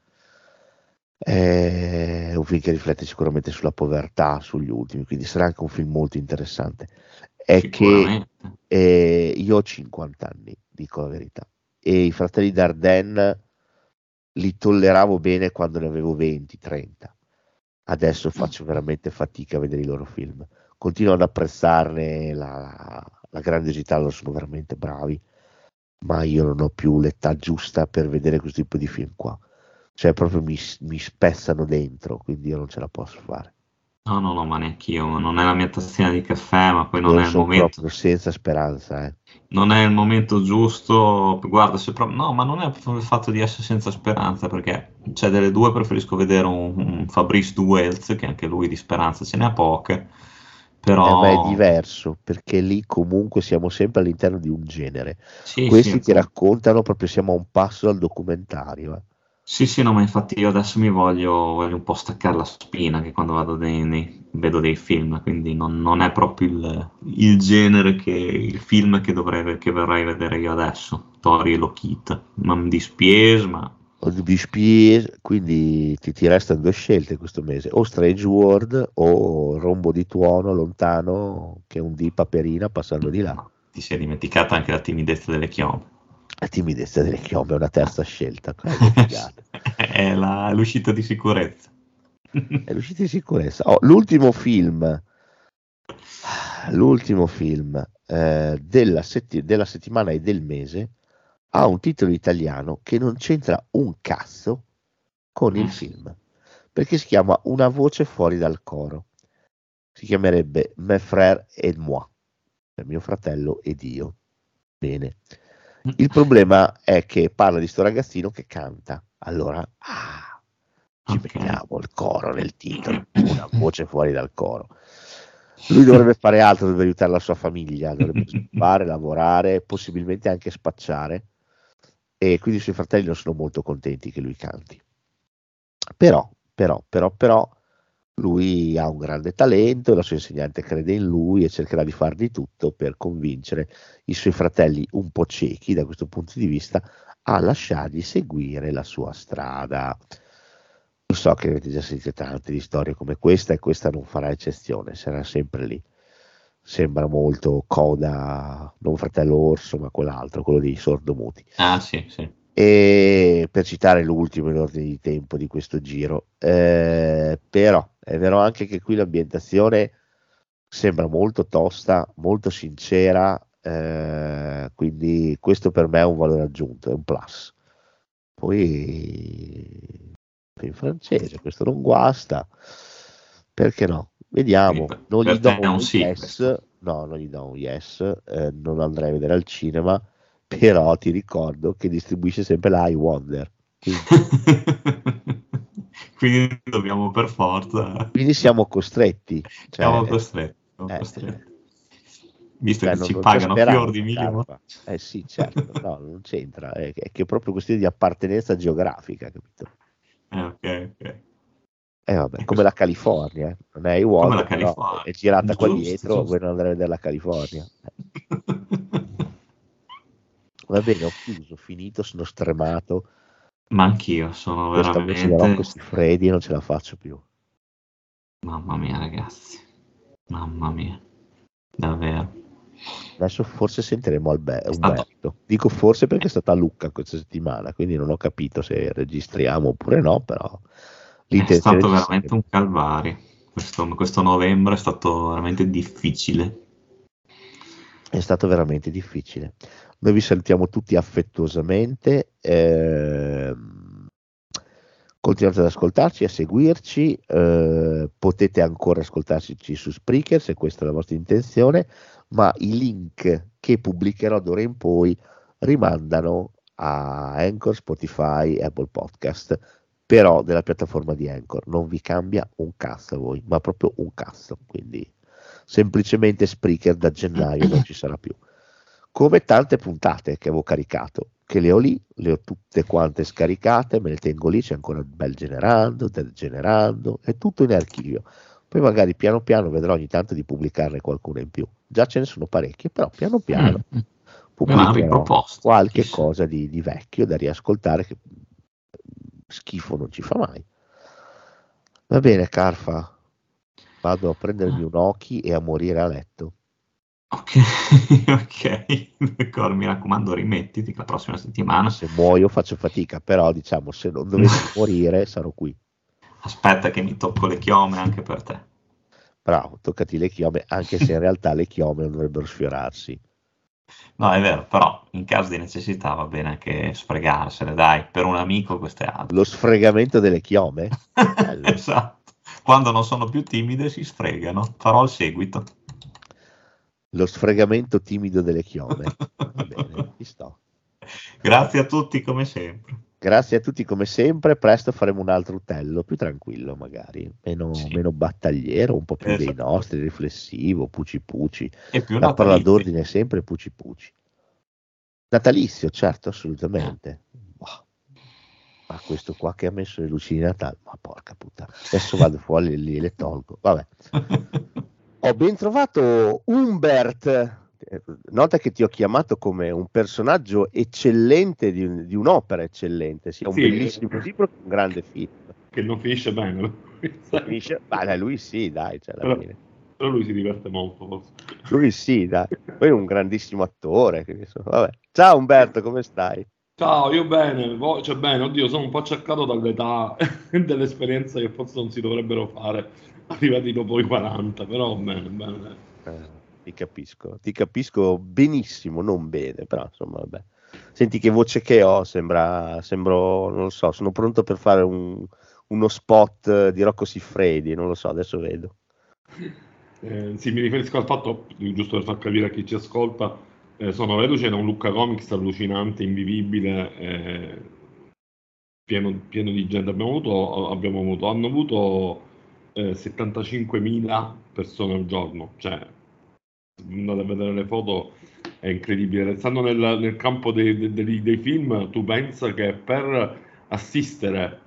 G: è un film che riflette sicuramente sulla povertà, sugli ultimi, quindi sarà anche un film molto interessante. È che eh, io ho cinquanta anni, dico la verità, e i Fratelli Dardenne li tolleravo bene quando ne avevo venti trenta. Adesso faccio veramente fatica a vedere i loro film. Continuo ad apprezzarne la, la grandiosità, loro sono veramente bravi, ma io non ho più l'età giusta per vedere questo tipo di film qua. Cioè proprio mi, mi spezzano dentro, quindi io non ce la posso fare.
H: No, no, no, ma neanche io, non è la mia tazzina di caffè, ma poi non
G: Io
H: è il
G: sono
H: momento.
G: proprio senza speranza, eh.
H: Non è il momento giusto, guarda, se pro- no, ma non è proprio il fatto di essere senza speranza, perché cioè, delle due preferisco vedere un, un Fabrice Duels, che anche lui di speranza ce ne ha poche, però...
G: Eh, ma è diverso, perché lì comunque siamo sempre all'interno di un genere.
H: Sì,
G: Questi
H: sì,
G: ti raccontano, proprio siamo a un passo dal documentario. Eh.
H: Sì, sì, no, ma infatti io adesso mi voglio, voglio un po' staccare la spina che quando vado nei, nei- vedo dei film, quindi non, non è proprio il, il genere che il film che dovrei che vorrei vedere io adesso. Tori e Lokit, ma mi dispiace, ma
G: O di Bispies, quindi ti, ti restano due scelte questo mese, o Strange World o Rombo di Tuono Lontano, che è un di Paperina passando di là.
H: no, ti sei dimenticata anche la timidezza delle chiome.
G: La timidezza delle chiome è una terza scelta. Che figata.
H: È la- l'uscita di sicurezza.
G: È l'uscita di sicurezza. Oh, l'ultimo film, l'ultimo film eh, della, setti- della settimana e del mese ha un titolo italiano che non c'entra un cazzo con il film, perché si chiama Una voce fuori dal coro. Si chiamerebbe Mes frères et moi, cioè mio fratello ed io. Bene. Il problema è che parla di sto ragazzino che canta. Allora, ah, ci
H: Ok.
G: mettiamo il coro nel titolo, una voce fuori dal coro. Lui dovrebbe fare altro, dovrebbe aiutare la sua famiglia, dovrebbe sviluppare, lavorare, possibilmente anche spacciare, e quindi i suoi fratelli non sono molto contenti che lui canti. Però, però, però, però, lui ha un grande talento e la sua insegnante crede in lui e cercherà di far di tutto per convincere i suoi fratelli un po' ciechi da questo punto di vista a lasciargli seguire la sua strada. Lo so che avete già sentito tante di storie come questa e questa non farà eccezione, sarà sempre lì. Sembra molto Coda, non Fratello Orso, ma quell'altro, quello dei sordomuti.
H: Ah, sì, sì.
G: E per citare l'ultimo in ordine di tempo di questo giro, eh, però è vero anche che qui l'ambientazione sembra molto tosta, molto sincera, eh, quindi questo per me è un valore aggiunto, è un plus. Poi in francese questo non guasta, perché no? Vediamo.
H: Quindi per-
G: Non
H: per
G: gli do
H: te è un
G: un
H: sì,
G: yes,
H: questo.
G: no, non gli do un yes, eh, non andrei a vedere al cinema, però ti ricordo che distribuisce sempre la iWonder, quindi,
H: Quindi dobbiamo per forza.
G: quindi siamo costretti, cioè,
H: Siamo costretti. siamo
G: eh,
H: costretti. Visto
G: cioè,
H: che
G: non,
H: ci
G: non c'è
H: pagano fior di
G: speranza,
H: milioni.
G: Carpa. Eh sì, certo, no, non c'entra, è, è che è proprio questione di appartenenza geografica, capito?
H: Eh, ok, ok.
G: Eh vabbè,
H: E
G: come la
H: questo-
G: California, eh. Non è
H: Come
G: iWonder,
H: la
G: però
H: California.
G: è girata qua
H: Giusto,
G: dietro,
H: giusto.
G: voi non andrete a vedere la California. Va bene, ho chiuso, finito, sono stremato.
H: Ma anch'io sono
G: Questa voce da
H: veramente.
G: Rocco Siffredi non ce la faccio più.
H: Mamma mia, ragazzi. Mamma mia. Davvero.
G: Adesso forse sentiremo Albe-
H: È stato-
G: Umberto. Dico forse perché è stata a Lucca questa settimana, quindi non ho capito se registriamo oppure no, però
H: È
G: l'intenzione
H: stato
G: c'è
H: veramente
G: sempre.
H: un calvario. Questo, questo novembre è stato veramente difficile.
G: È stato veramente difficile. Noi vi salutiamo tutti affettuosamente. ehm, Continuate ad ascoltarci, a seguirci. eh, potete ancora ascoltarci su Spreaker se questa è la vostra intenzione, ma i link che pubblicherò d'ora in poi rimandano a Anchor, Spotify, Apple Podcast, però della piattaforma di Anchor non vi cambia un cazzo a voi, ma proprio un cazzo, quindi semplicemente Spreaker da gennaio non ci sarà più, come tante puntate che avevo caricato, che le ho lì, le ho tutte quante scaricate, me le tengo lì, c'è ancora bel generando, del generando, è tutto in archivio. Poi magari piano piano vedrò ogni tanto di pubblicarne qualcuna in più, già ce ne sono parecchie, però piano piano
H: Mm.
G: pubblicherò
H: riproposto,
G: qualche
H: chissà.
G: cosa di, di vecchio da riascoltare, che schifo non ci fa mai. Va bene, Carfa, vado a prendermi un occhi e a morire a letto.
H: Ok, ok, d'accordo, mi raccomando, rimettiti la prossima settimana.
G: Se muoio faccio fatica, però diciamo se non dovessi morire sarò qui.
H: Aspetta che mi tocco le chiome anche per te.
G: Bravo, toccati le chiome, anche se in realtà le chiome non dovrebbero sfiorarsi.
H: No, è vero, però in caso di necessità va bene anche sfregarsene, dai, per un amico queste altre.
G: Lo sfregamento delle chiome? Bello.
H: Esatto, quando non sono più timide si sfregano, farò il seguito.
G: Lo sfregamento timido delle chiome. Va bene, ci sto.
H: Grazie a tutti come sempre.
G: Grazie a tutti come sempre, presto faremo un altro utello, più tranquillo magari, meno,
H: Sì.
G: meno battagliero, un po' più dei
H: Esatto.
G: nostri, riflessivo, puci puci.
H: E più
G: La parola
H: natalizio.
G: d'ordine è sempre puci puci. Natalizio, certo, assolutamente. Boh. Ma questo qua che ha messo le luci di Natale, ma porca puttana, adesso vado fuori e le, le tolgo, vabbè. Ho ben trovato Humbert. Eh, Nota che ti ho chiamato come un personaggio eccellente di, un- di un'opera eccellente, sia un
I: Sì.
G: bellissimo libro che un grande film.
I: Che non finisce bene.
G: Finisce- ma dai, lui sì, dai, cioè, alla
I: Però,
G: fine.
I: però lui si diverte molto, forse.
G: Lui sì, dai. Poi è un grandissimo attore. che so- Vabbè. Ciao Umberto, come stai?
I: Ciao, io bene, voi, cioè bene, oddio, sono un po' acciaccato dall'età e delle esperienze che forse non si dovrebbero fare arrivati dopo i quaranta, però bene, bene.
G: Eh, ti capisco, ti capisco benissimo, non bene, però insomma, vabbè. Senti che voce che ho, sembra, sembro, non lo so, sono pronto per fare un- uno spot di Rocco Siffredi, non lo so, adesso vedo.
I: Eh, sì, mi riferisco al fatto, giusto per far capire a chi ci ascolta, eh, sono reduce da un Lucca Comics allucinante, invivibile, eh, pieno, pieno di gente. Abbiamo avuto, abbiamo avuto, hanno avuto eh, settantacinquemila persone al giorno, cioè andate a vedere le foto, è incredibile. Stando nel, nel campo dei, dei- dei- dei film, tu pensa che per assistere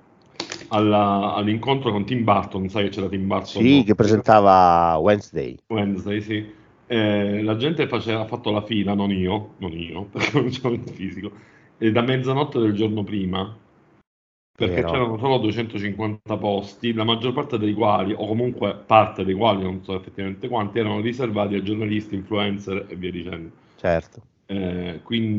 I: alla- all'incontro con Tim Burton, sai che c'era Tim Burton?
G: Sì, che presentava Wednesday.
I: Wednesday, sì. Eh, la gente faceva, ha fatto la fila, non io, non io, perché non c'ero il fisico, e da mezzanotte del giorno prima, perché
G: Vero.
I: c'erano solo duecentocinquanta posti, la maggior parte dei quali, o comunque parte dei quali, non so effettivamente quanti, erano riservati a giornalisti, influencer e via dicendo.
G: Certo.
I: Eh,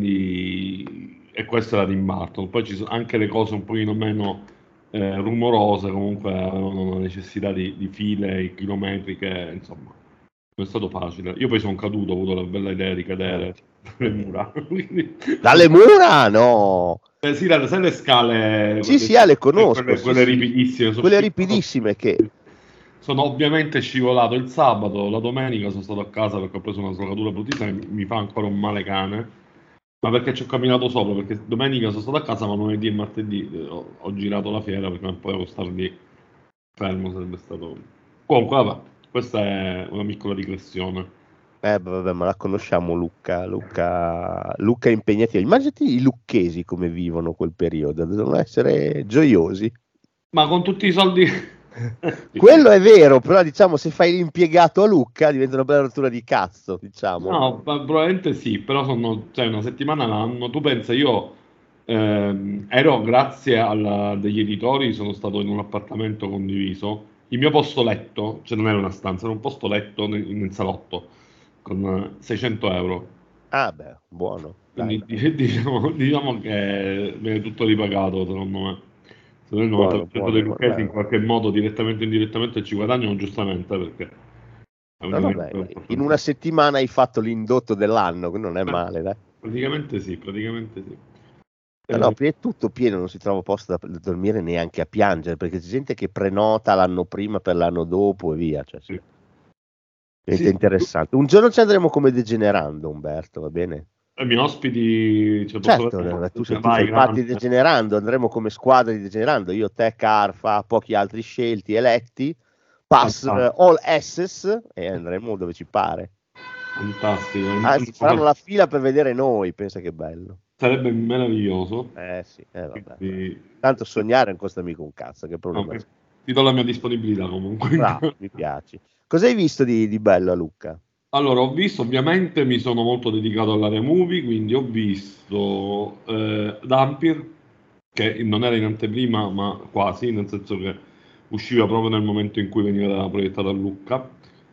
I: quindi, e questo era Tim Burton. Poi ci sono anche le cose un pochino meno eh, rumorose, comunque avevano una necessità di, di file chilometriche, insomma, non è stato facile. Io poi sono caduto, ho avuto la bella idea di cadere dalle mura. Quindi-
G: Dalle mura? No!
I: Eh, sì, la- sai le scale?
G: Sì, sì, ah, le conosco,
I: Quelle,
G: sì,
I: quelle
G: sì.
I: ripidissime. sono
G: Quelle
I: scivolato-
G: ripidissime che...
I: Sono ovviamente scivolato il sabato, la domenica sono stato a casa perché ho preso una slogatura bruttissima che mi fa ancora un male cane, ma perché ci ho camminato sopra, perché domenica sono stato a casa, ma lunedì e martedì eh, ho, ho girato la fiera perché non potevo star lì fermo, sarebbe stato... Comunque, vabbè, questa è una piccola digressione.
G: Eh, vabbè, ma la conosciamo Lucca, Lucca, Lucca impegnativo. Immaginati i lucchesi come vivono quel periodo, devono essere gioiosi.
I: Ma con tutti i soldi...
G: Quello è vero, però diciamo se fai l'impiegato a Lucca diventa una bella rottura di cazzo, diciamo.
I: No, ma probabilmente sì, però sono, cioè, una settimana l'anno. Tu pensa, io ehm, ero grazie a degli editori, sono stato in un appartamento condiviso. Il mio posto letto, cioè non era una stanza, era un posto letto nel, nel salotto con eh, seicento euro.
G: Ah beh, buono. Dai.
I: Quindi diciamo, diciamo che viene tutto ripagato, secondo me. Se noi il
G: Buono,
I: novanta per cento
G: buono,
I: dei
G: buono,
I: lucchesi in
G: beh.
I: qualche modo, direttamente o indirettamente, ci guadagnano giustamente perché...
G: No, no, beh, in una settimana hai fatto l'indotto dell'anno, che non è male, dai.
I: Praticamente sì, praticamente sì.
G: Eh, no, è tutto pieno, non si trova posto da da dormire neanche a piangere, perché c'è gente che prenota l'anno prima per l'anno dopo e via. Cioè, sì.
I: Sì.
G: È
I: Sì.
G: interessante. Un giorno ci andremo come degenerando, Umberto, va bene?
I: I miei ospiti, cioè,
G: Certo,
I: posso...
G: tu, se tu
I: vai,
G: fai parte di
I: grande.
G: Degenerando, andremo come squadra di Degenerando, io, te, Carfa, pochi altri scelti, eletti, pass
I: Fantastico.
G: all access e andremo dove ci pare.
I: Fantastico.
G: Anzi, faranno la fila per vedere noi, pensa che bello.
I: Sarebbe meraviglioso.
G: Eh sì, eh, vabbè.
I: Quindi...
G: Tanto sognare non costa mica un cazzo, che problema
I: no,
G: c'è?
I: ti do la mia disponibilità comunque.
G: Bravo, mi piace. Cosa hai visto di, di bello a Lucca?
I: Allora, ho visto, ovviamente mi sono molto dedicato all'area movie, quindi ho visto eh, Dampir, che non era in anteprima, ma quasi, nel senso che usciva proprio nel momento in cui veniva proiettato a Lucca,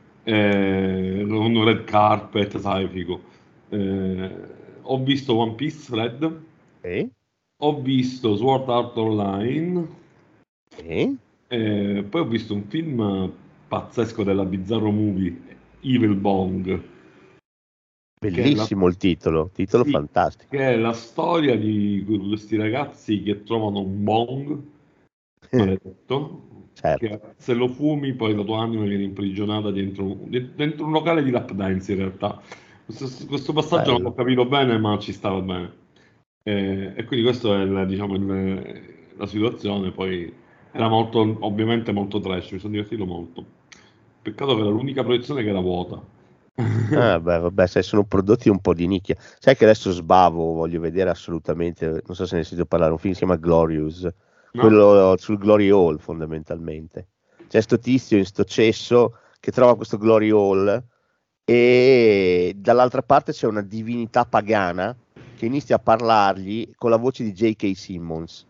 I: eh, con un red carpet, sai, figo. Eh, ho visto One Piece Red,
G: Eh?
I: ho visto Sword Art Online,
G: Eh?
I: eh, poi ho visto un film pazzesco della Bizzarro Movie, Evil Bong.
G: Bellissimo il titolo, titolo
I: Sì,
G: fantastico.
I: che è la storia di questi ragazzi che trovano un bong maledetto,
G: Certo.
I: che se lo fumi poi la tua anima viene imprigionata dentro, dentro un locale di lap dance in realtà. Questo, questo passaggio non
G: Bello.
I: l'ho capito bene, ma ci stava bene. Eh, e quindi questa è il- diciamo, il- la situazione. Poi era molto, ovviamente molto trash, mi sono divertito molto. Peccato che era l'unica proiezione che era vuota.
G: Ah, beh, vabbè, sai, sono prodotti un po' di nicchia. Sai che adesso sbavo, voglio vedere assolutamente, non so se ne sentito parlare, un film si chiama Glorious,
I: No?
G: quello sul Glory Hall fondamentalmente. C'è sto tizio in sto cesso che trova questo Glory Hall e dall'altra parte c'è una divinità pagana che inizia a parlargli con la voce di J K. Simmons.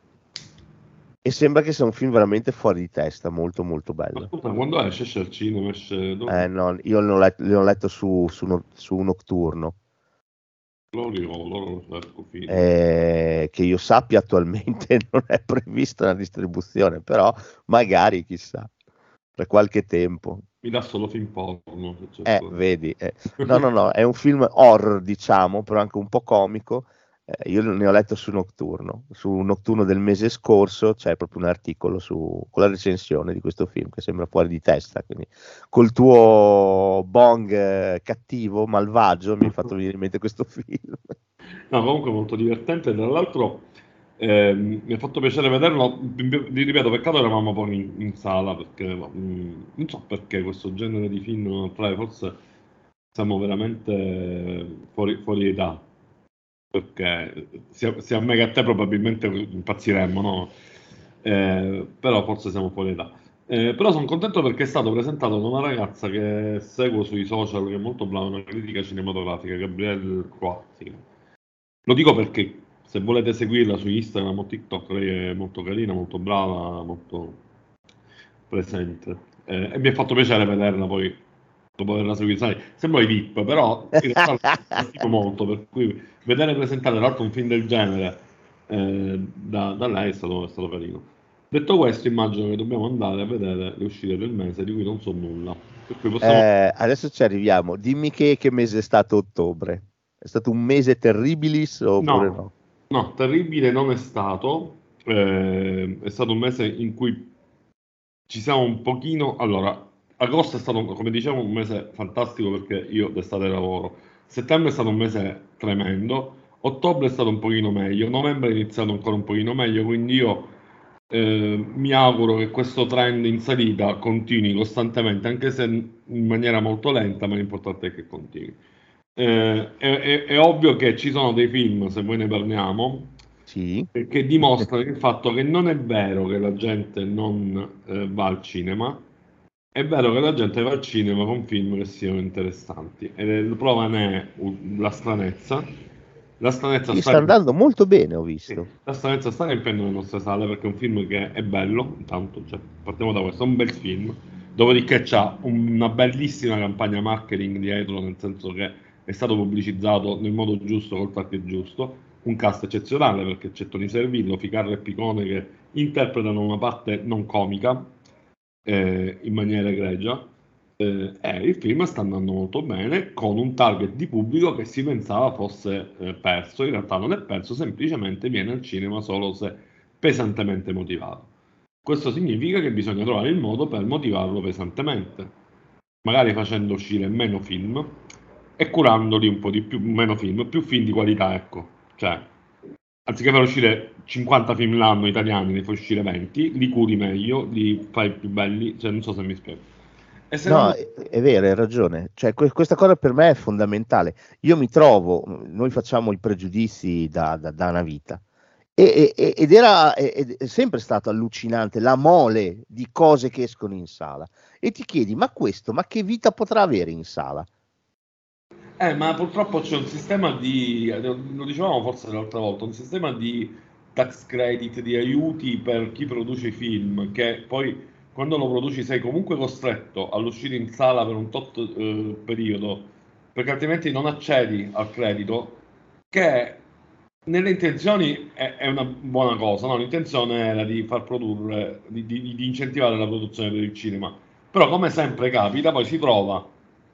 G: E sembra che sia un film veramente fuori di testa, molto molto bello.
I: Ascolta, quando esce? Esce al cinema? Esce...
G: Eh, no, io l'ho letto, l'ho letto su, su, no- su Nocturno,
I: Loro, loro lo cerco, fine.
G: eh, che io sappia attualmente non è prevista una distribuzione, però magari, chissà, per qualche tempo.
I: Mi dà solo film porno. se
G: Eh,
I: cerco.
G: vedi, eh. No, no, no, è un film horror, diciamo, però anche un po' comico. Eh, io ne ho letto su Nocturno, su Nocturno del mese scorso c'è proprio un articolo su, con la recensione di questo film che sembra fuori di testa, quindi col tuo bong eh, cattivo, malvagio, mi hai fatto venire in mente questo film.
I: No, comunque molto divertente. Tra l'altro ehm, mi ha fatto piacere vederlo. Vi ripeto, peccato eravamo pochi in, in sala perché mh, non so perché questo genere di film non attrae, forse siamo veramente fuori, fuori età. Perché sia, sia a me che a te probabilmente impazziremmo, no? Eh, però forse siamo fuori età. Eh, però sono contento perché è stato presentato da una ragazza che seguo sui social, che è molto brava, una critica cinematografica, Gabrielle Croatti. Lo dico perché se volete seguirla su Instagram o TikTok, lei è molto carina, molto brava, molto presente. Eh, e mi ha fatto piacere vederla poi dopo averla seguita. Sai, sembra i V I P, però in realtà la stimo molto, per cui vedere presentare tra l'altro un film del genere eh, da, da lei è stato, è stato carino. Detto questo, immagino che dobbiamo andare a vedere le uscite del mese di cui non so nulla. Per cui possiamo...
G: Eh, adesso ci arriviamo. Dimmi che, che mese è stato ottobre. È stato un mese terribilis oppure no?
I: No, no, terribile non è stato. Eh, è stato un mese in cui ci siamo un pochino... Allora, agosto è stato, come dicevo, un mese fantastico perché io d'estate lavoro. Settembre è stato un mese tremendo. Ottobre è stato un pochino meglio. Novembre è iniziato ancora un pochino meglio, quindi io eh, mi auguro che questo trend in salita continui costantemente, anche se in maniera molto lenta, ma l'importante è che continui. Eh, è, è- è ovvio che ci sono dei film, se voi ne parliamo,
G: Sì.
I: eh, che dimostrano il fatto che non è vero che la gente non eh, va al cinema, è vero che la gente va al cinema con film che siano interessanti. E la prova ne è u- la stranezza. La stranezza
G: Sì,
I: sta
G: sta andando molto bene, ho
I: sì,
G: visto.
I: la stranezza sta riempiendo le nostre sale perché è un film che è bello, intanto, cioè, partiamo da questo, è un bel film, dopodiché c'ha una bellissima campagna marketing dietro, nel senso che è stato pubblicizzato nel modo giusto, col target giusto, un cast eccezionale perché c'è Tony Servillo, Ficarra e Picone che interpretano una parte non comica eh, in maniera egregia. Eh, e il film sta andando molto bene con un target di pubblico che si pensava fosse eh, perso, in realtà non è perso, semplicemente viene al cinema solo se pesantemente motivato. Questo significa che bisogna trovare il modo per motivarlo pesantemente, magari facendo uscire meno film e curandoli un po' di più, meno film, più film di qualità, ecco. Cioè, anziché far uscire cinquanta film l'anno italiani, ne fai uscire venti, li curi meglio, li fai più belli, cioè non so se mi spiego. E se
G: No,
I: no,
G: è, è vero, hai ragione. Cioè, que- questa cosa per me è fondamentale. Io mi trovo, noi facciamo i pregiudizi da, da- da una vita. E- e- ed era è, è sempre stato allucinante la mole di cose che escono in sala. E ti chiedi, ma questo, ma che vita potrà avere in sala?
I: Eh, ma purtroppo c'è un sistema di, lo dicevamo forse l'altra volta, un sistema di tax credit, di aiuti per chi produce i film, che poi quando lo produci sei comunque costretto all'uscire in sala per un tot eh, periodo, perché altrimenti non accedi al credito, che nelle intenzioni è, è una buona cosa, no? L'intenzione era di far produrre, di, di- di incentivare la produzione per il cinema, però come sempre capita, poi si trova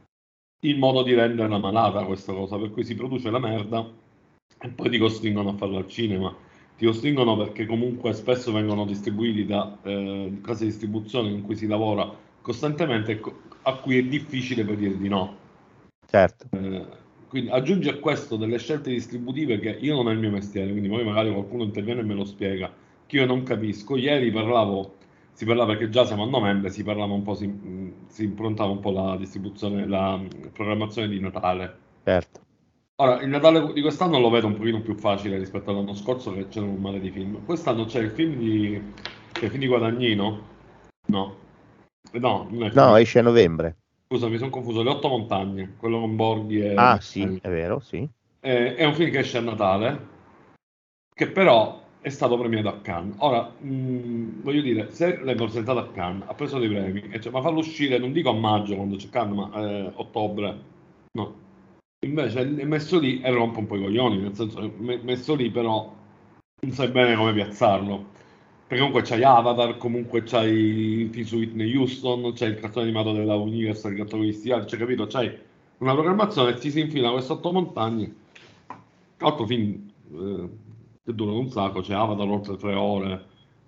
I: il modo di renderla malata questa cosa, per cui si produce la merda e poi ti costringono a farla al cinema. Ti costringono perché comunque spesso vengono distribuiti da eh, case di distribuzione in cui si lavora costantemente e co- a cui è difficile poi dire di no.
G: Certo.
I: Eh, quindi aggiungi a questo delle scelte distributive che io non è il mio mestiere, quindi poi magari qualcuno interviene e me lo spiega, che io non capisco. Ieri parlavo, si parlava perché già siamo a novembre, si parlava un po', si, mh, si improntava un po' la distribuzione, la mh, programmazione di Natale.
G: Certo.
I: Ora, il Natale di quest'anno lo vedo un pochino più facile rispetto all'anno scorso che c'era un mare di film. Quest'anno c'è il film di, c'è il film di Guadagnino? No. Eh, No, non è il film
G: No,
I: di-
G: esce a novembre.
I: Scusa, mi sono confuso. Le Otto Montagne, quello con Borghi e...
G: Ah, sì, è vero, sì.
I: Eh, è un film che esce a Natale, che però è stato premiato a Cannes. Ora, mh, voglio dire, se l'hai presentato a Cannes, ha preso dei premi, e cioè, ma farlo uscire, non dico a maggio quando c'è Cannes, ma eh, ottobre, no. Invece è messo lì e rompe un po' i coglioni, nel senso, è me- messo lì però non sai bene come piazzarlo. Perché comunque c'hai Avatar, comunque c'hai il film su Whitney Houston, c'hai il cartone animato della Universal, il cartone di Stial, cioè capito? C'hai una programmazione e ti si infila queste otto montagne. Altro film eh, che durano un sacco, c'è Avatar oltre tre ore,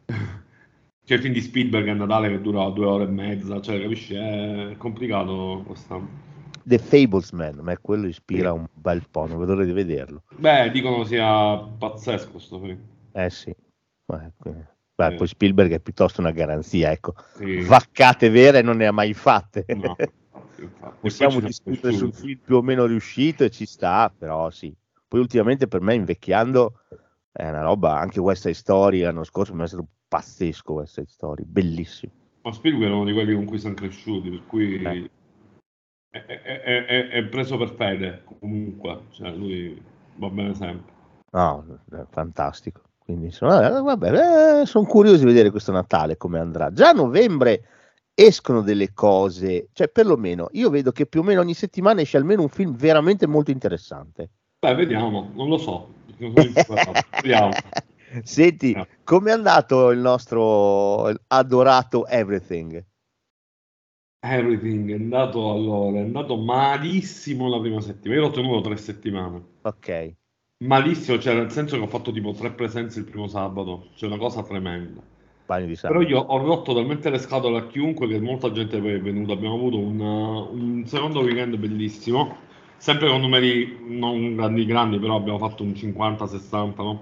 I: c'è il film di Spielberg a Natale che dura due ore e mezza, cioè capisci? È complicato quest'anno.
G: The Fablesman, ma quello ispira
I: Sì.
G: un bel po', non vedo l'ora di vederlo.
I: Beh, dicono sia pazzesco sto film.
G: Eh sì. Beh, beh,
I: Sì.
G: poi Spielberg è piuttosto una garanzia, ecco.
I: Sì.
G: Vaccate vere non ne ha mai fatte.
I: No, infatti, infatti.
G: Possiamo
I: E poi ci
G: discutere
I: sono
G: sul film più o meno riuscito e ci sta, però sì. Poi ultimamente per me invecchiando è una roba, anche West Side Story l'anno scorso per me è stato pazzesco West Side Story, bellissimo.
I: Ma Spielberg è uno di quelli con cui siamo cresciuti, per cui
G: Eh.
I: è, è- è- è- è preso per fede comunque, cioè lui va bene sempre.
G: No, è fantastico. Quindi insomma, eh, vabbè, eh, sono curioso di vedere questo Natale come andrà. Già a novembre escono delle cose, cioè perlomeno io vedo che più o meno ogni settimana esce almeno un film veramente molto interessante.
I: Beh, vediamo, non lo so, non sono imparato. Vediamo.
G: Senti,
I: No.
G: com'è andato il nostro adorato Everything?
I: Everything è andato allora, è andato malissimo la prima settimana. Io l'ho tenuto tre settimane.
G: Ok,
I: Malissimo, cioè nel senso che ho fatto tipo tre presenze il primo sabato, cioè una cosa tremenda.
G: bagno di
I: Però
G: sangue.
I: io ho rotto talmente le scatole a chiunque che molta gente poi è venuta. Abbiamo avuto un, un secondo weekend bellissimo, sempre con numeri non grandi grandi, però abbiamo fatto un cinquanta sessanta, no?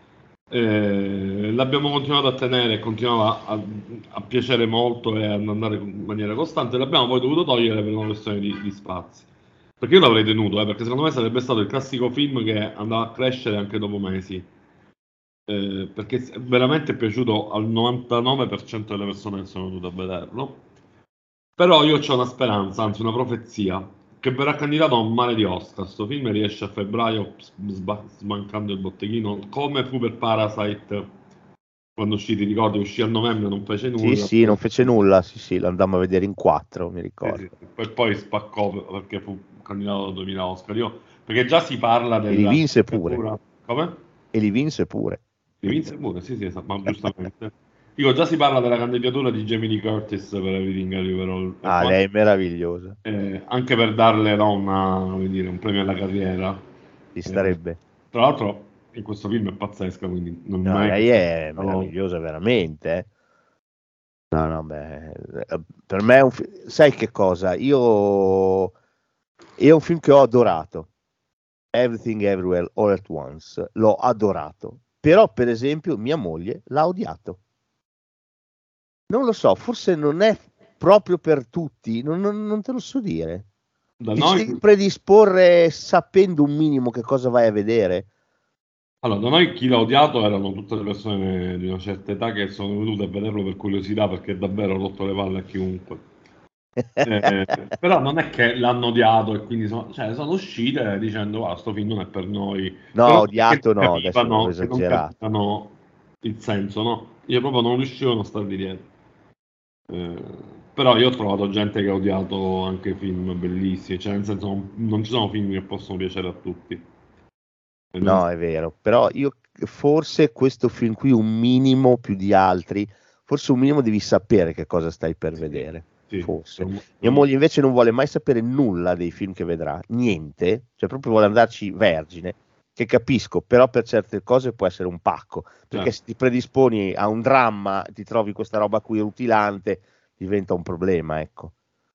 I: Eh, l'abbiamo continuato a tenere e continuava a, a piacere molto e ad andare in maniera costante. L'abbiamo poi dovuto togliere per una questione di, di spazi. Perché io l'avrei tenuto, eh, perché secondo me sarebbe stato il classico film che andava a crescere anche dopo mesi. Eh, perché è veramente piaciuto al novantanove per cento delle persone che sono venute a vederlo. Però io ho una speranza, anzi una profezia, che verrà candidato a un mare di Oscar. Sto film riesce a febbraio sba- smancando il botteghino, come fu per Parasite quando uscì, ti ricordi, uscì a novembre, non fece nulla.
G: Sì, sì, non fece nulla, sì, sì, lo andammo a vedere in quattro, mi
I: Sì,
G: ricordo.
I: sì, sì. Poi, poi spaccò perché fu candidato al duemila Oscar. Io, perché già si parla
G: E li
I: della
G: vinse pure.
I: Come?
G: E li vinse pure.
I: Li vinse pure, sì, sì, esatto, ma giustamente. Dico, già si parla della candidatura di Jamie Lee Curtis per Everything Everywhere All at
G: Ah,
I: Once,
G: lei è meravigliosa,
I: eh, anche per darle no, una, come dire, un premio alla carriera.
G: ci starebbe.
I: Tra l'altro, in questo film è pazzesca, quindi non
G: No,
I: mai...
G: lei è
I: No.
G: meravigliosa veramente. eh. No, no, beh, eh, per me è un fi- sai che cosa? Io è un film che ho adorato. Everything Everywhere All at Once, l'ho adorato. Però, per esempio, mia moglie l'ha odiato. Non lo so, forse non è proprio per tutti, non, non, non te lo so dire.
I: Da
G: Ti
I: noi...
G: devi predisporre sapendo un minimo che cosa vai a vedere.
I: Allora, da noi chi l'ha odiato erano tutte le persone di una certa età che sono venute a vederlo per curiosità, perché davvero ha rotto le palle a chiunque. Eh, però non è che l'hanno odiato e quindi sono, cioè, sono uscite dicendo ah, sto film non è per noi.
G: No,
I: Però
G: odiato
I: che non
G: no, adesso non ho
I: capivano, che non
G: esagerato.
I: capivano il senso, no? Io proprio non riuscivano a starvi dietro. Eh, però io ho trovato gente che ha odiato anche film bellissimi, cioè nel senso non, non ci sono film che possono piacere a tutti. E non-
G: No, è vero, però io forse questo film qui un minimo più di altri, forse un minimo devi sapere che cosa stai per vedere.
I: sì,
G: Forse.
I: insomma,
G: Mia moglie invece non vuole mai sapere nulla dei film che vedrà, niente, cioè proprio vuole andarci vergine, che capisco, però per certe cose può essere un pacco, perché
I: Certo.
G: se ti predisponi a un dramma, ti trovi questa roba qui rutilante, diventa un problema, ecco.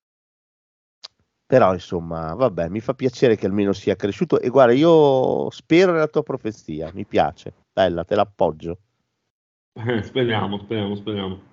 G: Però insomma, vabbè, mi fa piacere che almeno sia cresciuto e guarda, io spero nella tua profezia, mi piace, bella, te l'appoggio.
I: Eh, speriamo, speriamo, speriamo.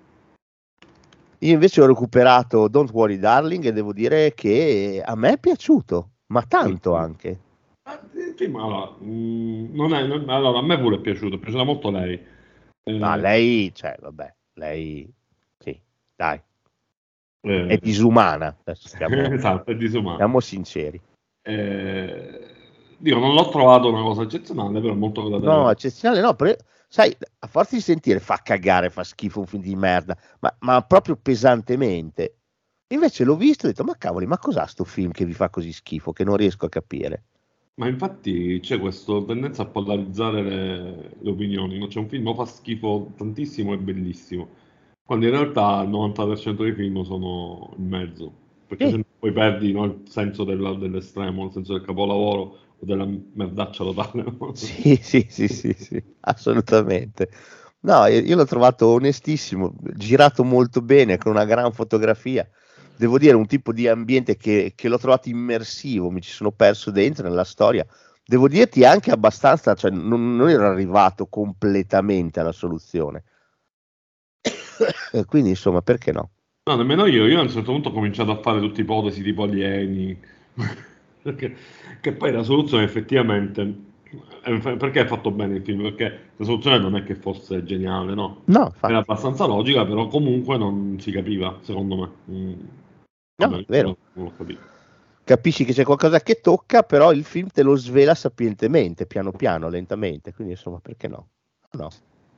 G: Io invece ho recuperato Don't Worry Darling e devo dire che a me è piaciuto, ma tanto anche.
I: Ah, sì, sì, ma allora, mm, non è, non- allora, a me pure è piaciuto, è piaciuta molto lei. Eh,
G: Ma lei, cioè, vabbè, lei, sì, dai,
I: eh,
G: è disumana, adesso siamo,
I: esatto, è disumano.
G: siamo sinceri.
I: Eh, Dio, non l'ho trovato una cosa eccezionale, però molto gradevole.
G: No, eccezionale no, però, sai, a forza di sentire fa cagare, fa schifo un film di merda, ma, ma proprio pesantemente. Invece l'ho visto e ho detto, ma cavoli, ma cos'ha sto film che vi fa così schifo, che non riesco a capire?
I: Ma infatti c'è questa tendenza a polarizzare le, le opinioni, no? C'è un film o fa schifo tantissimo e bellissimo, quando in realtà il novanta per cento dei film sono in mezzo, perché
G: Sì.
I: se no poi perdi, no, il senso della- dell'estremo, il senso del capolavoro o della merdaccia totale. No?
G: Sì, sì, sì, sì, sì, assolutamente. No, io, io l'ho trovato onestissimo, girato molto bene, con una gran fotografia. Devo dire, un tipo di ambiente che, che l'ho trovato immersivo, mi ci sono perso dentro nella storia. Devo dirti anche abbastanza, cioè non, non ero arrivato completamente alla soluzione. Quindi, insomma, perché no?
I: No, nemmeno io. Io a un certo punto ho cominciato a fare tutte ipotesi tipo alieni, perché che poi la soluzione effettivamente... eh, Perché è fatto bene il film? Perché la soluzione non è che fosse geniale, no?
G: No,
I: Era
G: infatti,
I: abbastanza logica, però comunque non si capiva, secondo me. Mm,
G: no,
I: vabbè,
G: è vero.
I: non non l'ho capito.
G: Capisci che c'è qualcosa che tocca, però il film te lo svela sapientemente, piano piano, lentamente. Quindi, insomma, perché no? No.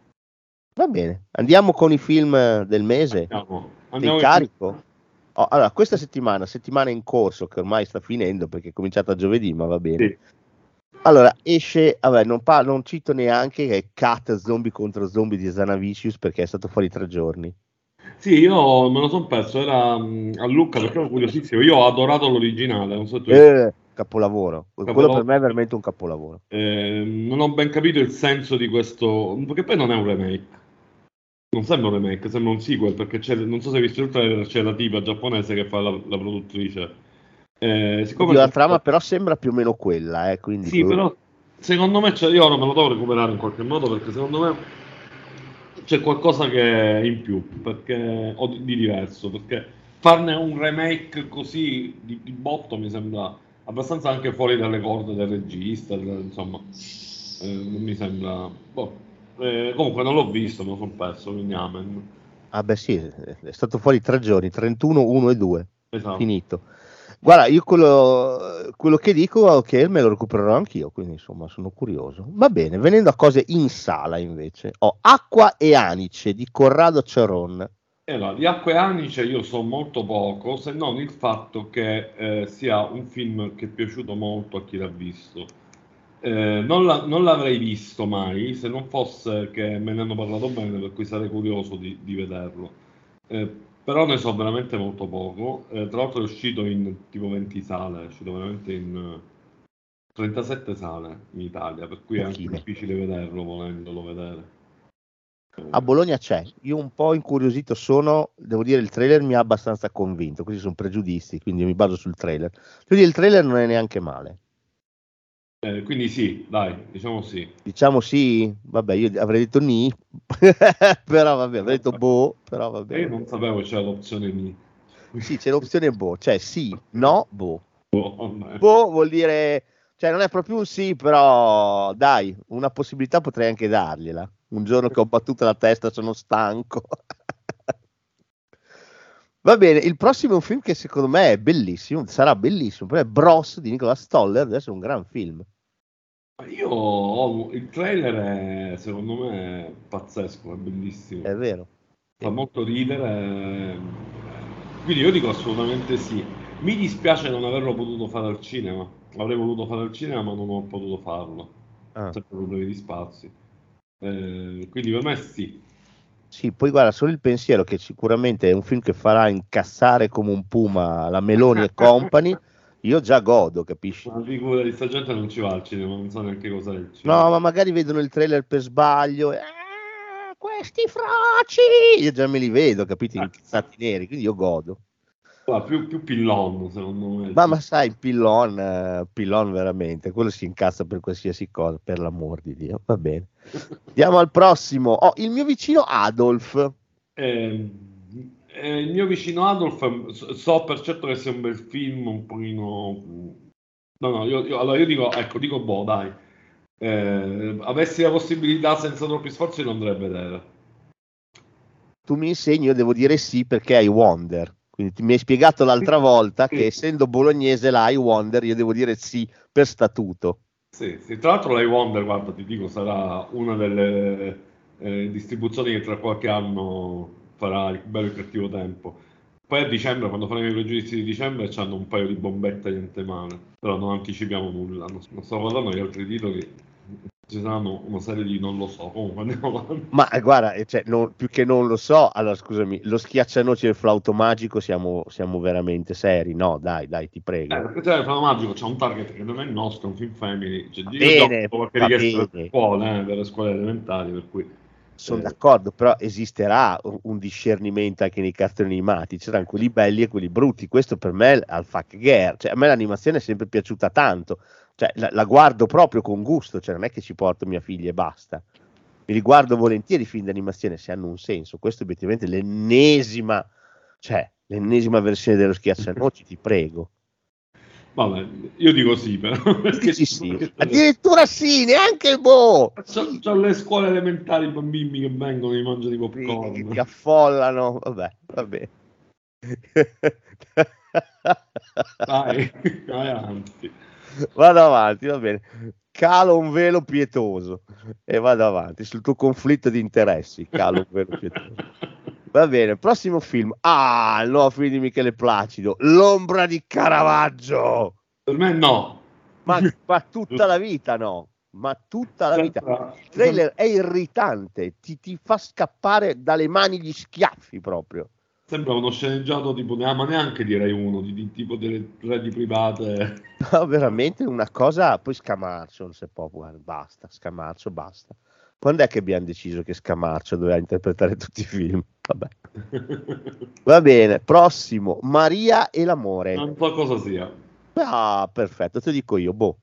G: Va bene, andiamo con i film del mese.
I: Andiamo,
G: Sei
I: andiamo in-
G: carico? Oh, allora, questa settimana, settimana in corso, che ormai sta finendo perché è cominciata giovedì, ma va bene.
I: Sì.
G: Allora, esce, vabbè, non, pa- non cito neanche che è Cat Zombie contro Zombie di Zanavicius perché è stato fuori tre giorni.
I: Sì, io me lo sono perso, era mm, a Lucca perché ero curiosissimo. Io ho adorato l'originale, non so se tu-
G: Eh, capolavoro. Quello
I: Capolavoro.
G: per me è veramente un capolavoro.
I: Eh, non ho ben capito il senso di questo, perché poi non è un remake. Non sembra un remake, sembra un sequel, perché c'è, non so se hai visto il trailer, c'è la tipa giapponese che fa la, la produttrice. Eh, siccome
G: Oddio, la trama però sembra più o meno quella, eh, quindi...
I: Sì, però secondo me c'è, io ora me lo devo recuperare in qualche modo, perché secondo me c'è qualcosa che è in più, perché, o di, di diverso, perché farne un remake così di, di botto mi sembra abbastanza anche fuori dalle corde del regista, del- insomma, eh, non mi sembra... boh. Eh, comunque non l'ho visto, me lo sono perso, quindi amen.
G: Ah beh sì, è stato fuori tre giorni, trentuno, uno e due,
I: Esatto.
G: finito. Guarda, io quello, quello che dico è che me lo recupererò anch'io, quindi insomma sono curioso. Va bene, venendo a cose in sala invece, ho Acqua e Anice di Corrado Ceron.
I: E allora, di Acqua e Anice io so molto poco, se non il fatto che eh, sia un film che è piaciuto molto a chi l'ha visto. Eh, non, la- non l'avrei visto mai se non fosse che me ne hanno parlato bene, per cui sarei curioso di, di vederlo. Eh, però ne so veramente molto poco. Eh, tra l'altro è uscito in tipo venti sale, è uscito veramente in eh, trentasette sale in Italia, per cui è anche
G: Pochine.
I: difficile vederlo volendolo vedere.
G: A Bologna c'è, io un po' incuriosito sono, devo dire il trailer mi ha abbastanza convinto, questi sono pregiudizi, quindi mi baso sul trailer. Quindi il trailer non è neanche male.
I: Eh, quindi sì, dai, diciamo sì.
G: Diciamo sì, vabbè, io avrei detto ni, però vabbè, avrei detto boh, però vabbè.
I: Io non sapevo c'era l'opzione ni.
G: Sì, c'è l'opzione boh, cioè sì, no, boh.
I: Boh,
G: boh vuol dire, cioè non è proprio un sì, però dai, una possibilità potrei anche dargliela. Un giorno che ho battuto la testa sono stanco. Va bene, il prossimo è un film che secondo me è bellissimo, sarà bellissimo, però è Bros di Nicholas Stoller, deve essere un gran film.
I: Io ho, il trailer è secondo me è pazzesco, è bellissimo.
G: È vero.
I: Fa molto ridere, quindi io dico assolutamente sì. Mi dispiace non averlo potuto fare al cinema, l'avrei voluto fare al cinema ma non ho potuto farlo,
G: Ah.
I: sempre problemi di spazi. Eh, quindi per me sì.
G: Sì, poi guarda, solo il pensiero che sicuramente è un film che farà incassare come un puma la Meloni e Company, io già godo, capisci?
I: Ma figura di sta gente non ci va al cinema, non so neanche cosa è il cinema.
G: No, ma magari vedono il trailer per sbaglio, eh, questi froci, io già me li vedo, capito, incazzati neri, quindi io godo.
I: Ah, più, più Pillon, secondo me.
G: Ma, ma sai, Pillon, uh, Pillon veramente, quello si incazza per qualsiasi cosa, per l'amor di Dio, va bene. Andiamo al prossimo. Oh, il mio vicino Adolf.
I: Eh, eh, il mio vicino Adolf, so per certo che sia un bel film, un pochino... No, no, io, io, allora io dico, ecco, dico boh, dai. Eh, avessi la possibilità senza troppi sforzi lo andrei a vedere.
G: Tu mi insegni, io devo dire sì perché hai Wonder. Quindi ti mi hai spiegato l'altra volta che essendo bolognese la I Wonder, io devo dire sì per statuto.
I: Sì, sì. Tra l'altro la I Wonder, guarda, ti dico, sarà una delle eh, distribuzioni che tra qualche anno farà il bello e cattivo tempo. Poi a dicembre, quando faremo i pregiudizi di dicembre, c'hanno un paio di bombette niente male. Però non anticipiamo nulla. Non, non sto guardando gli altri titoli. Ci saranno una serie di non lo so, comunque andiamo avanti.
G: Ma guarda, cioè, non, più che non lo so, allora scusami, lo schiaccianoci e il flauto magico siamo, siamo veramente seri, no? Dai, dai, ti prego.
I: Eh, perché c'è il flauto magico, c'è un target che non è il nostro, è un film family. Cioè, io
G: bene,
I: ho qualche
G: va
I: richiesta
G: bene.
I: per scuole, eh, per le scuole elementari, per cui...
G: Sono
I: eh.
G: d'accordo, però esisterà un discernimento anche nei cartoni animati, c'erano quelli belli e quelli brutti, questo per me è al fuck girl, cioè a me l'animazione è sempre piaciuta tanto, cioè la, la guardo proprio con gusto, cioè non è che ci porto mia figlia e basta, mi riguardo volentieri i film d'animazione se hanno un senso, questo obiettivamente è l'ennesima, cioè l'ennesima versione dello schiaccianoci, ti prego.
I: Vabbè, io dico sì, però. Perché
G: sì, sì. Perché addirittura sì, neanche il boh.
I: C'ho, c'ho le scuole elementari, i bambini che vengono e mangiano i popcorn.
G: Che ti affollano, vabbè, vabbè.
I: Dai, vai avanti.
G: Vado avanti, va bene. Calo un velo pietoso e vado avanti sul tuo conflitto di interessi. Calo un velo pietoso. Va bene, prossimo film. Ah, il nuovo film di Michele Placido, L'ombra di Caravaggio.
I: Per me no.
G: Ma, ma tutta la vita no. Ma tutta la vita. Il trailer è irritante, ti, ti fa scappare dalle mani gli schiaffi proprio.
I: Sembra uno sceneggiato tipo, ma neanche direi uno, di, di tipo delle reti private.
G: No, veramente una cosa, poi Scamarcio, non si può, guarda, basta, Scamarcio, basta. Quando è che abbiamo deciso che Scamarcio doveva interpretare tutti i film? Vabbè. Va bene, prossimo, Maria e l'amore.
I: Non so cosa sia.
G: Ah, perfetto, te lo dico io, boh.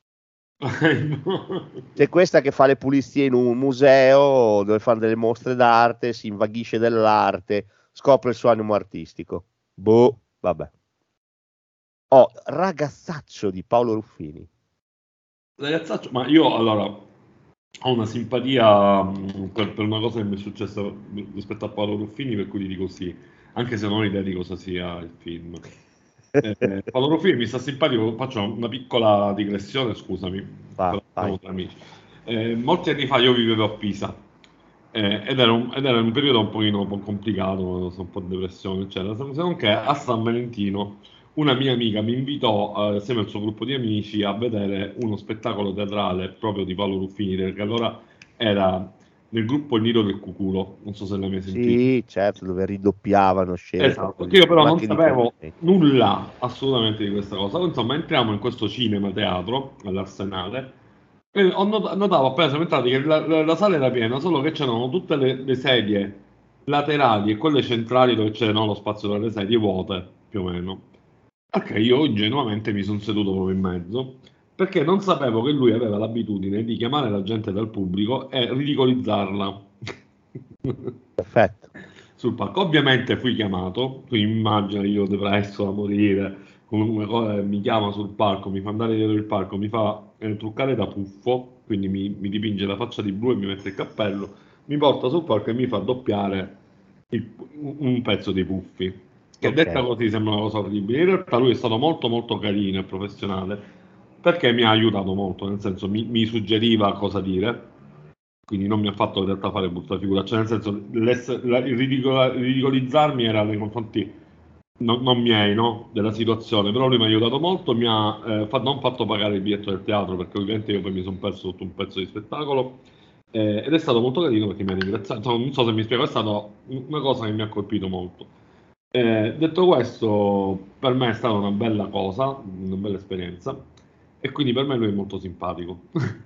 G: C'è questa che fa le pulizie in un museo dove fanno delle mostre d'arte, si invaghisce dell'arte, scopre il suo animo artistico. Boh, vabbè. Oh, Ragazzaccio di Paolo Ruffini.
I: Ragazzaccio, ma io allora ho una simpatia mh, per, per una cosa che mi è successa rispetto a Paolo Ruffini, per cui ti dico sì, anche se non ho idea di cosa sia il film. Eh, Paolo Ruffini mi sta simpatico, faccio una piccola digressione, scusami,
G: Va,
I: però tra amici. Eh, molti anni fa io vivevo a Pisa eh, ed, era un, ed era un periodo un pochino un po' complicato, un po' di depressione, eccetera. Se non che a San Valentino una mia amica mi invitò, eh, assieme al suo gruppo di amici, a vedere uno spettacolo teatrale proprio di Paolo Ruffini, perché allora era nel gruppo Il Nido del Cuculo, non so se l'hai mai sentito.
G: Sì, certo, dove ridoppiavano scene.
I: Esatto, io però non sapevo nulla assolutamente di questa cosa. Insomma, entriamo in questo cinema teatro all'Arsenale E ho not- notavo appena siamo entrati che la, la- la sala era piena, solo che c'erano tutte le, le sedie laterali e quelle centrali dove c'è, no, lo spazio tra le sedie vuote, più o meno. Ok, io ingenuamente mi sono seduto proprio in mezzo, perché non sapevo che lui aveva l'abitudine di chiamare la gente dal pubblico e ridicolizzarla.
G: Perfetto.
I: Sul palco. Ovviamente fui chiamato, quindi immagina io depresso da morire, comunque cosa, mi chiama sul palco, mi fa andare dietro il palco, mi fa eh, truccare da puffo, quindi mi, mi dipinge la faccia di blu e mi mette il cappello, mi porta sul palco e mi fa doppiare il- un pezzo dei Puffi. Che
G: Ok.
I: detta così sembra una cosa orribile. In realtà lui è stato molto molto carino e professionale, perché mi ha aiutato molto, nel senso mi, mi suggeriva cosa dire, quindi non mi ha fatto in realtà fare brutta figura, cioè nel senso l'ess- la- il ridicola- il ridicolizzarmi era nei confronti non, non miei, no? Della situazione, però lui mi ha aiutato molto, mi ha eh, fa- non fatto pagare il biglietto del teatro, perché ovviamente io poi mi sono perso tutto un pezzo di spettacolo, eh, ed è stato molto carino perché mi ha ringraziato. Insomma, non so se mi spiego, è stata una cosa che mi ha colpito molto. Eh, detto questo, per me è stata una bella cosa, una bella esperienza, e quindi per me lui è molto simpatico.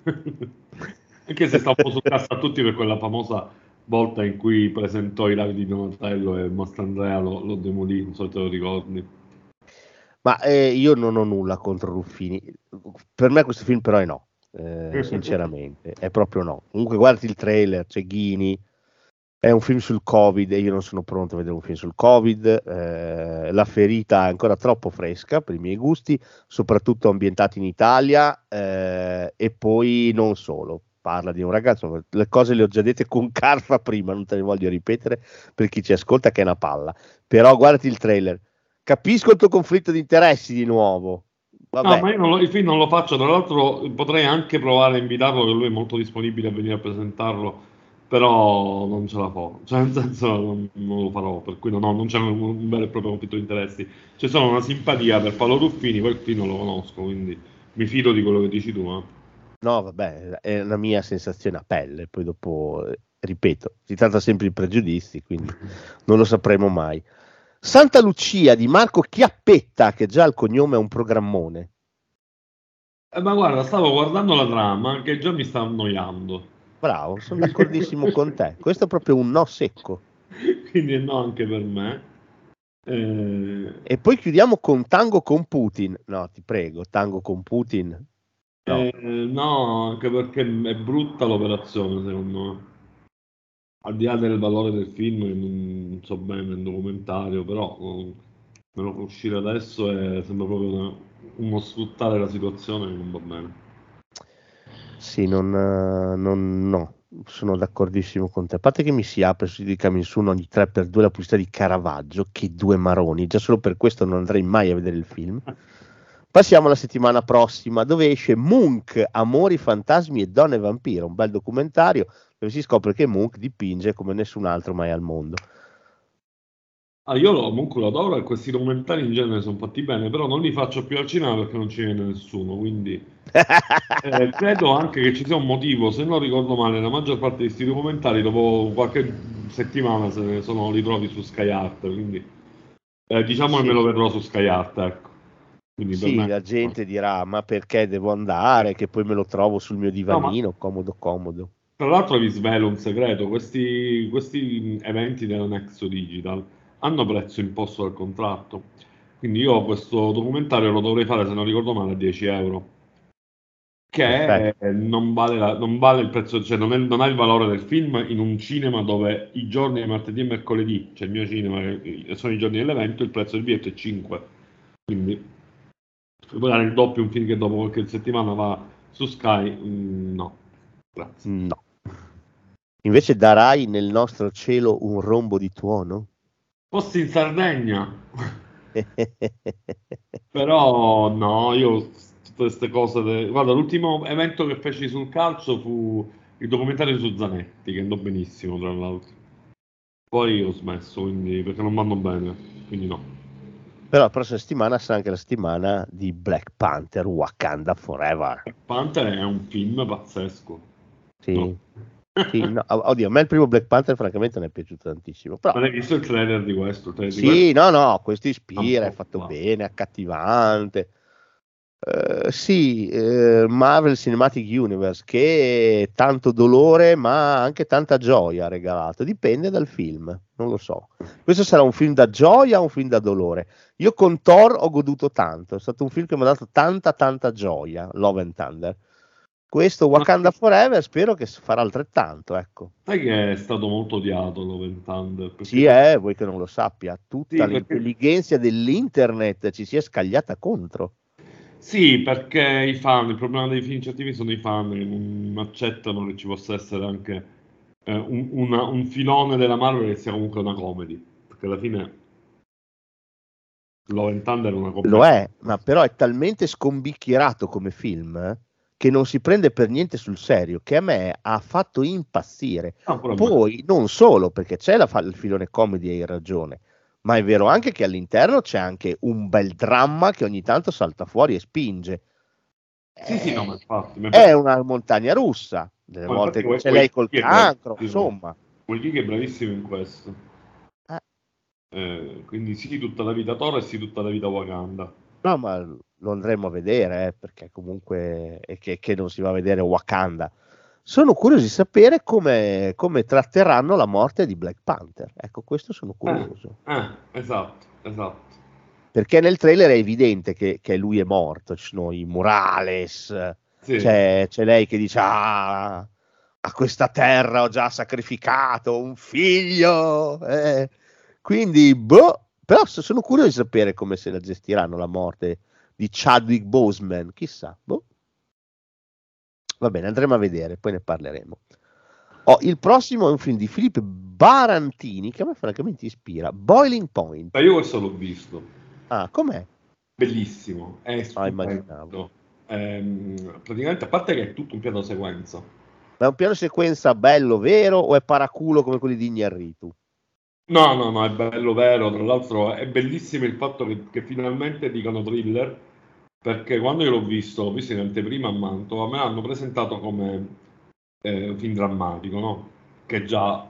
I: Anche se sta un po' sul cazzo a tutti per quella famosa volta in cui presentò i Lavi di Donatello e Mastandrea lo, lo demolì, non so se te lo ricordi.
G: Ma eh, io non ho nulla contro Ruffini. Per me questo film però è no, eh, sinceramente, è proprio no. Comunque guardi il trailer, c'è Ghini, è un film sul Covid e io non sono pronto a vedere un film sul Covid. Eh, la ferita è ancora troppo fresca per i miei gusti, soprattutto ambientati in Italia, eh, e poi non solo. Parla di un ragazzo, le cose le ho già dette con Carfa prima, non te le voglio ripetere per chi ci ascolta che è una palla. Però guardati il trailer. Capisco il tuo conflitto di interessi di nuovo. Vabbè.
I: No, ma io non lo- il film non lo faccio, tra l'altro potrei anche provare a invitarlo, che lui è molto disponibile a venire a presentarlo, però non ce la fa, cioè nel senso non, non lo farò, per cui non, ho- non c'è un, un vero e proprio conflitto di interessi, c'è solo una simpatia per Paolo Ruffini, quel film non lo conosco, quindi mi fido di quello che dici tu. Eh.
G: No, vabbè, è una mia sensazione a pelle, poi dopo, eh, ripeto, si tratta sempre di pregiudizi, quindi non lo sapremo mai. Santa Lucia di Marco Chiappetta, che già il cognome è un programmone.
I: Eh, ma guarda, stavo guardando la trama che già mi sta annoiando,
G: Bravo, sono d'accordissimo con te. Questo è proprio un no secco.
I: quindi è no anche per me. Eh,
G: E poi chiudiamo con Tango con Putin. No, ti prego, Tango con Putin. No.
I: eh, no, anche perché è brutta l'operazione, secondo me. Al di là del valore del film, che non so bene, è un documentario, però eh, me lo fa uscire adesso e sembra proprio una- uno sfruttare la situazione che non va bene.
G: Sì, non, eh, non- no, sono d'accordissimo con te. A parte che mi si apre su di Coming Soon ogni tre per due la pubblicità di Caravaggio, che due maroni, già solo per questo non andrei mai a vedere il film. Passiamo alla settimana prossima, dove esce Munch, Amori, Fantasmi e Donne Vampiro, un bel documentario dove si scopre che Munch dipinge come nessun altro mai al mondo.
I: Ah, io lo, comunque lo adoro e questi documentari in genere sono fatti bene, però non li faccio più al cinema perché non ci viene nessuno, quindi eh, credo anche che ci sia un motivo, se non ricordo male, la maggior parte di questi documentari dopo qualche settimana se ne sono, li trovi su Sky Art, quindi eh, diciamo
G: Sì.
I: che me lo vedrò su Sky Art, ecco. Quindi per
G: Sì,
I: me-
G: la gente dirà, ma perché devo andare, che poi me lo trovo sul mio divanino, comodo comodo.
I: Tra l'altro vi svelo un segreto, questi, questi eventi della Nexo Digital hanno prezzo imposto dal contratto, quindi io questo documentario lo dovrei fare, se non ricordo male, a dieci euro, che
G: Perfetto.
I: eh, non vale, la- non vale il prezzo, cioè non, è- non ha il valore del film in un cinema dove i giorni martedì e mercoledì, cioè il mio cinema, che sono i giorni dell'evento, il prezzo del biglietto è cinque, quindi puoi dare il doppio un film che dopo qualche settimana va su Sky, mm, no, grazie.
G: No. Invece darai nel nostro cielo un rombo di tuono?
I: Fossi in Sardegna, però no, io tutte queste cose, de- guarda, l'ultimo evento che feci sul calcio fu il documentario su Zanetti, che andò benissimo tra l'altro, poi ho smesso, quindi, perché non vanno bene, quindi no.
G: Però la prossima settimana sarà anche la settimana di Black Panther Wakanda Forever.
I: Panther è un film pazzesco.
G: Sì.
I: No.
G: Sì, no, oddio, a me il primo Black Panther francamente non è piaciuto tantissimo. Però...
I: Non hai visto il trailer di questo? Il trailer di
G: Sì,
I: questo?
G: no, no, questo ispira,
I: Ah,
G: è fatto
I: wow.
G: bene, accattivante. Eh, sì, eh, Marvel Cinematic Universe, che tanto dolore ma anche tanta gioia ha regalato, dipende dal film, non lo so. Questo sarà un film da gioia o un film da dolore? Io con Thor ho goduto tanto, è stato un film che mi ha dato tanta tanta gioia, Love and Thunder. Questo Wakanda Forever spero che farà altrettanto, ecco.
I: Sai che è stato molto odiato Love and Thunder? Perché...
G: Sì, eh, vuoi che non lo sappia, tutta
I: Sì, perché-
G: l'intelligenza dell'internet ci si è scagliata contro.
I: Sì, perché i fan, il problema dei film certi sono i fan che non accettano che ci possa essere anche eh, un, una- un filone della Marvel che sia comunque una comedy, perché alla fine Love and Thunder è una comedy.
G: Lo è, ma però è talmente scombicchierato come film eh, che non si prende per niente sul serio, che a me ha fatto impazzire.
I: Ah, pure a me.
G: Poi, non solo, perché c'è la, fa- il filone comedy, hai ragione, ma è vero anche che all'interno c'è anche un bel dramma che ogni tanto salta fuori e spinge.
I: Sì, sì, no, ma infatti, ma
G: È una montagna russa, delle
I: Ma
G: volte
I: infatti
G: c'è
I: quel-
G: lei col
I: quel-
G: cancro,
I: bravissimo.
G: insomma.
I: Quel geek è bravissimo in questo.
G: Eh.
I: Eh, quindi sì, tutta la vita Thor e sì, tutta la vita Wakanda.
G: No, ma lo andremo a vedere, eh, perché comunque è che, che non si va a vedere Wakanda. Sono curioso di sapere come, come tratteranno la morte di Black Panther. Ecco, questo sono curioso.
I: Eh, esatto, esatto.
G: Perché nel trailer è evidente che, che lui è morto. Ci sono i Morales,
I: Sì.
G: c'è, c'è lei che dice: ah, a questa terra ho già sacrificato un figlio. eh. Quindi, boh, però so- sono curioso di sapere come se la gestiranno la morte di Chadwick Boseman. Chissà, boh. Va bene, andremo a vedere, poi ne parleremo. Oh, il prossimo è un film di Filippo Barantini che a me francamente ispira, Boiling Point.
I: Ma io questo l'ho visto.
G: Ah, com'è?
I: Bellissimo, è
G: Ah,
I: stupendo.
G: immaginavo.
I: Ehm, praticamente, a parte che è tutto un piano sequenza.
G: Ma è un piano sequenza bello, vero, o è paraculo come quelli di Iñárritu?
I: No, no, no, è bello, vero. Tra l'altro è bellissimo il fatto che, che finalmente dicano thriller, perché quando io l'ho visto, l'ho visto in anteprima a Mantova, me l'hanno presentato come eh, un film drammatico, no? Che già,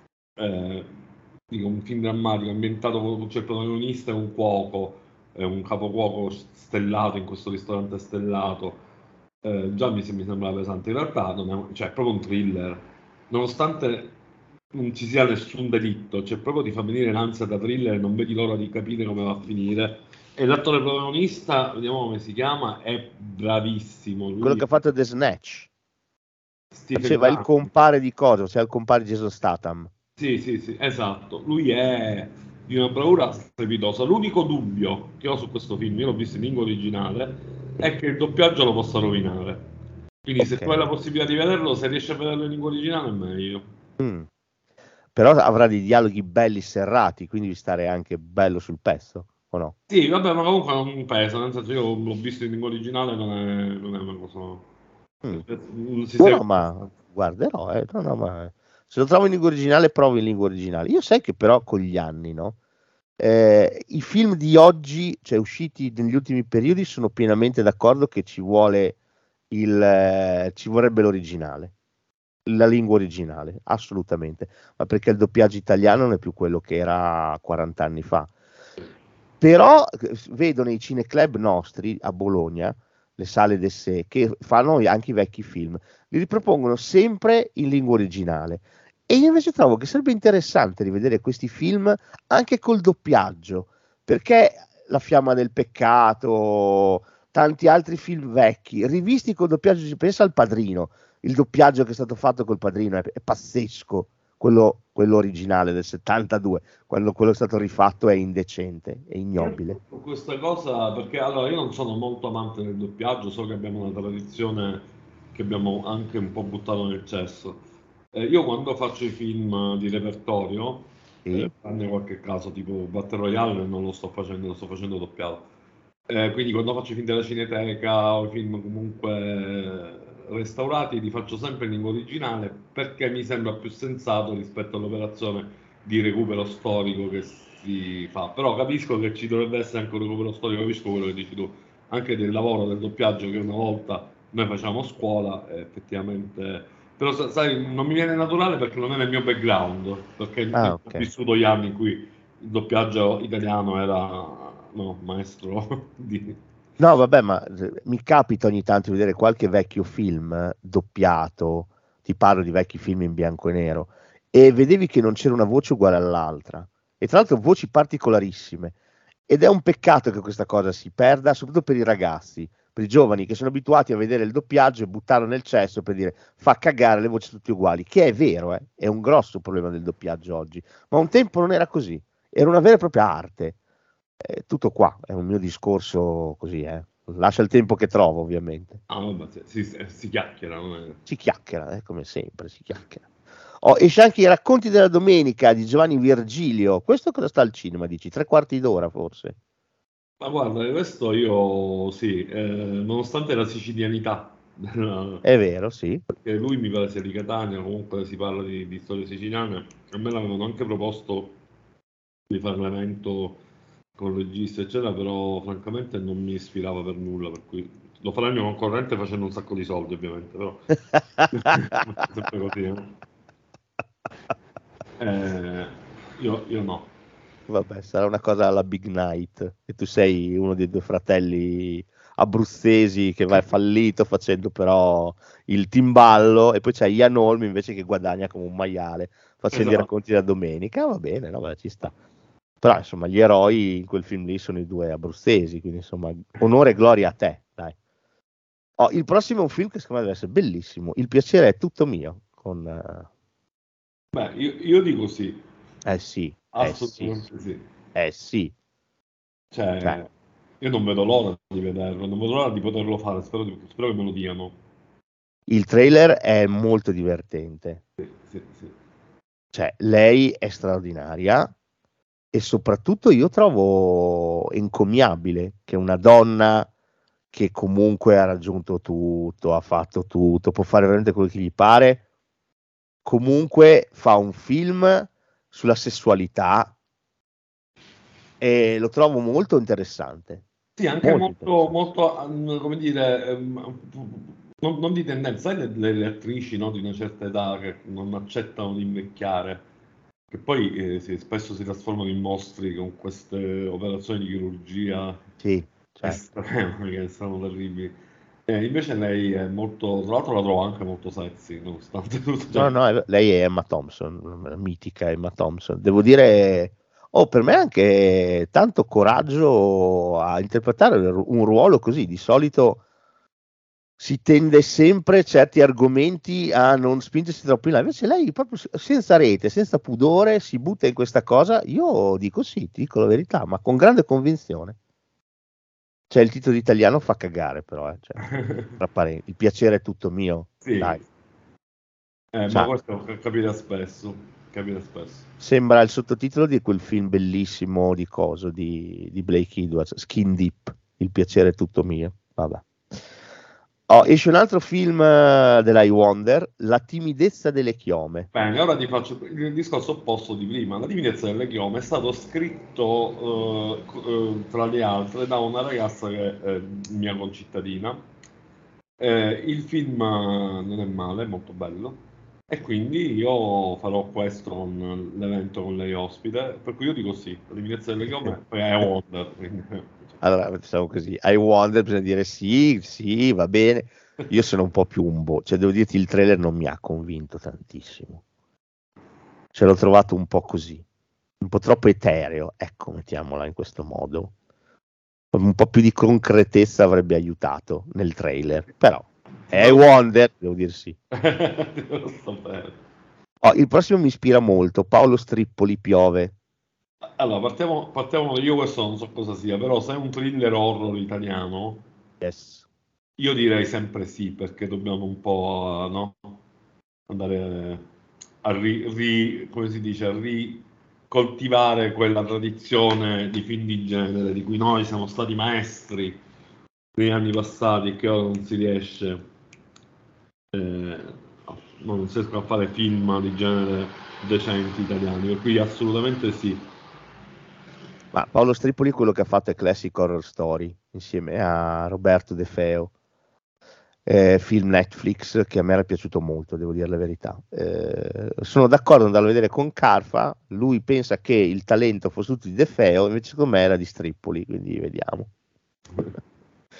I: eh, dico, un film drammatico ambientato con c'è il protagonista e un cuoco, eh, un capocuoco stellato in questo ristorante stellato. Eh, già mi, mi sembra pesante. In realtà non è, cioè, è proprio un thriller, nonostante non ci sia nessun delitto, cioè proprio ti fa venire l'ansia da thriller e non vedi l'ora di capire come va a finire. E l'attore protagonista, vediamo come si chiama, è bravissimo. Lui,
G: Quello che ha fatto The Snatch.
I: Stephen
G: Faceva il
I: Grant.
G: compare di cosa? Cioè il compare di Jason Statham.
I: Sì, sì, sì, esatto. Lui è di una bravura strepitosa. L'unico dubbio che ho su questo film, io l'ho visto in lingua originale, è che il doppiaggio lo possa rovinare. Quindi se
G: Ok.
I: tu hai la possibilità di vederlo, se riesci a vederlo in lingua originale è meglio.
G: Mm. Però avrà dei dialoghi belli serrati, quindi devi stare anche bello sul pezzo, o no?
I: Sì, vabbè, ma comunque non pesa, nel senso io l'ho visto in lingua originale, non è, non è una cosa...
G: Mm.
I: Non si
G: No,
I: segue-
G: no, ma guarderò, eh. No, no, ma se lo trovo in lingua originale, provo in lingua originale. Io sai che però con gli anni, no? Eh, i film di oggi, cioè usciti negli ultimi periodi, sono pienamente d'accordo che ci vuole il, eh, ci vorrebbe l'originale, la lingua originale, assolutamente, ma perché il doppiaggio italiano non è più quello che era quaranta anni fa. Però eh, vedo nei cineclub nostri a Bologna, le sale d'essè, che fanno anche i vecchi film, li ripropongono sempre in lingua originale. E io invece trovo che sarebbe interessante rivedere questi film anche col doppiaggio, perché La fiamma del peccato, tanti altri film vecchi, rivisti col doppiaggio, si pensa al Padrino, il doppiaggio che è stato fatto col Padrino è, è pazzesco, quello, quello originale del settantadue, quello, quello che è stato rifatto è indecente, è ignobile.
I: Questa cosa, perché allora io non sono molto amante del doppiaggio, so che abbiamo una tradizione che abbiamo anche un po' buttato nel cesso. Eh, io quando faccio i film di repertorio,
G: Sì.
I: eh, tranne qualche caso tipo Battle Royale, non lo sto facendo, lo sto facendo doppiato. Eh, quindi quando faccio i film della Cineteca o i film comunque restaurati li faccio sempre in lingua originale perché mi sembra più sensato rispetto all'operazione di recupero storico che si fa. Però capisco che ci dovrebbe essere anche un recupero storico, capisco quello che dici tu, anche del lavoro del doppiaggio che una volta noi facciamo a scuola, eh, effettivamente. Però sa- sai, non mi viene naturale perché non è nel mio background, perché
G: Ah,
I: io
G: ok.
I: ho vissuto gli anni in cui il doppiaggio italiano era no, maestro di...
G: No, vabbè, ma mi capita ogni tanto di vedere qualche vecchio film doppiato, ti parlo di vecchi film in bianco e nero, e vedevi che non c'era una voce uguale all'altra, e tra l'altro voci particolarissime, ed è un peccato che questa cosa si perda, soprattutto per i ragazzi, per i giovani che sono abituati a vedere il doppiaggio e buttarlo nel cesso per dire fa cagare, le voci tutte uguali, che è vero, eh, è un grosso problema del doppiaggio oggi, ma un tempo non era così, era una vera e propria arte. Eh, tutto qua, è un mio discorso così, eh. Lascia il tempo che trovo, ovviamente.
I: Ah, vabbè, si, si, si chiacchiera, non è...
G: Si chiacchiera, eh, come sempre, si chiacchiera. Oh, esce anche i racconti della domenica di Giovanni Virgilio. Questo cosa sta al cinema, dici? Tre quarti d'ora, forse?
I: Ma guarda, questo io sì, eh, nonostante la sicilianità,
G: È vero, sì.
I: perché lui mi pare sia di Catania, comunque si parla di, di storie siciliane, a me l'avevano anche proposto di fare l'evento con il regista eccetera, però francamente non mi ispirava per nulla, per cui lo farà il mio concorrente facendo un sacco di soldi ovviamente, però sempre così, eh. Eh, io, io no.
G: Vabbè, sarà una cosa alla Big Night, e tu sei uno dei due fratelli abruzzesi che va fallito facendo però il timballo, e poi c'è Ian Holm invece che guadagna come un maiale facendo
I: Esatto.
G: i racconti da domenica. Va bene, no, beh, ci sta. Però insomma gli eroi in quel film lì sono i due abruzzesi, quindi insomma onore e gloria a te, dai. Oh, il prossimo è un film che secondo me deve essere bellissimo, Il piacere è tutto mio, con... Uh...
I: Beh, io, io dico sì.
G: Eh sì, eh
I: assolutamente
G: sì.
I: sì.
G: Eh sì.
I: Cioè,
G: Cioè,
I: io non vedo l'ora di vederlo, non vedo l'ora di poterlo fare, spero, di- spero che me lo diano.
G: il trailer è molto divertente.
I: Sì, sì, sì.
G: Cioè, lei è straordinaria e soprattutto io trovo encomiabile che una donna che comunque ha raggiunto tutto, ha fatto tutto, può fare veramente quello che gli pare, comunque fa un film sulla sessualità e lo trovo molto interessante.
I: Sì, anche
G: Molto
I: molto, molto, mm, come dire, ehm, non, non di tendenza, sai le, le- le attrici, no, di una certa età che non accettano di invecchiare, che poi eh, sì, spesso si trasformano in mostri con queste operazioni di chirurgia
G: Sì, certo.
I: estreme, che sono terribili. Eh, invece lei è molto, tra l'altro la trovo anche molto sexy, nonostante tutto.
G: No,
I: Cioè,
G: no, è- lei è Emma Thompson, la mitica Emma Thompson. Devo dire, oh, per me anche tanto coraggio a interpretare un ruolo così. Di solito si tende sempre certi argomenti a non spingersi troppo in là. Invece lei proprio senza rete, senza pudore, si butta in questa cosa. Io dico sì, ti dico la verità, ma con grande convinzione. Cioè, il titolo italiano fa cagare, però, eh. Cioè, tra parenti, il piacere è tutto mio.
I: sì.
G: Dai.
I: Eh,
G: Cioè,
I: ma questo capita spesso, capita spesso.
G: sembra il sottotitolo di quel film bellissimo di coso di, di Blake Edwards, Skin Deep, il piacere è tutto mio. Vabbè. Oh, esce un altro film uh, della I Wonder, La timidezza delle chiome.
I: Bene, ora ti faccio il discorso opposto di prima. La timidezza delle chiome è stato scritto eh, co- eh, tra le altre da una ragazza che è mia concittadina. Eh, il film eh, non è male, è molto bello. E quindi io farò questo con l'evento con lei ospite. Per cui io dico sì, la timidezza delle chiome poi è Wonder. quindi-
G: Allora, diciamo così, I Wonder bisogna dire sì, sì, va bene. Io sono un po' più un boh, cioè devo dirti il trailer non mi ha convinto tantissimo. Ce l'ho trovato un po' così, un po' troppo etereo, ecco, mettiamola in questo modo. Un po' più di concretezza avrebbe aiutato nel trailer, però è Wonder, devo dire sì.
I: Lo so bene.
G: Oh, il prossimo mi ispira molto, Paolo Strippoli, Piove.
I: Allora, partiamo, partiamo, io questo non so cosa sia, però se è un thriller horror italiano,
G: Yes.
I: io direi sempre sì, perché dobbiamo un po', no, andare a ri, ri- come si dice, a ricoltivare quella tradizione di film di genere di cui noi siamo stati maestri negli anni passati e che ora non si riesce, eh, non si riescono a fare film di genere decenti italiani, per cui assolutamente sì.
G: Ma Paolo Strippoli è quello che ha fatto A Classic Horror Story insieme a Roberto De Feo, eh, film Netflix che a me era piaciuto molto, devo dire la verità. Eh, sono d'accordo ad andarlo a vedere con Carfa, lui pensa che il talento fosse tutto di De Feo, invece secondo me era di Strippoli, quindi vediamo.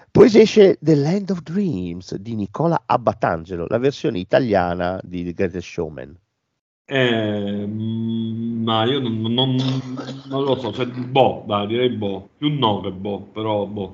G: Poi si esce The Land of Dreams di Nicola Abbatangelo, la versione italiana di The Greatest Showman.
I: Eh, mm, ma io non, non- non lo so, cioè, boh, dai, direi boh, più no che boh, però boh.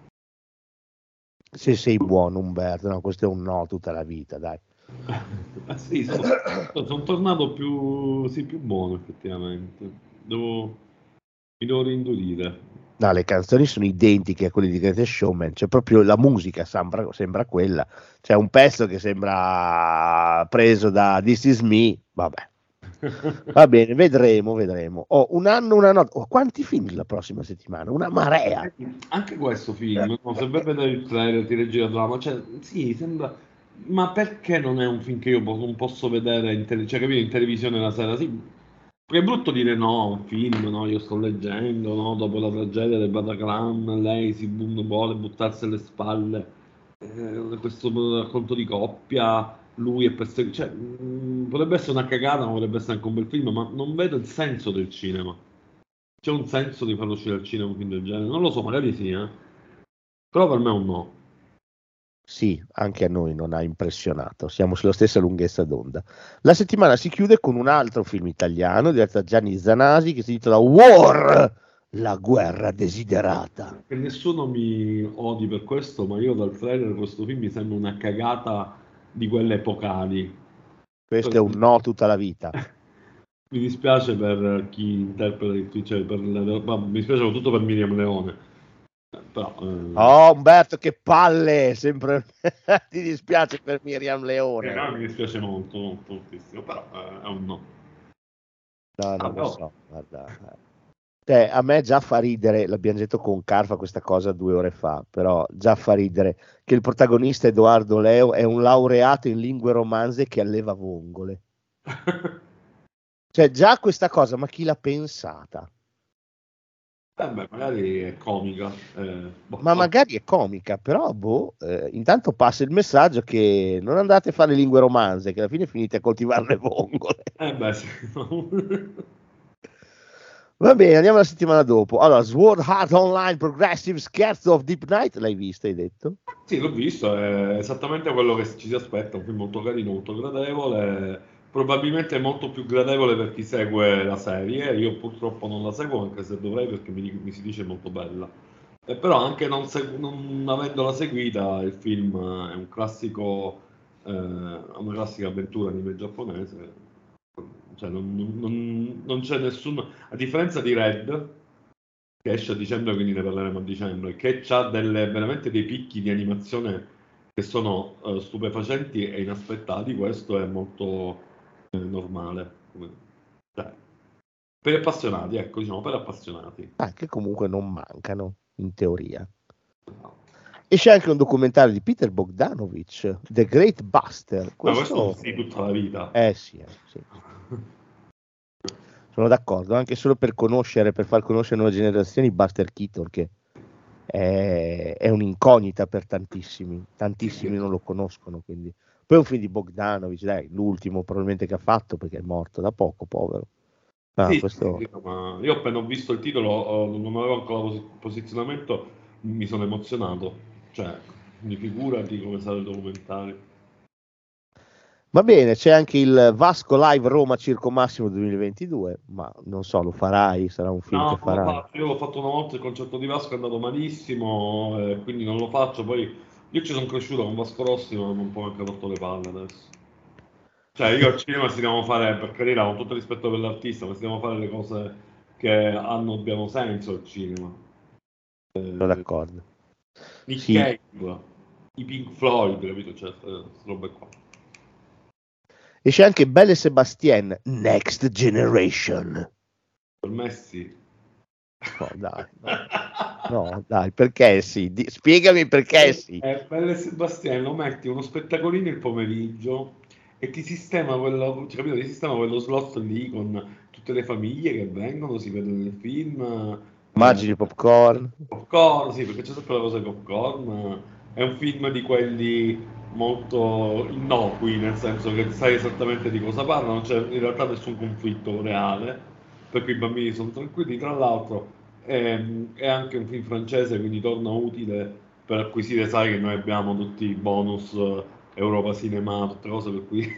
G: Se sei buono, Umberto, no, questo è un no tutta la vita, dai.
I: Eh sì, sono, sono tornato più, sì, più buono effettivamente. Devo, mi devo rinduire.
G: No, le canzoni sono identiche a quelle di Greatest Showman, c'è proprio la musica, sembra, sembra quella. C'è un pezzo che sembra preso da This Is Me, vabbè. Va bene, vedremo, vedremo. Ho un anno, una notte. Oh, quanti film la prossima settimana? Una marea.
I: Anche questo film, no, se vai a vedere il trailer ti leggi la trama, cioè, sì, sembra... Ma perché non è un film che io po- non posso vedere in, tele- cioè, capito, in televisione la sera? Sì, perché è brutto dire no, un film, no, io sto leggendo, no, dopo la tragedia del Bataclan, lei si bu- vuole buttarsi alle spalle, eh, questo racconto di coppia, lui è perseguito, cioè, mh, potrebbe essere una cagata, ma potrebbe essere anche un bel film, ma non vedo il senso del cinema. C'è un senso di farlo uscire al cinema un film del genere? Non lo so, magari sì, eh. Però per me è un no.
G: Sì, anche a noi non ha impressionato, siamo sulla stessa lunghezza d'onda. La settimana si chiude con un altro film italiano diretto da Gianni Zanasi che si intitola War, la guerra desiderata.
I: Che nessuno mi odi per questo, ma io dal trailer questo film mi sembra una cagata di quelle epocali.
G: Questo è un no tutta la vita.
I: Mi dispiace per chi interpreta il cioè per la- ma mi dispiace soprattutto per Miriam Leone. Però, eh,
G: Oh Umberto, che palle, sempre ti dispiace per Miriam Leone.
I: eh, no, mi dispiace molto, molto, moltissimo, però eh, è un no.
G: No,
I: Ah,
G: non lo
I: no.
G: so, guarda. Cioè, a me già fa ridere, l'abbiamo detto con Carfa questa cosa due ore fa, però già fa ridere che il protagonista Edoardo Leo è un laureato in lingue romanze che alleva vongole. Cioè, già questa cosa, ma chi l'ha pensata?
I: Eh beh, magari è comica. eh, boh,
G: Ma
I: no.
G: magari è comica, però boh, eh, intanto passa il messaggio che non andate a fare lingue romanze, che alla fine finite a coltivare le vongole.
I: Eh beh, sì, no.
G: Va bene, andiamo la settimana dopo. Allora, Sword Art Online Progressive Scherzo of Deep Night, l'hai visto, hai detto?
I: Sì, l'ho visto, è esattamente quello che ci si aspetta, un film molto carino, molto gradevole, probabilmente molto più gradevole per chi segue la serie. Io purtroppo non la seguo, anche se dovrei, perché mi, mi si dice molto bella. Eh, però anche non, segu- non avendola seguita, il film è un classico, eh, una classica avventura anime giapponese. Cioè, non, non- non c'è nessun... A differenza di Red, che esce a dicembre, quindi ne parleremo a dicembre, che ha delle, veramente dei picchi di animazione che sono eh, stupefacenti e inaspettati. Questo è molto eh, normale. come- cioè, per gli appassionati, ecco, diciamo, per appassionati.
G: Ah, che comunque non mancano, in teoria. Esce anche un documentario di Peter Bogdanovich, The Great Buster.
I: Ma
G: Questo...
I: questo sì, tutta la vita.
G: Eh sì, eh, sì. Sono d'accordo, anche solo per conoscere, per far conoscere nuove generazioni Buster Keaton, che è, è un'incognita per tantissimi, tantissimi non lo conoscono, quindi. Poi è un film di Bogdanovich, dai, l'ultimo probabilmente che ha fatto, perché è morto da poco, povero. Ah,
I: Sì,
G: questo...
I: sì, ma io appena ho visto il titolo, oh, non avevo ancora posi- posizionamento, mi sono emozionato. Cioè, mi figurati come sarà il documentario.
G: Va bene, c'è anche il Vasco Live Roma Circo Massimo duemilaventidue, ma non so, lo farai, sarà un film
I: No,
G: che
I: non lo
G: farai.
I: faccio. Io l'ho fatto una volta, il concerto di Vasco è andato malissimo, eh, quindi non lo faccio. Poi io ci sono cresciuto con Vasco Rossi, ma non può anche rotto le palle adesso. Cioè, io al cinema si devono fare, per carità, con tutto il rispetto per l'artista, ma si devono fare le cose che hanno, abbiano senso al cinema.
G: Sono d'accordo.
I: Nick
G: Sì.
I: Cave, i Pink Floyd, capito? Cioè, queste robe qua.
G: Esce anche Belle e Sebastien, Next Generation.
I: Per me sì.
G: No, dai, no, no, dai, perché sì? Di- spiegami perché sì.
I: Eh, Belle Sebastiano, lo metti uno spettacolino il pomeriggio e ti sistema quello, cioè, capito? Ti sistema quello slot lì con tutte le famiglie che vengono, si vedono il film.
G: Immagini
I: eh,
G: popcorn.
I: Popcorn, sì, perché c'è sempre la cosa di popcorn. È un film di quelli molto innocui, nel senso che sai esattamente di cosa parlano, non c'è in realtà nessun conflitto reale, per cui i bambini sono tranquilli. Tra l'altro è, è anche un film francese, quindi torna utile per acquisire, sai che noi abbiamo tutti i bonus eh, Europa Cinema, tutte cose per cui...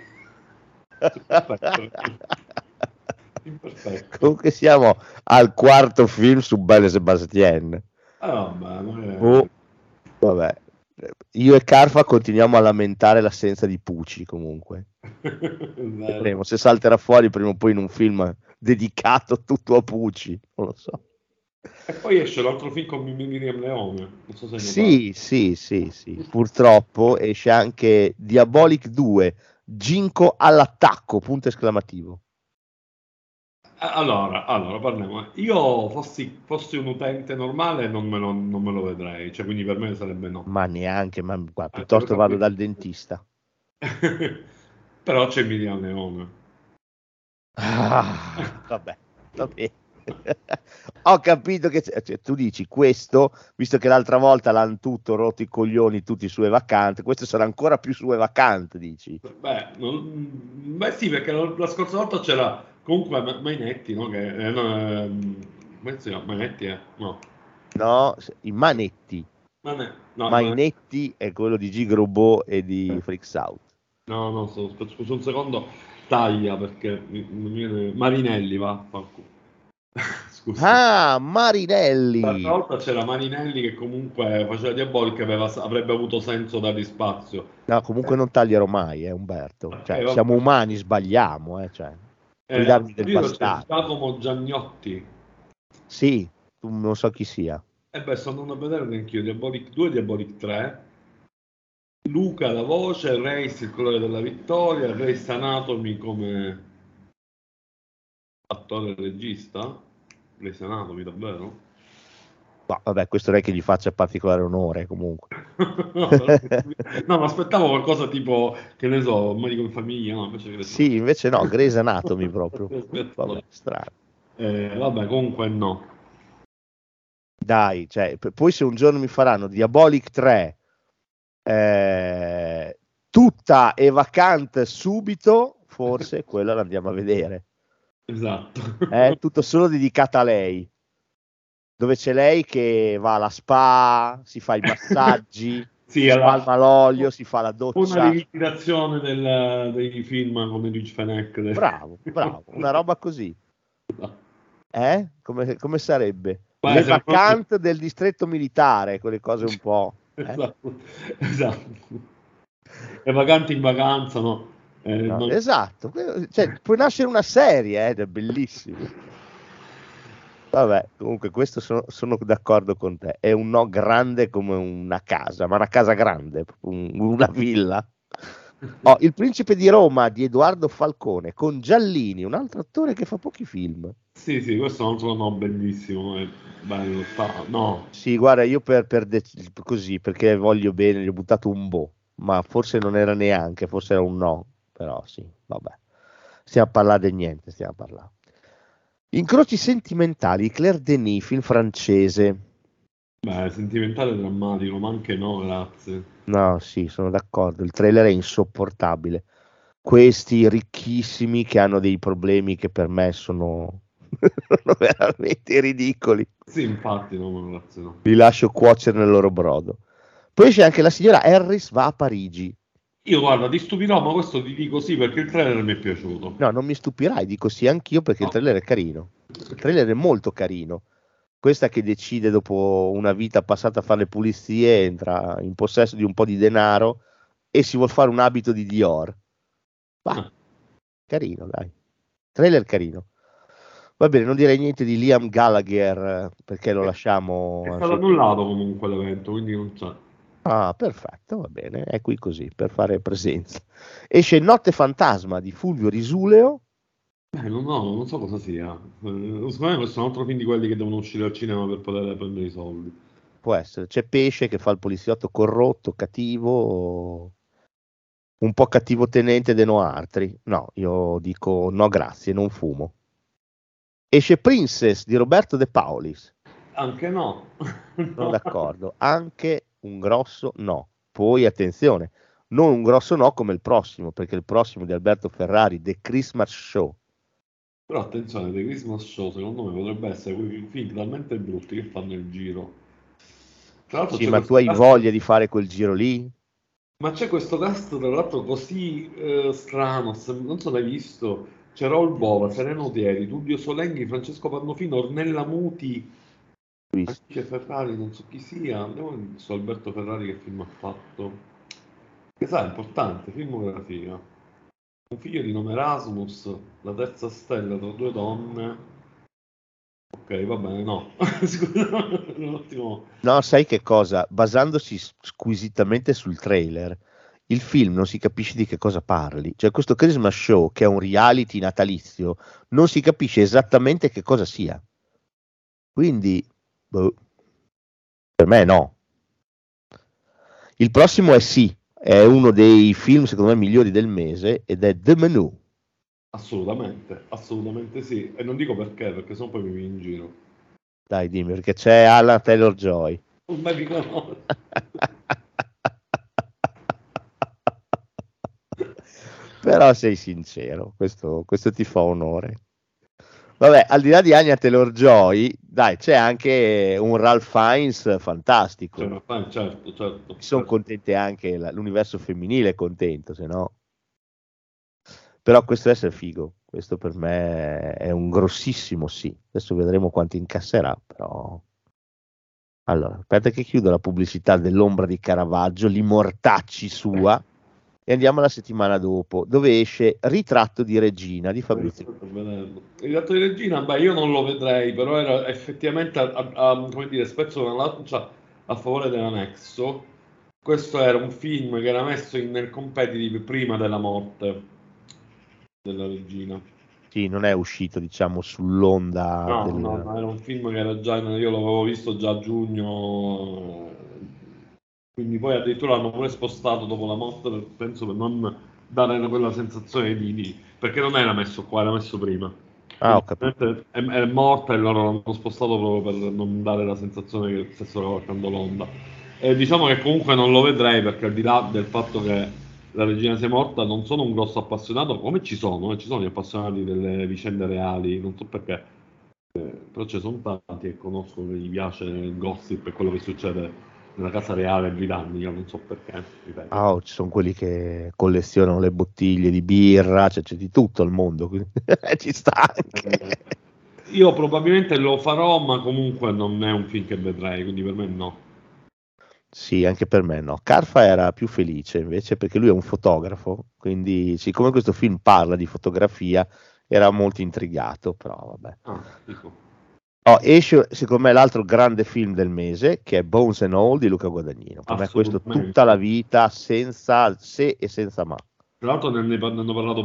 I: Imperfetto.
G: Comunque siamo al quarto film su Belle e Sebastien.
I: Ah, vabbè, ma è...
G: Oh, vabbè. Io e Carfa continuiamo a lamentare l'assenza di Pucci comunque. Vedremo se salterà fuori prima o poi in un film dedicato tutto a Pucci, non lo so.
I: E poi esce l'altro film con Miriam Leone. Non so se
G: sì, sì, sì, sì. Purtroppo esce anche Diabolic due, Ginko all'attacco, punto esclamativo.
I: Allora, allora parliamo. Io fossi, fossi un utente normale non me lo, non me lo vedrei, cioè quindi per me sarebbe no.
G: Ma neanche, ma guarda, piuttosto vado dal dentista.
I: Però c'è Miriam Leone.
G: Ah, vabbè, vabbè. Ho capito che cioè, tu dici questo, visto che l'altra volta l'hanno tutto rotto i coglioni tutti sue vacante, questo sarà ancora più sue vacante, dici?
I: Beh, non, beh sì, perché la, la scorsa volta c'era comunque Mainetti, no? Che, eh, no, ehm, come si chiama? Mainetti, eh? No.
G: No, i Manetti.
I: Mane, no,
G: Mainetti è quello di Gigrobo e di eh. Freaks Out.
I: No, no, scusa un secondo, taglia perché mi, mi viene... Marinelli, va, fa.
G: Scusa. Ah, Marinelli.
I: L'altra volta c'era Marinelli che comunque faceva Diabolic, aveva, avrebbe avuto senso dargli spazio.
G: No, comunque non taglierò mai, eh, Umberto. Cioè, eh, siamo umani, sbagliamo, eh, cioè.
I: Eh, darmi del bastardo. Giacomo Giagnotti.
G: Sì, non so chi sia.
I: E eh beh, sto andando a vedere neanch'io. Diabolic due, Diabolic tre. Luca la voce, Race il colore della vittoria, Race Anatomy come attore e regista. Race Anatomy davvero?
G: No, vabbè, questo non è che gli faccia particolare onore comunque.
I: no, no, ma aspettavo qualcosa tipo, che ne so, Medico in famiglia, no? Invece che
G: sì, invece no, Grey's Anatomy proprio. Vabbè, strano.
I: Eh, vabbè, comunque no.
G: Dai, cioè, p- poi se un giorno mi faranno Diabolic tre eh, tutta e vacante subito, forse quella l'andiamo a vedere.
I: Esatto.
G: È tutto solo dedicata a lei, dove c'è lei che va alla spa, si fa i massaggi,
I: sì,
G: si
I: alla...
G: palma l'olio, si fa la doccia.
I: Una rivisitazione del, dei film come Luigi Fenech. Del...
G: Bravo, bravo, una roba così. Eh? Come, come sarebbe?
I: Beh,
G: le vacante proprio... del distretto militare, quelle cose un po'. Eh?
I: Esatto, esatto. Le vacanti in vacanza, no? Eh,
G: no
I: non...
G: Esatto, cioè, può nascere una serie eh, ed è bellissimo. Vabbè, comunque questo sono, sono d'accordo con te, è un no grande come una casa, ma una casa grande, un, una villa. Oh, Il Principe di Roma di Edoardo Falcone con Giallini, un altro attore che fa pochi film.
I: Sì, sì, questo è un altro no bellissimo, è bello, sta... no.
G: Sì, guarda, io per, per de- così, perché voglio bene, gli ho buttato un boh, ma forse non era neanche, forse era un no, però sì, vabbè. Stiamo a parlare di niente, stiamo a parlare. Incroci sentimentali, Claire Denis, film francese.
I: Beh, sentimentale e drammatico, ma anche no, grazie.
G: No, sì, sono d'accordo, il trailer è insopportabile. Questi ricchissimi che hanno dei problemi che per me sono, sono veramente ridicoli.
I: Sì, infatti, no, grazie, no.
G: Li lascio cuocere nel loro brodo. Poi c'è anche la signora Harris va a Parigi.
I: Io guarda, ti stupirò, ma questo ti dico sì perché il trailer mi è piaciuto.
G: No, non mi stupirai, dico sì anch'io perché no. Il trailer è carino. Il trailer è molto carino. Questa che decide dopo una vita passata a fare le pulizie, entra in possesso di un po' di denaro e si vuol fare un abito di Dior. Va, ah. Carino, dai. Trailer carino. Va bene, non direi niente di Liam Gallagher perché lo lasciamo...
I: È stato annullato comunque l'evento, quindi non c'è.
G: Ah, perfetto, va bene, è qui così, per fare presenza. Esce Notte Fantasma di Fulvio Risuleo.
I: Eh, non, no, non so cosa sia. Eh, secondo me questo è un altro film di quelli che devono uscire al cinema per poter prendere i soldi.
G: Può essere. C'è Pesce che fa il poliziotto corrotto, cattivo, un po' cattivo tenente de no altri. No, io dico no grazie, non fumo. Esce Princess di Roberto De Paulis.
I: Anche no.
G: Sono d'accordo, anche un grosso no. Poi attenzione, non un grosso no come il prossimo, perché il prossimo di Alberto Ferrari, The Christmas Show.
I: Però attenzione, The Christmas Show secondo me potrebbe essere quei film talmente brutti che fanno il giro. Tra l'altro
G: Sì,
I: c'è
G: ma
I: questo
G: tu hai
I: cast-
G: voglia di fare quel giro lì?
I: Ma c'è questo cast, tra l'altro, così eh, strano, se- non so se l'hai visto. C'è Raul Bova, Sereno Tieri, Tullio Solenghi, Francesco Pannofino, Ornella Muti,
G: Visto.
I: Alice Ferrari, non so chi sia. Andiamo a vedere su Alberto Ferrari che film ha fatto. Che sa, è importante, filmografia. Un figlio di nome Erasmus, La terza stella tra due donne. Ok, va bene, no. Scusa, un attimo.
G: No, sai che cosa? Basandosi squisitamente sul trailer, il film non si capisce di che cosa parli. Cioè, questo Christmas Show, che è un reality natalizio, non si capisce esattamente che cosa sia. Quindi, boh, per me no. Il prossimo è sì, è uno dei film secondo me migliori del mese ed è The Menu.
I: Assolutamente, assolutamente sì. E non dico perché, perché sennò poi mi vieni in giro.
G: Dai, dimmi, perché c'è Anna Taylor-Joy.
I: Non mi riconosco.
G: Però sei sincero, questo, questo ti fa onore. Vabbè, al di là di Anya Taylor-Joy, dai, c'è anche un Ralph Fiennes fantastico.
I: Cioè, ma- certo, certo.
G: Sono
I: certo.
G: contente anche la- l'universo femminile è contento, se no. Però questo essere figo, questo per me è un grossissimo sì. Adesso vedremo quanto incasserà, però. Allora, aspetta che chiudo la pubblicità dell'ombra di Caravaggio, li mortacci sua, e andiamo alla settimana dopo, dove esce Ritratto di Regina di Fabrizio.
I: Il ritratto di Regina, beh, io non lo vedrei, però era effettivamente a, a- a- come dire, spezzo una lancia a favore dell'Anexo. Questo era un film che era messo in- nel competitive prima della morte della regina.
G: Sì, non è uscito, diciamo, sull'onda
I: No,
G: del...
I: no, no, era un film che era già, io l'avevo visto già a giugno, quindi poi addirittura l'hanno pure spostato dopo la morte, per- penso per non dare quella sensazione di, di- perché non era messo qua, era messo prima.
G: Ah, ho capito.
I: Quindi, È, è morta e loro l'hanno spostato proprio per non dare la sensazione che stessero cavalcando l'onda. E diciamo che comunque non lo vedrei perché al di là del fatto che la regina sia morta, non sono un grosso appassionato, come ci sono, eh, ci sono gli appassionati delle vicende reali, non so perché, eh, però ci sono tanti che conosco che gli piace il gossip e quello che succede nella casa reale britannica, non so perché, ripeto.
G: Ah, oh, ci sono quelli che collezionano le bottiglie di birra, cioè c'è di tutto al mondo, quindi ci sta anche.
I: Eh, io probabilmente lo farò, ma comunque non è un film che vedrei, quindi per me no.
G: Sì, anche per me no. Carfa era più felice invece perché lui è un fotografo, quindi siccome questo film parla di fotografia era molto intrigato, però vabbè.
I: Ah, dico.
G: Oh, esce secondo me l'altro grande film del mese che è Bones and All di Luca Guadagnino. Per me questo
I: Assolutamente.
G: tutta la vita senza se e senza ma.
I: Tra l'altro ne, ne hanno parlato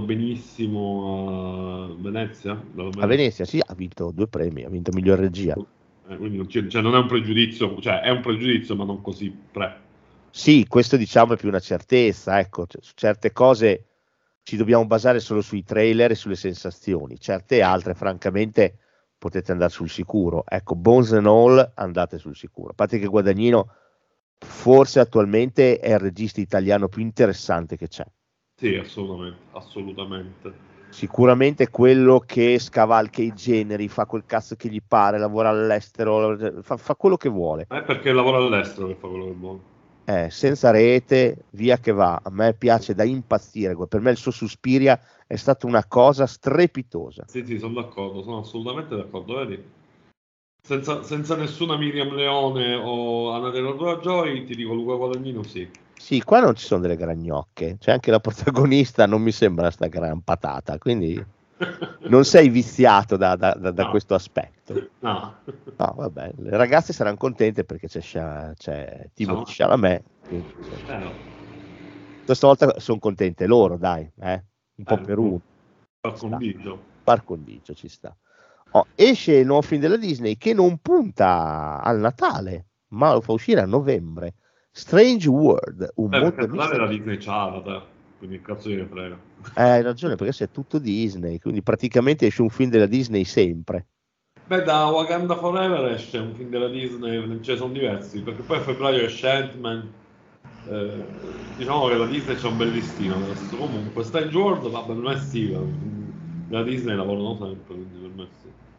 I: benissimo a Venezia. da
G: A Venezia sì, ha vinto due premi, ha vinto miglior regia.
I: Eh, quindi non, c'è- cioè, non è un pregiudizio, cioè è un pregiudizio, ma non così pre.
G: Sì, questo diciamo è più una certezza, ecco, cioè, su certe cose ci dobbiamo basare solo sui trailer e sulle sensazioni, certe altre francamente potete andare sul sicuro. Ecco, Bones and All andate sul sicuro. A parte che Guadagnino forse attualmente è il regista italiano più interessante che c'è.
I: Sì, assolutamente, assolutamente.
G: Sicuramente quello che scavalca i generi, fa quel cazzo che gli pare, lavora all'estero, fa, fa quello che vuole.
I: È perché lavora all'estero che fa quello che vuole.
G: Eh, senza rete, via che va. A me piace da impazzire. Per me il suo Suspiria è stata una cosa strepitosa.
I: Sì, sì, sono d'accordo, sono assolutamente d'accordo, vedi? Senza, senza nessuna Miriam Leone o Anna Taylor-Joy, ti dico Luca Guadagnino sì.
G: Sì, qua non ci sono delle gragnocche, c'è anche la protagonista, non mi sembra sta gran patata, quindi non sei viziato da, da, da, da
I: No.
G: questo aspetto.
I: No.
G: No, vabbè, le ragazze saranno contente perché c'è, Sha- c'è Timothée
I: No.
G: Chalamet. Quindi, insomma,
I: Eh, no.
G: questa volta sono contente loro, dai, eh? Un po'
I: Eh,
G: per uno.
I: Par
G: Sta.
I: condicio.
G: Par condicio, ci sta. Oh, esce il nuovo film della Disney che non punta al Natale, ma lo fa uscire a novembre. Strange World, un
I: Eh,
G: mondo
I: perché tra l'altro la
G: misterioso.
I: Disney c'ha Avatar, quindi che cazzo gliene frega.
G: Eh, hai ragione, perché se è tutto Disney, quindi praticamente esce un film della Disney sempre.
I: Beh, da Wakanda Forever esce un film della Disney, ce ne sono diversi, perché poi a febbraio esce Ant-Man. Eh, diciamo che la Disney c'è un bel listino adesso. Comunque, Strange World, vabbè, per me sì, la- la Disney lavorano sempre, quindi per me sì.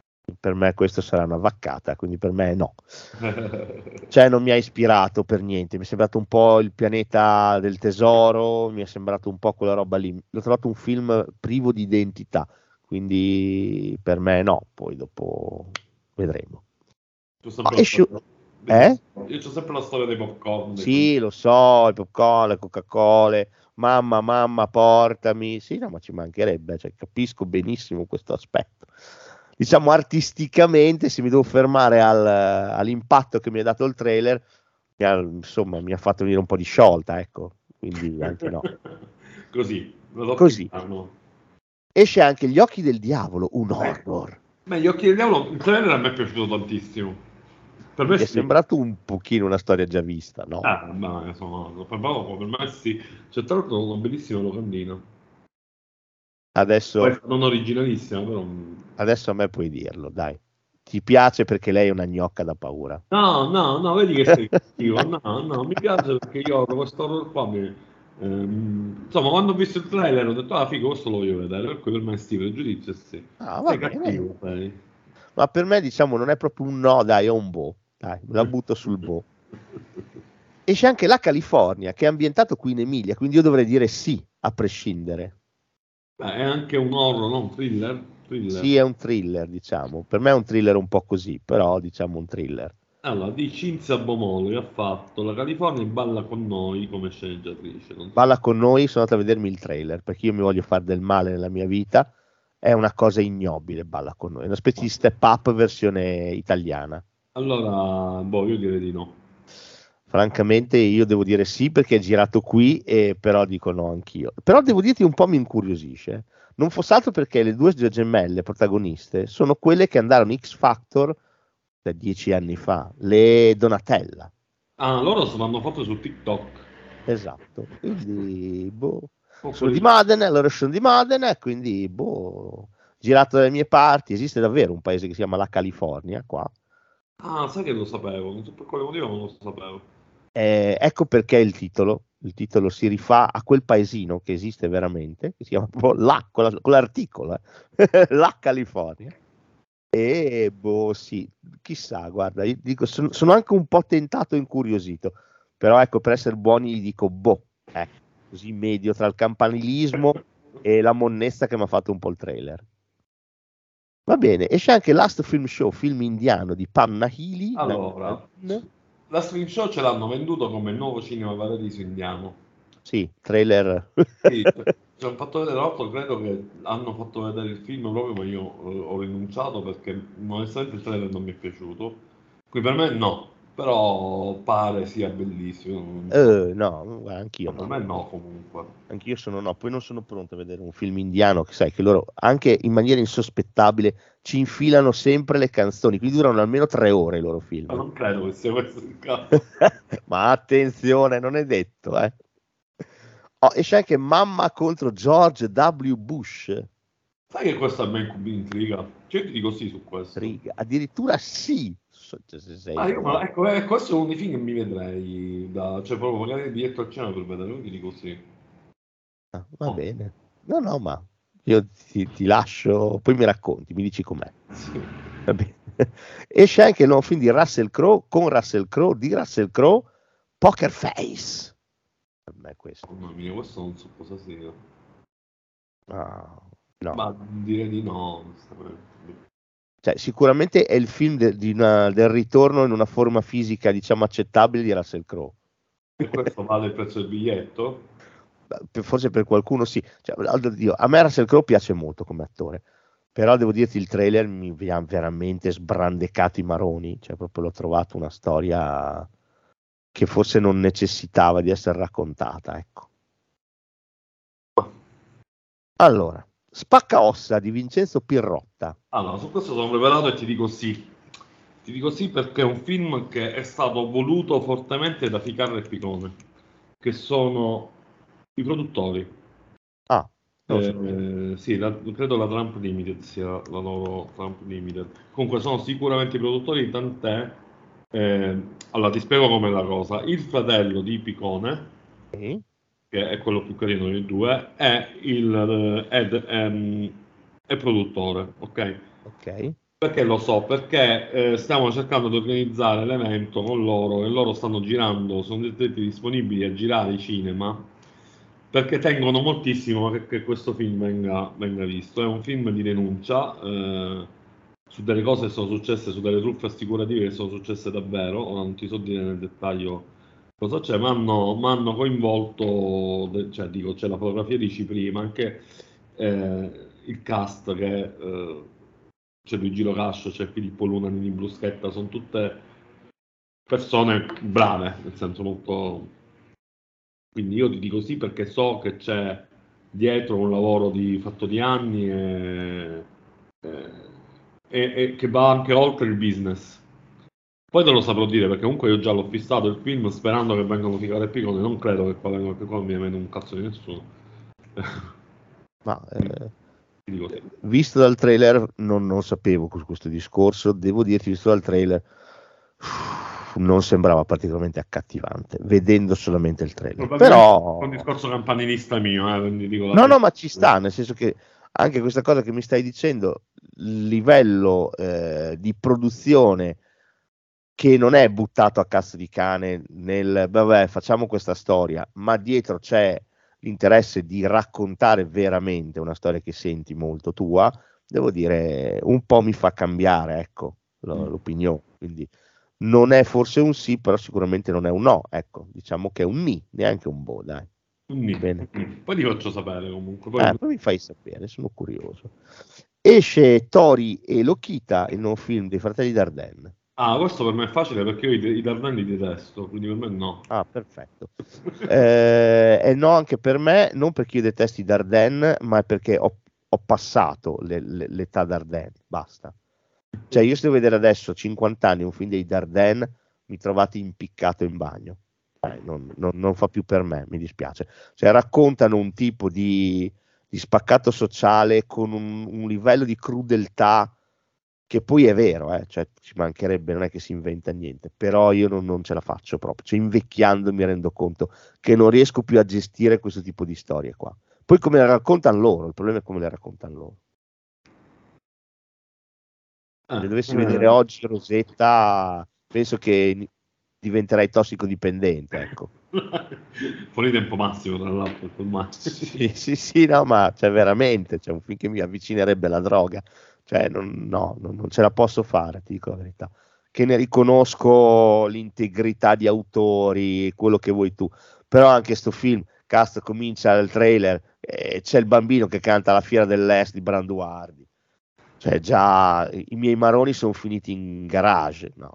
G: per me questo sarà una vaccata, quindi per me no. Cioè non mi ha ispirato per niente, mi è sembrato un po' il pianeta del tesoro, mi è sembrato un po' quella roba lì, l'ho trovato un film privo di identità, quindi per me no, poi dopo vedremo.
I: Ma
G: esce... eh?
I: Io c'ho sempre la storia dei popcorn.
G: Sì, lo so, i popcorn, le Coca-Cola, mamma, mamma, portami. Sì, no, ma ci mancherebbe, cioè, capisco benissimo questo aspetto. Diciamo artisticamente, se mi devo fermare al, all'impatto che mi ha dato il trailer, mi ha, insomma, mi ha fatto venire un po' di sciolta, ecco, quindi anche no.
I: Così,
G: Così. Esce anche Gli occhi del diavolo, un horror.
I: Beh, Gli occhi del diavolo, il trailer a me è piaciuto tantissimo. Per me
G: mi è
I: sì.
G: sembrato un pochino una storia già vista, no?
I: Ah, ma insomma, per me, per me sì. C'è tra l'altro una bellissima locandina.
G: Adesso,
I: Poi non originalissima, però.
G: Adesso a me puoi dirlo, dai. Ti piace perché lei è una gnocca da paura?
I: No, no, no, vedi che sei cattivo. No, no, mi piace perché io questo horror qua mi, ehm, insomma, quando ho visto il trailer ho detto, ah, figo, questo lo voglio vedere, per cui per me Steve il giudizio è sì.
G: Ah, va
I: sei
G: bene.
I: cattivo, sei.
G: Ma per me, diciamo, non è proprio un no, dai, è un boh. Dai, me la butto sul boh. Esce anche La California, che è ambientato qui in Emilia, quindi io dovrei dire sì, a prescindere.
I: Beh, è anche un horror, no? Un thriller? thriller.
G: Sì, è un thriller, diciamo. Per me è un thriller un po' così, però diciamo un thriller.
I: Allora, di Cinzia Bomolo ha fatto La California balla con noi come sceneggiatrice. Non so.
G: Balla con noi, sono andato a vedermi il trailer, perché io mi voglio fare del male nella mia vita. È una cosa ignobile, Balla con noi. È una specie di step up versione italiana.
I: Allora, boh, io direi di no.
G: Francamente io devo dire sì perché è girato qui, e però dico no anch'io. Però devo dirti un po' mi incuriosisce. Non fosse altro perché le due gemelle protagoniste sono quelle che andarono in X Factor da dieci anni fa, le Donatella.
I: Ah, loro sono, hanno fatto su TikTok.
G: Esatto, quindi boh. Sono di Modena, loro sono di Modena, quindi boh, girato dalle mie parti. Esiste davvero un paese che si chiama La California qua.
I: Ah, sai che lo sapevo, non so per quale motivo non lo sapevo.
G: Eh, ecco perché il titolo, il titolo si rifà a quel paesino che esiste veramente, che si chiama proprio La, con, la, con l'articolo, eh? La California. E boh, sì, chissà, guarda, io dico, sono, sono anche un po' tentato e incuriosito, però ecco, per essere buoni gli dico boh, ecco, così medio tra il campanilismo e la monnezza che mi ha fatto un po' il trailer. Va bene, esce anche Last Film Show, film indiano di Panna Healy.
I: Allora, la Stream Show ce l'hanno venduto come il nuovo cinema paradiso indiano.
G: Sì, trailer.
I: Sì, ci hanno fatto vedere l'altro, credo che hanno fatto vedere il film proprio, ma io ho rinunciato perché onestamente il trailer non mi è piaciuto. Qui per me no, però pare sia bellissimo.
G: Eh, no, anch'io
I: per
G: no.
I: me no comunque.
G: Anch'io sono no, poi non sono pronto a vedere un film indiano che sai che loro anche in maniera insospettabile ci infilano sempre le canzoni, quindi durano almeno tre ore i loro film.
I: Ma non credo che sia questo il caso.
G: Ma attenzione, non è detto, eh. Oh, esce anche Mamma contro George W. Bush.
I: Sai che questo a me intriga? Cioè ti dico sì su questo.
G: Intriga. Addirittura sì. Cioè, se sei
I: ah, io, ma, ecco, eh, questo è uno dei film che mi vedrei da, cioè proprio magari il biglietto al cinema per vedere, quindi dico sì.
G: Ah, va oh. bene. No, no, ma io ti, ti lascio, poi mi racconti, mi dici com'è.
I: Sì.
G: Va bene. Esce anche il nuovo film di Russell Crowe, con Russell Crowe, di Russell Crowe, Poker Face. Per me questo.
I: Mamma mia, questo non so cosa sia.
G: Ah, no.
I: Ma direi di no.
G: Cioè, sicuramente è il film de, di una, del ritorno in una forma fisica, diciamo, accettabile di Russell Crowe.
I: E questo vale il prezzo del biglietto?
G: Forse per qualcuno sì. Cioè, oddio, a me Russell Crowe piace molto come attore, però devo dirti il trailer mi ha veramente sbrandecato i maroni, cioè proprio l'ho trovato una storia che forse non necessitava di essere raccontata, ecco. Allora, Spaccaossa di Vincenzo Pirrotta.
I: Allora, su questo sono preparato e ti dico sì. Ti dico sì perché è un film che è stato voluto fortemente da Ficarra e Picone, che sono i produttori.
G: Ah,
I: eh, sì, la, credo la Trump Limited sia la loro Trump Limited. Comunque sono sicuramente i produttori, tant'è. Eh, allora ti spiego com'è la cosa. Il fratello di Picone,
G: sì,
I: che è quello più carino dei due, è il ed, um, è produttore, ok?
G: Ok.
I: Perché lo so? Perché eh, stiamo cercando di organizzare l'evento con loro e loro stanno girando, sono detti disponibili a girare i cinema perché tengono moltissimo che, che questo film venga, venga visto. È un film di denuncia eh, su delle cose che sono successe, su delle truffe assicurative che sono successe davvero. Ora non ti so dire nel dettaglio cosa c'è, ma hanno, ma hanno coinvolto, de- cioè dico, c'è la fotografia di Cipri, ma anche eh, il cast che eh, c'è Luigi Locascio, c'è Filippo Luna, Nini Bruschetta, sono tutte persone brave, nel senso molto... Quindi io ti dico sì perché so che c'è dietro un lavoro di, fatto di anni e, e, e che va anche oltre il business. Poi te lo saprò dire perché comunque io già l'ho fissato il film sperando che vengano Ficare e Picone, non credo che qua vengano che qua non mi viene un cazzo di nessuno.
G: Ma eh,
I: Ti dico sì.
G: visto dal trailer non, non sapevo su questo discorso, devo dirti, visto dal trailer uff, non sembrava particolarmente accattivante vedendo solamente il trailer, però
I: è un discorso campanilista mio, eh, quindi dico la
G: no
I: verità.
G: no ma ci sta, nel senso che anche questa cosa che mi stai dicendo, il livello eh, di produzione che non è buttato a cazzo di cane nel vabbè facciamo questa storia, ma dietro c'è l'interesse di raccontare veramente una storia che senti molto tua, devo dire un po' mi fa cambiare, ecco, lo, l'opinione, quindi non è forse un sì, però sicuramente non è un no, ecco, diciamo che è un ni, neanche un boh, dai. Bene.
I: Poi ti faccio sapere comunque. Poi...
G: Eh, poi mi fai sapere, sono curioso. Esce Tori e Lokita, il nuovo film dei fratelli Dardenne.
I: Ah, questo per me è facile perché io i, i Dardenne li detesto, quindi per me no.
G: Ah, perfetto. eh, e no anche per me, non perché io detesto i Dardenne, ma perché ho, ho passato le, le, l'età Dardenne, basta. Cioè io se devo vedere adesso cinquanta anni un film dei Dardenne, mi trovate impiccato in bagno. Eh, non, non, non fa più per me, mi dispiace. Cioè raccontano un tipo di, di spaccato sociale con un, un livello di crudeltà che poi è vero, eh? Cioè, ci mancherebbe, non è che si inventa niente, però io non, non ce la faccio proprio, cioè, invecchiando mi rendo conto che non riesco più a gestire questo tipo di storie qua. Poi come le raccontano loro, il problema è come le raccontano loro. Se le dovessi vedere oggi Rosetta, penso che diventerai tossicodipendente, ecco.
I: Fuori tempo massimo, tra l'altro.
G: Sì, sì, sì, no, ma cioè, veramente, c'è un film che mi avvicinerebbe alla droga. Cioè, non, no, non, non ce la posso fare, ti dico la verità. Che ne riconosco l'integrità di autori, quello che vuoi tu. Però anche sto film, cast comincia il trailer, e c'è il bambino che canta La Fiera dell'Est di Branduardi. Cioè, già i miei maroni sono finiti in garage, no.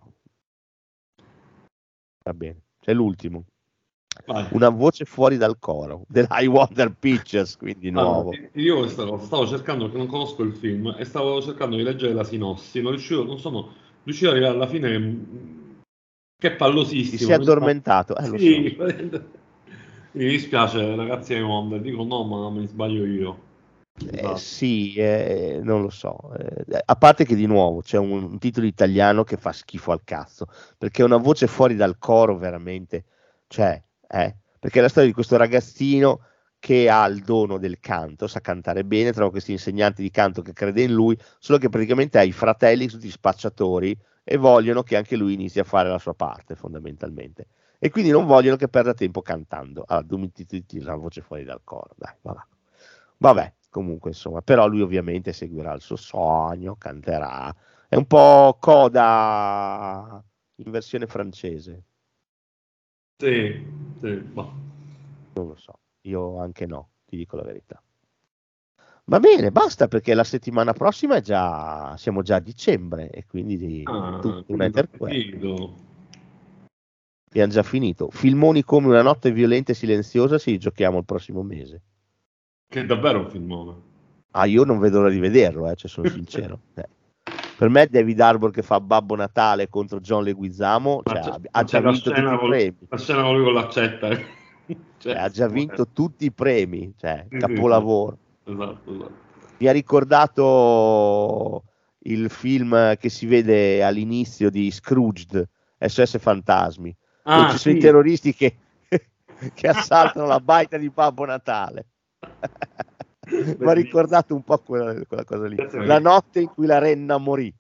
G: Va bene, c'è l'ultimo.
I: Vai.
G: Una voce fuori dal coro dell'High Water Pictures, quindi nuovo.
I: Allora, io stavo, stavo cercando, perché non conosco il film, e stavo cercando di leggere la sinossi, non riuscivo, non sono riuscito ad arrivare alla fine, che è pallosissimo.
G: Ti sei addormentato? Eh,
I: sì,
G: lo so.
I: Mi dispiace ragazzi di Wonder, dico no, ma mi sbaglio io.
G: Eh, sì, eh, non lo so. Eh, a parte che di nuovo c'è un, un titolo italiano che fa schifo al cazzo, perché è una voce fuori dal coro veramente, cioè, eh, perché è la storia di questo ragazzino che ha il dono del canto, sa cantare bene, trova questi insegnanti di canto che crede in lui, solo che praticamente ha i fratelli tutti spacciatori e vogliono che anche lui inizi a fare la sua parte fondamentalmente, e quindi non vogliono che perda tempo cantando. Allora, tu mi titoli la voce fuori dal coro, dai, vabbè. Vabbè, comunque insomma, però lui ovviamente seguirà il suo sogno, canterà, è un po' Coda in versione francese.
I: Sì, sì, ma...
G: non lo so, io anche no, ti dico la verità. Va bene, basta, perché la settimana prossima è già, siamo già a dicembre e quindi di,
I: ah,
G: tutto un Etherquest.
I: finito.
G: Abbiamo già finito. Filmoni come Una notte violenta e silenziosa si giochiamo il prossimo mese.
I: Che è davvero un filmone.
G: Ah, io non vedo l'ora di vederlo, eh, cioè sono sincero. Eh. Per me David Harbour che fa Babbo Natale contro John Leguizamo, cioè, ha, ha già vinto tutti
I: col,
G: i premi.
I: La scena con lui con l'accetta. Eh.
G: Cioè, ha già vinto tutti i premi, cioè,
I: sì,
G: capolavoro.
I: Sì, esatto, esatto.
G: Mi ha ricordato il film che si vede all'inizio di Scrooged, S O S Fantasmi.
I: Ah,
G: ci
I: sì.
G: sono i terroristi che, che assaltano la baita di Babbo Natale. Mi ha ricordato un po' quella, quella cosa lì. La notte in cui la renna morì.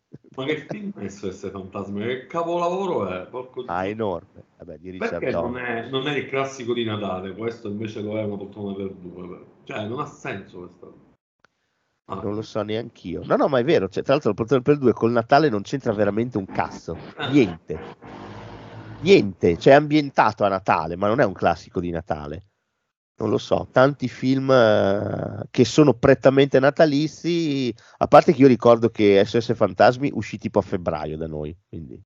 I: Ma che film è S O S Fantasmi? Che capolavoro è? Porco
G: Ah,
I: Dio.
G: enorme. Vabbè, di Richard
I: Perché non
G: Donner.
I: è, non è il classico di Natale, questo invece lo è una poltrona per due. Cioè, non ha senso questa. Ah,
G: Non lo so neanch'io. No, no, ma è vero. Cioè, tra l'altro, il Poltrone per due col Natale non c'entra veramente un cazzo. Niente. Niente. Cioè, è ambientato a Natale, ma non è un classico di Natale. Non lo so. Tanti film eh, che sono prettamente natalizi. A parte che io ricordo che S O S Fantasmi uscì tipo a febbraio da noi. Quindi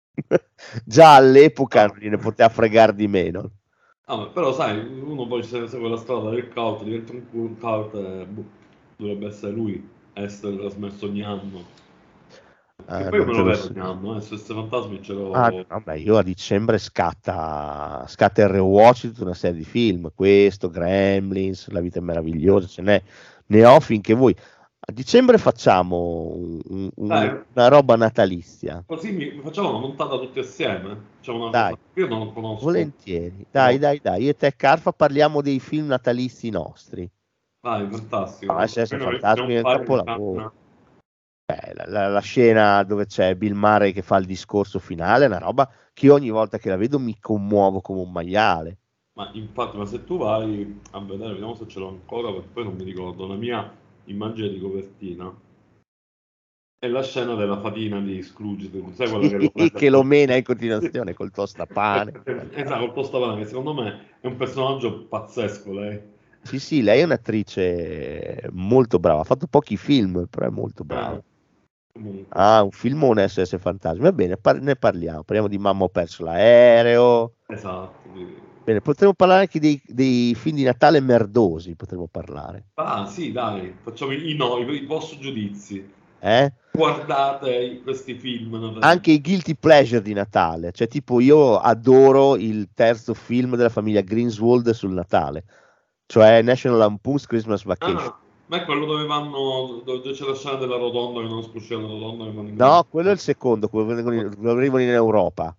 G: già all'epoca non gliene poteva fregare di meno.
I: Ah, però sai, uno poi se segue la strada del cult, diventa un cult, cult eh, boh, dovrebbe essere lui a essere trasmesso ogni anno.
G: Eh,
I: E poi
G: non
I: me
G: te
I: lo
G: lo
I: vedo
G: so.
I: ogni anno, eh, S O S Fantasmi ce l'ho...
G: Ah, vabbè, io a dicembre scatta, scatta il rewatch di tutta una serie di film, questo, Gremlins, La vita è meravigliosa, ce n'è, ne ho finché voi. A dicembre facciamo un- un-
I: Dai.
G: una roba natalizia,
I: Così mi facciamo una montata tutti assieme. Facciamo una
G: Dai.
I: cosa. Io non lo conosco.
G: volentieri. Dai,
I: No.
G: dai, dai, io e te Carfa parliamo dei film natalizi nostri.
I: Dai, fantastico.
G: No, S O S
I: Almeno
G: Fantasmi
I: ne
G: è
I: ho
G: un
I: fare
G: capolavoro.
I: una-
G: Beh, la, la- la scena dove c'è Bill Murray che fa il discorso finale è una roba che io ogni volta che la vedo mi commuovo come un maiale.
I: Ma infatti, ma se tu vai a vedere, vediamo se ce l'ho ancora, perché poi non mi ricordo, la mia immagine di copertina è la scena della fatina di Scrooge, sai quella che lo prende-
G: che lo mena in continuazione col tostapane.
I: Esatto, col tostapane, che secondo me è un personaggio pazzesco lei.
G: Sì, sì, lei è un'attrice molto brava, ha fatto pochi film, però è molto brava.
I: Eh, comunque.
G: Ah, un filmone S O S Fantasmi. Va bene, par- ne parliamo. Parliamo di Mamma ho perso l'aereo.
I: Esatto. sì.
G: Bene, potremmo parlare anche dei, dei film di Natale merdosi, potremmo parlare.
I: Ah, sì, dai, facciamo i, i no, i, i vostri giudizi.
G: Eh?
I: Guardate questi film.
G: Anche i guilty pleasure di Natale, cioè tipo io adoro il terzo film della famiglia Greenswald sul Natale, cioè National Lampoon's Christmas Vacation.
I: Ah, ma è quello dove vanno, dove c'è la scena della rotonda che non sposcia la rotonda che vanno in
G: No, quello è il secondo, quello che vengono in- quello che arrivano in Europa.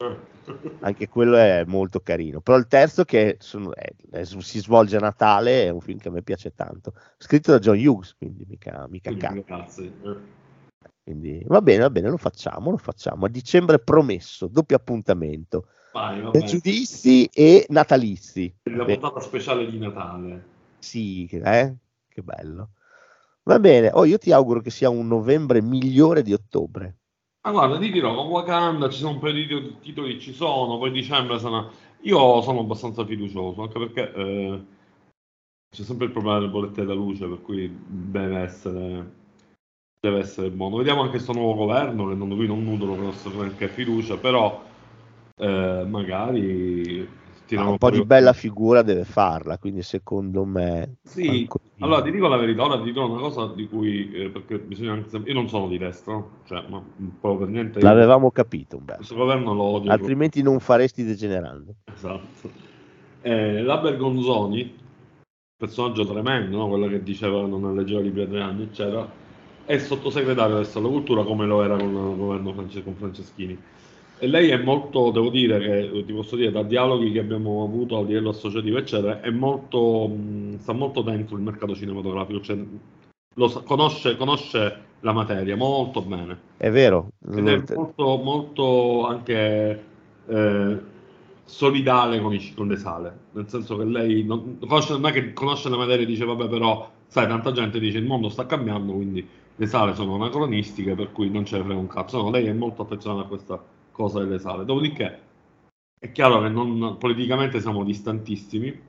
G: Anche quello è molto carino, però il terzo che sono- è- è- si svolge a Natale è un film che a me piace tanto, scritto da John Hughes, quindi mica, mica
I: Quindi,
G: cazzo.
I: ragazzi, eh.
G: Quindi va bene, va bene, lo facciamo, lo facciamo. A dicembre promesso, doppio appuntamento.
I: Vai, va bene.
G: Giudizi e natalizi.
I: La
G: Beh,
I: puntata speciale di Natale.
G: sì, che- eh? Che bello. Va bene, oh, io ti auguro che sia un novembre migliore di ottobre.
I: Ma guarda, ti dirò, con Wakanda ci sono un paio di titoli- titoli, ci sono, poi dicembre sarà... Io sono abbastanza fiducioso, anche perché eh, c'è sempre il problema delle bollette della luce, per cui deve essere, deve essere buono. Vediamo anche questo nuovo governo, che non, qui non nutrono neanche fiducia, però eh, magari
G: Ma
I: tirano
G: un po' di
I: fuori-
G: bella figura deve farla, quindi secondo me...
I: Sì,
G: qualcosina.
I: allora ti dico la verità, ora ti dico una cosa di cui, eh, perché bisogna anche sem- io non sono di destra, no? Cioè, ma un po' per niente, io
G: L'avevamo capito, Umberto.
I: questo governo lo odio.
G: Altrimenti non faresti degenerando.
I: Esatto. Eh, la Bergonzoni, personaggio tremendo, no? Quello che diceva che non leggeva libri a tre anni, eccetera, è sottosegretario adesso alla cultura come lo era con il governo France- con Franceschini. E lei è molto, devo dire che, ti posso dire, da dialoghi che abbiamo avuto a livello associativo, eccetera, è molto, mh, sta molto dentro il mercato cinematografico, cioè lo sa- conosce, conosce la materia molto bene.
G: È vero.
I: Ed è molto, molto anche eh, solidale con, i, con le sale, nel senso che lei non, conosce, non è che conosce la materia e dice vabbè, però sai, tanta gente dice il mondo sta cambiando, quindi le sale sono anacronistiche, per cui non ce ne frega un cazzo. No, lei è molto affezionata a questa cosa delle sale. Dopodiché è chiaro che non, politicamente siamo distantissimi.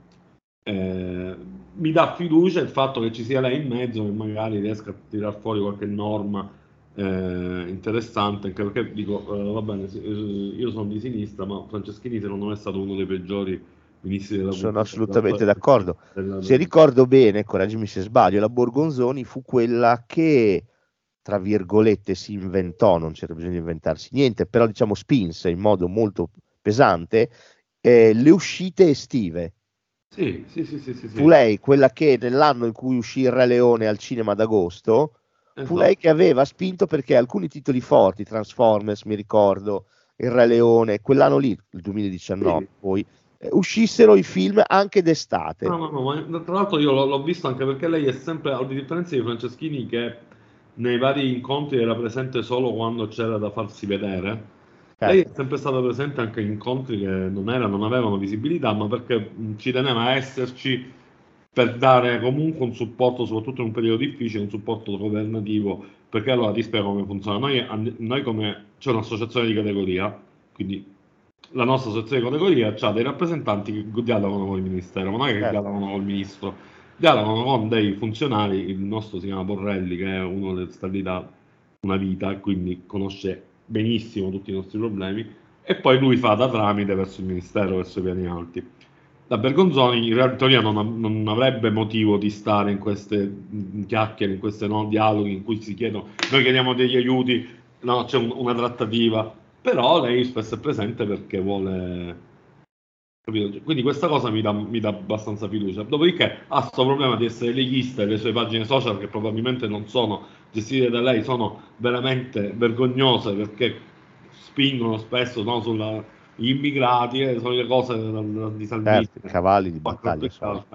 I: Eh, mi dà fiducia il fatto che ci sia lei in mezzo, che magari riesca a tirar fuori qualche norma eh, interessante, anche perché dico, eh, va bene, sì, eh, io sono di sinistra, ma Franceschini secondo me è stato uno dei peggiori ministri della
G: Sono
I: cultura,
G: assolutamente
I: della-
G: d'accordo.
I: della-
G: Se ricordo bene, correggimi se sbaglio, la Borgonzoni fu quella che, tra virgolette, si inventò, non c'era bisogno di inventarsi niente, però diciamo spinse in modo molto pesante eh, le uscite estive.
I: Sì, sì, sì, sì, sì, sì.
G: Fu lei quella che nell'anno in cui uscì Il Re Leone al cinema ad agosto, fu
I: Esatto.
G: lei che aveva spinto perché alcuni titoli forti, Transformers, mi ricordo, Il Re Leone, quell'anno lì, il duemiladiciannove,
I: Sì.
G: poi, eh, uscissero i film anche d'estate.
I: No, no, no, ma tra l'altro io l'ho, l'ho visto anche perché lei è sempre, a differenza di Franceschini che nei vari incontri era presente solo quando c'era da farsi vedere. Lei è sempre stata presente anche in incontri che non erano, non avevano visibilità, ma perché ci teneva a esserci per dare comunque un supporto, soprattutto in un periodo difficile, un supporto governativo, perché allora ti spiego come funziona. Noi, noi come c'è un'associazione di categoria, quindi la nostra associazione di categoria ha dei rappresentanti che dialogano con il ministero, ma non è che
G: Certo.
I: dialogano con il ministro, dialogano con dei funzionari. Il nostro si chiama Borrelli, che è uno che sta lì da una vita e quindi conosce benissimo tutti i nostri problemi, e poi lui fa da tramite verso il ministero, verso i piani alti. La Bergonzoni in realtà non, non avrebbe motivo di stare in queste chiacchiere, in questi no, dialoghi in cui si chiedono, noi chiediamo degli aiuti, no, c'è un, una trattativa, però lei spesso è presente perché vuole, capito? Quindi questa cosa mi dà, mi dà abbastanza fiducia. Dopodiché ha questo problema di essere leghista e le sue pagine social, che probabilmente non sono gestite da lei, sono veramente vergognose perché spingono spesso, no, sulla gli immigrati, eh, sono le cose di Salvini,
G: certo, cavalli di battaglia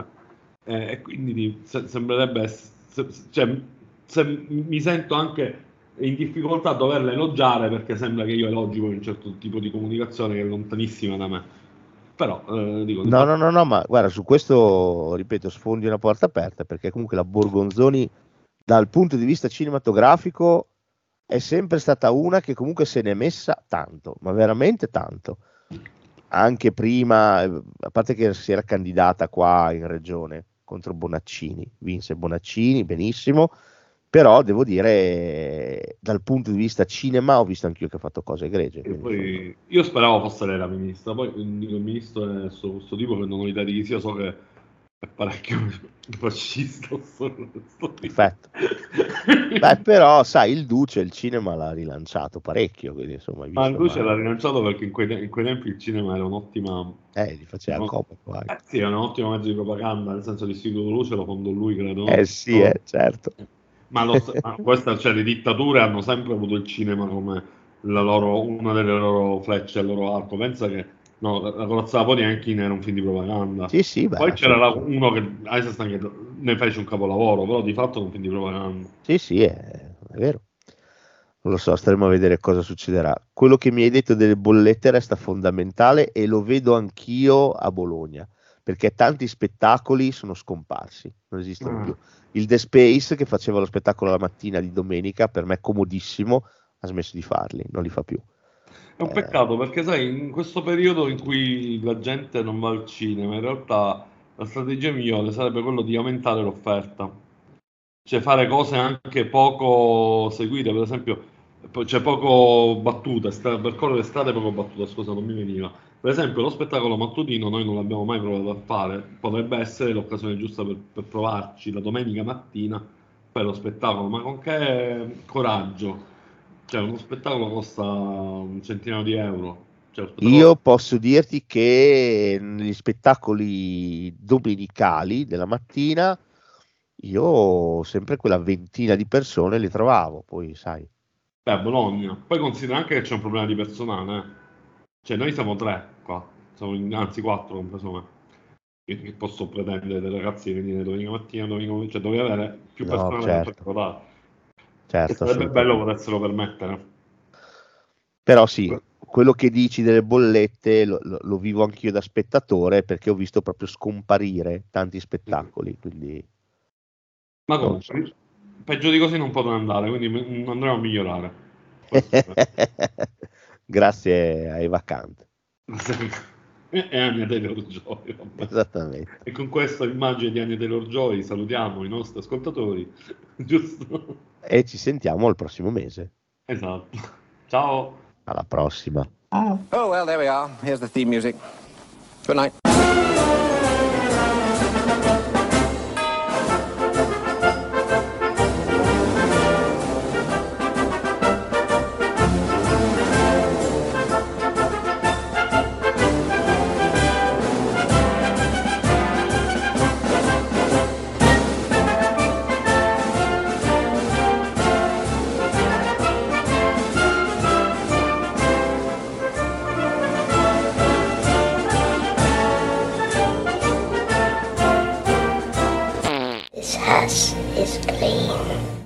I: eh, e quindi se, sembrerebbe se, cioè, se, mi sento anche in difficoltà a doverla elogiare, perché sembra che io elogi un certo tipo di comunicazione che è lontanissima da me, però eh, dico,
G: no no no no ma guarda, su questo ripeto sfondi una porta aperta, perché comunque la Borgonzoni dal punto di vista cinematografico è sempre stata una che comunque se ne è messa tanto, ma veramente tanto. Anche prima, a parte che si era candidata qua in regione contro Bonaccini, vinse Bonaccini, benissimo, però devo dire dal punto di vista cinema ho visto anch'io che ha fatto cose egregie.
I: Poi, io speravo fosse lei la ministra, poi dico, il ministro è questo, questo tipo che non ho idea di chi sia, so che è parecchio fascista.
G: Perfetto. Beh, però sai, il Duce il cinema l'ha rilanciato parecchio, quindi insomma,
I: ma il Duce l'ha rilanciato perché in quei, in quei tempi il cinema era un'ottima,
G: eh, gli faceva
I: no,
G: comodo,
I: eh, sì, era un ottimo mezzo di propaganda, nel senso l'Istituto Luce lo fondò lui, credo.
G: Eh sì, eh, certo.
I: Ma, lo, ma questa, cioè, le dittature hanno sempre avuto il cinema come la loro, una delle loro frecce al loro arco. Pensa che no, la corazzata Potemkin era un film di propaganda.
G: Sì, sì, beh,
I: poi c'era la, uno che che ne fece un capolavoro, però di fatto è un film di propaganda.
G: Sì, sì, è, è vero. Non lo so, staremo a vedere cosa succederà. Quello che mi hai detto delle bollette resta fondamentale e lo vedo anch'io a Bologna, perché tanti spettacoli sono scomparsi, non esistono
I: Ah.
G: più. Il The Space, che faceva lo spettacolo la mattina di domenica, per me comodissimo, ha smesso di farli, non li fa più.
I: È un peccato, perché sai, in questo periodo in cui la gente non va al cinema, in realtà la strategia migliore sarebbe quello di aumentare l'offerta, cioè fare cose anche poco seguite, per esempio c'è poco battuta, sta, percorrere strade poco battuta, scusa, non mi veniva. Per esempio lo spettacolo mattutino noi non l'abbiamo mai provato a fare, potrebbe essere l'occasione giusta per, per provarci la domenica mattina per lo spettacolo, ma con che coraggio? Cioè, uno spettacolo costa un centinaio di euro. Cioè, spettacolo...
G: Io posso dirti che negli spettacoli domenicali della mattina io sempre quella ventina di persone le trovavo, poi sai.
I: Beh, a Bologna. Poi considera anche che c'è un problema di personale. Eh. Cioè, noi siamo tre qua, siamo in, anzi quattro, compreso me. Che, che posso pretendere dai ragazzi di venire domenica mattina, domenica, cioè dovevi avere più
G: No,
I: personale
G: certo.
I: per provare.
G: Certo,
I: Sarebbe bello potessero permettere.
G: Però sì, quello che dici delle bollette lo, lo, lo vivo anch'io da spettatore, perché ho visto proprio scomparire tanti spettacoli, quindi...
I: Ma comunque, so. Peggio di così non potrà andare, quindi andremo a migliorare.
G: Grazie ai vacanti.
I: E Anya Taylor-Joy.
G: Esattamente.
I: E con questa immagine di Anya Taylor-Joy salutiamo i nostri ascoltatori, giusto?
G: E ci sentiamo al prossimo mese.
I: Esatto. Ciao.
G: Alla prossima.
J: Oh, well, there we are. Here's the theme music. Good night.
K: This house is clean.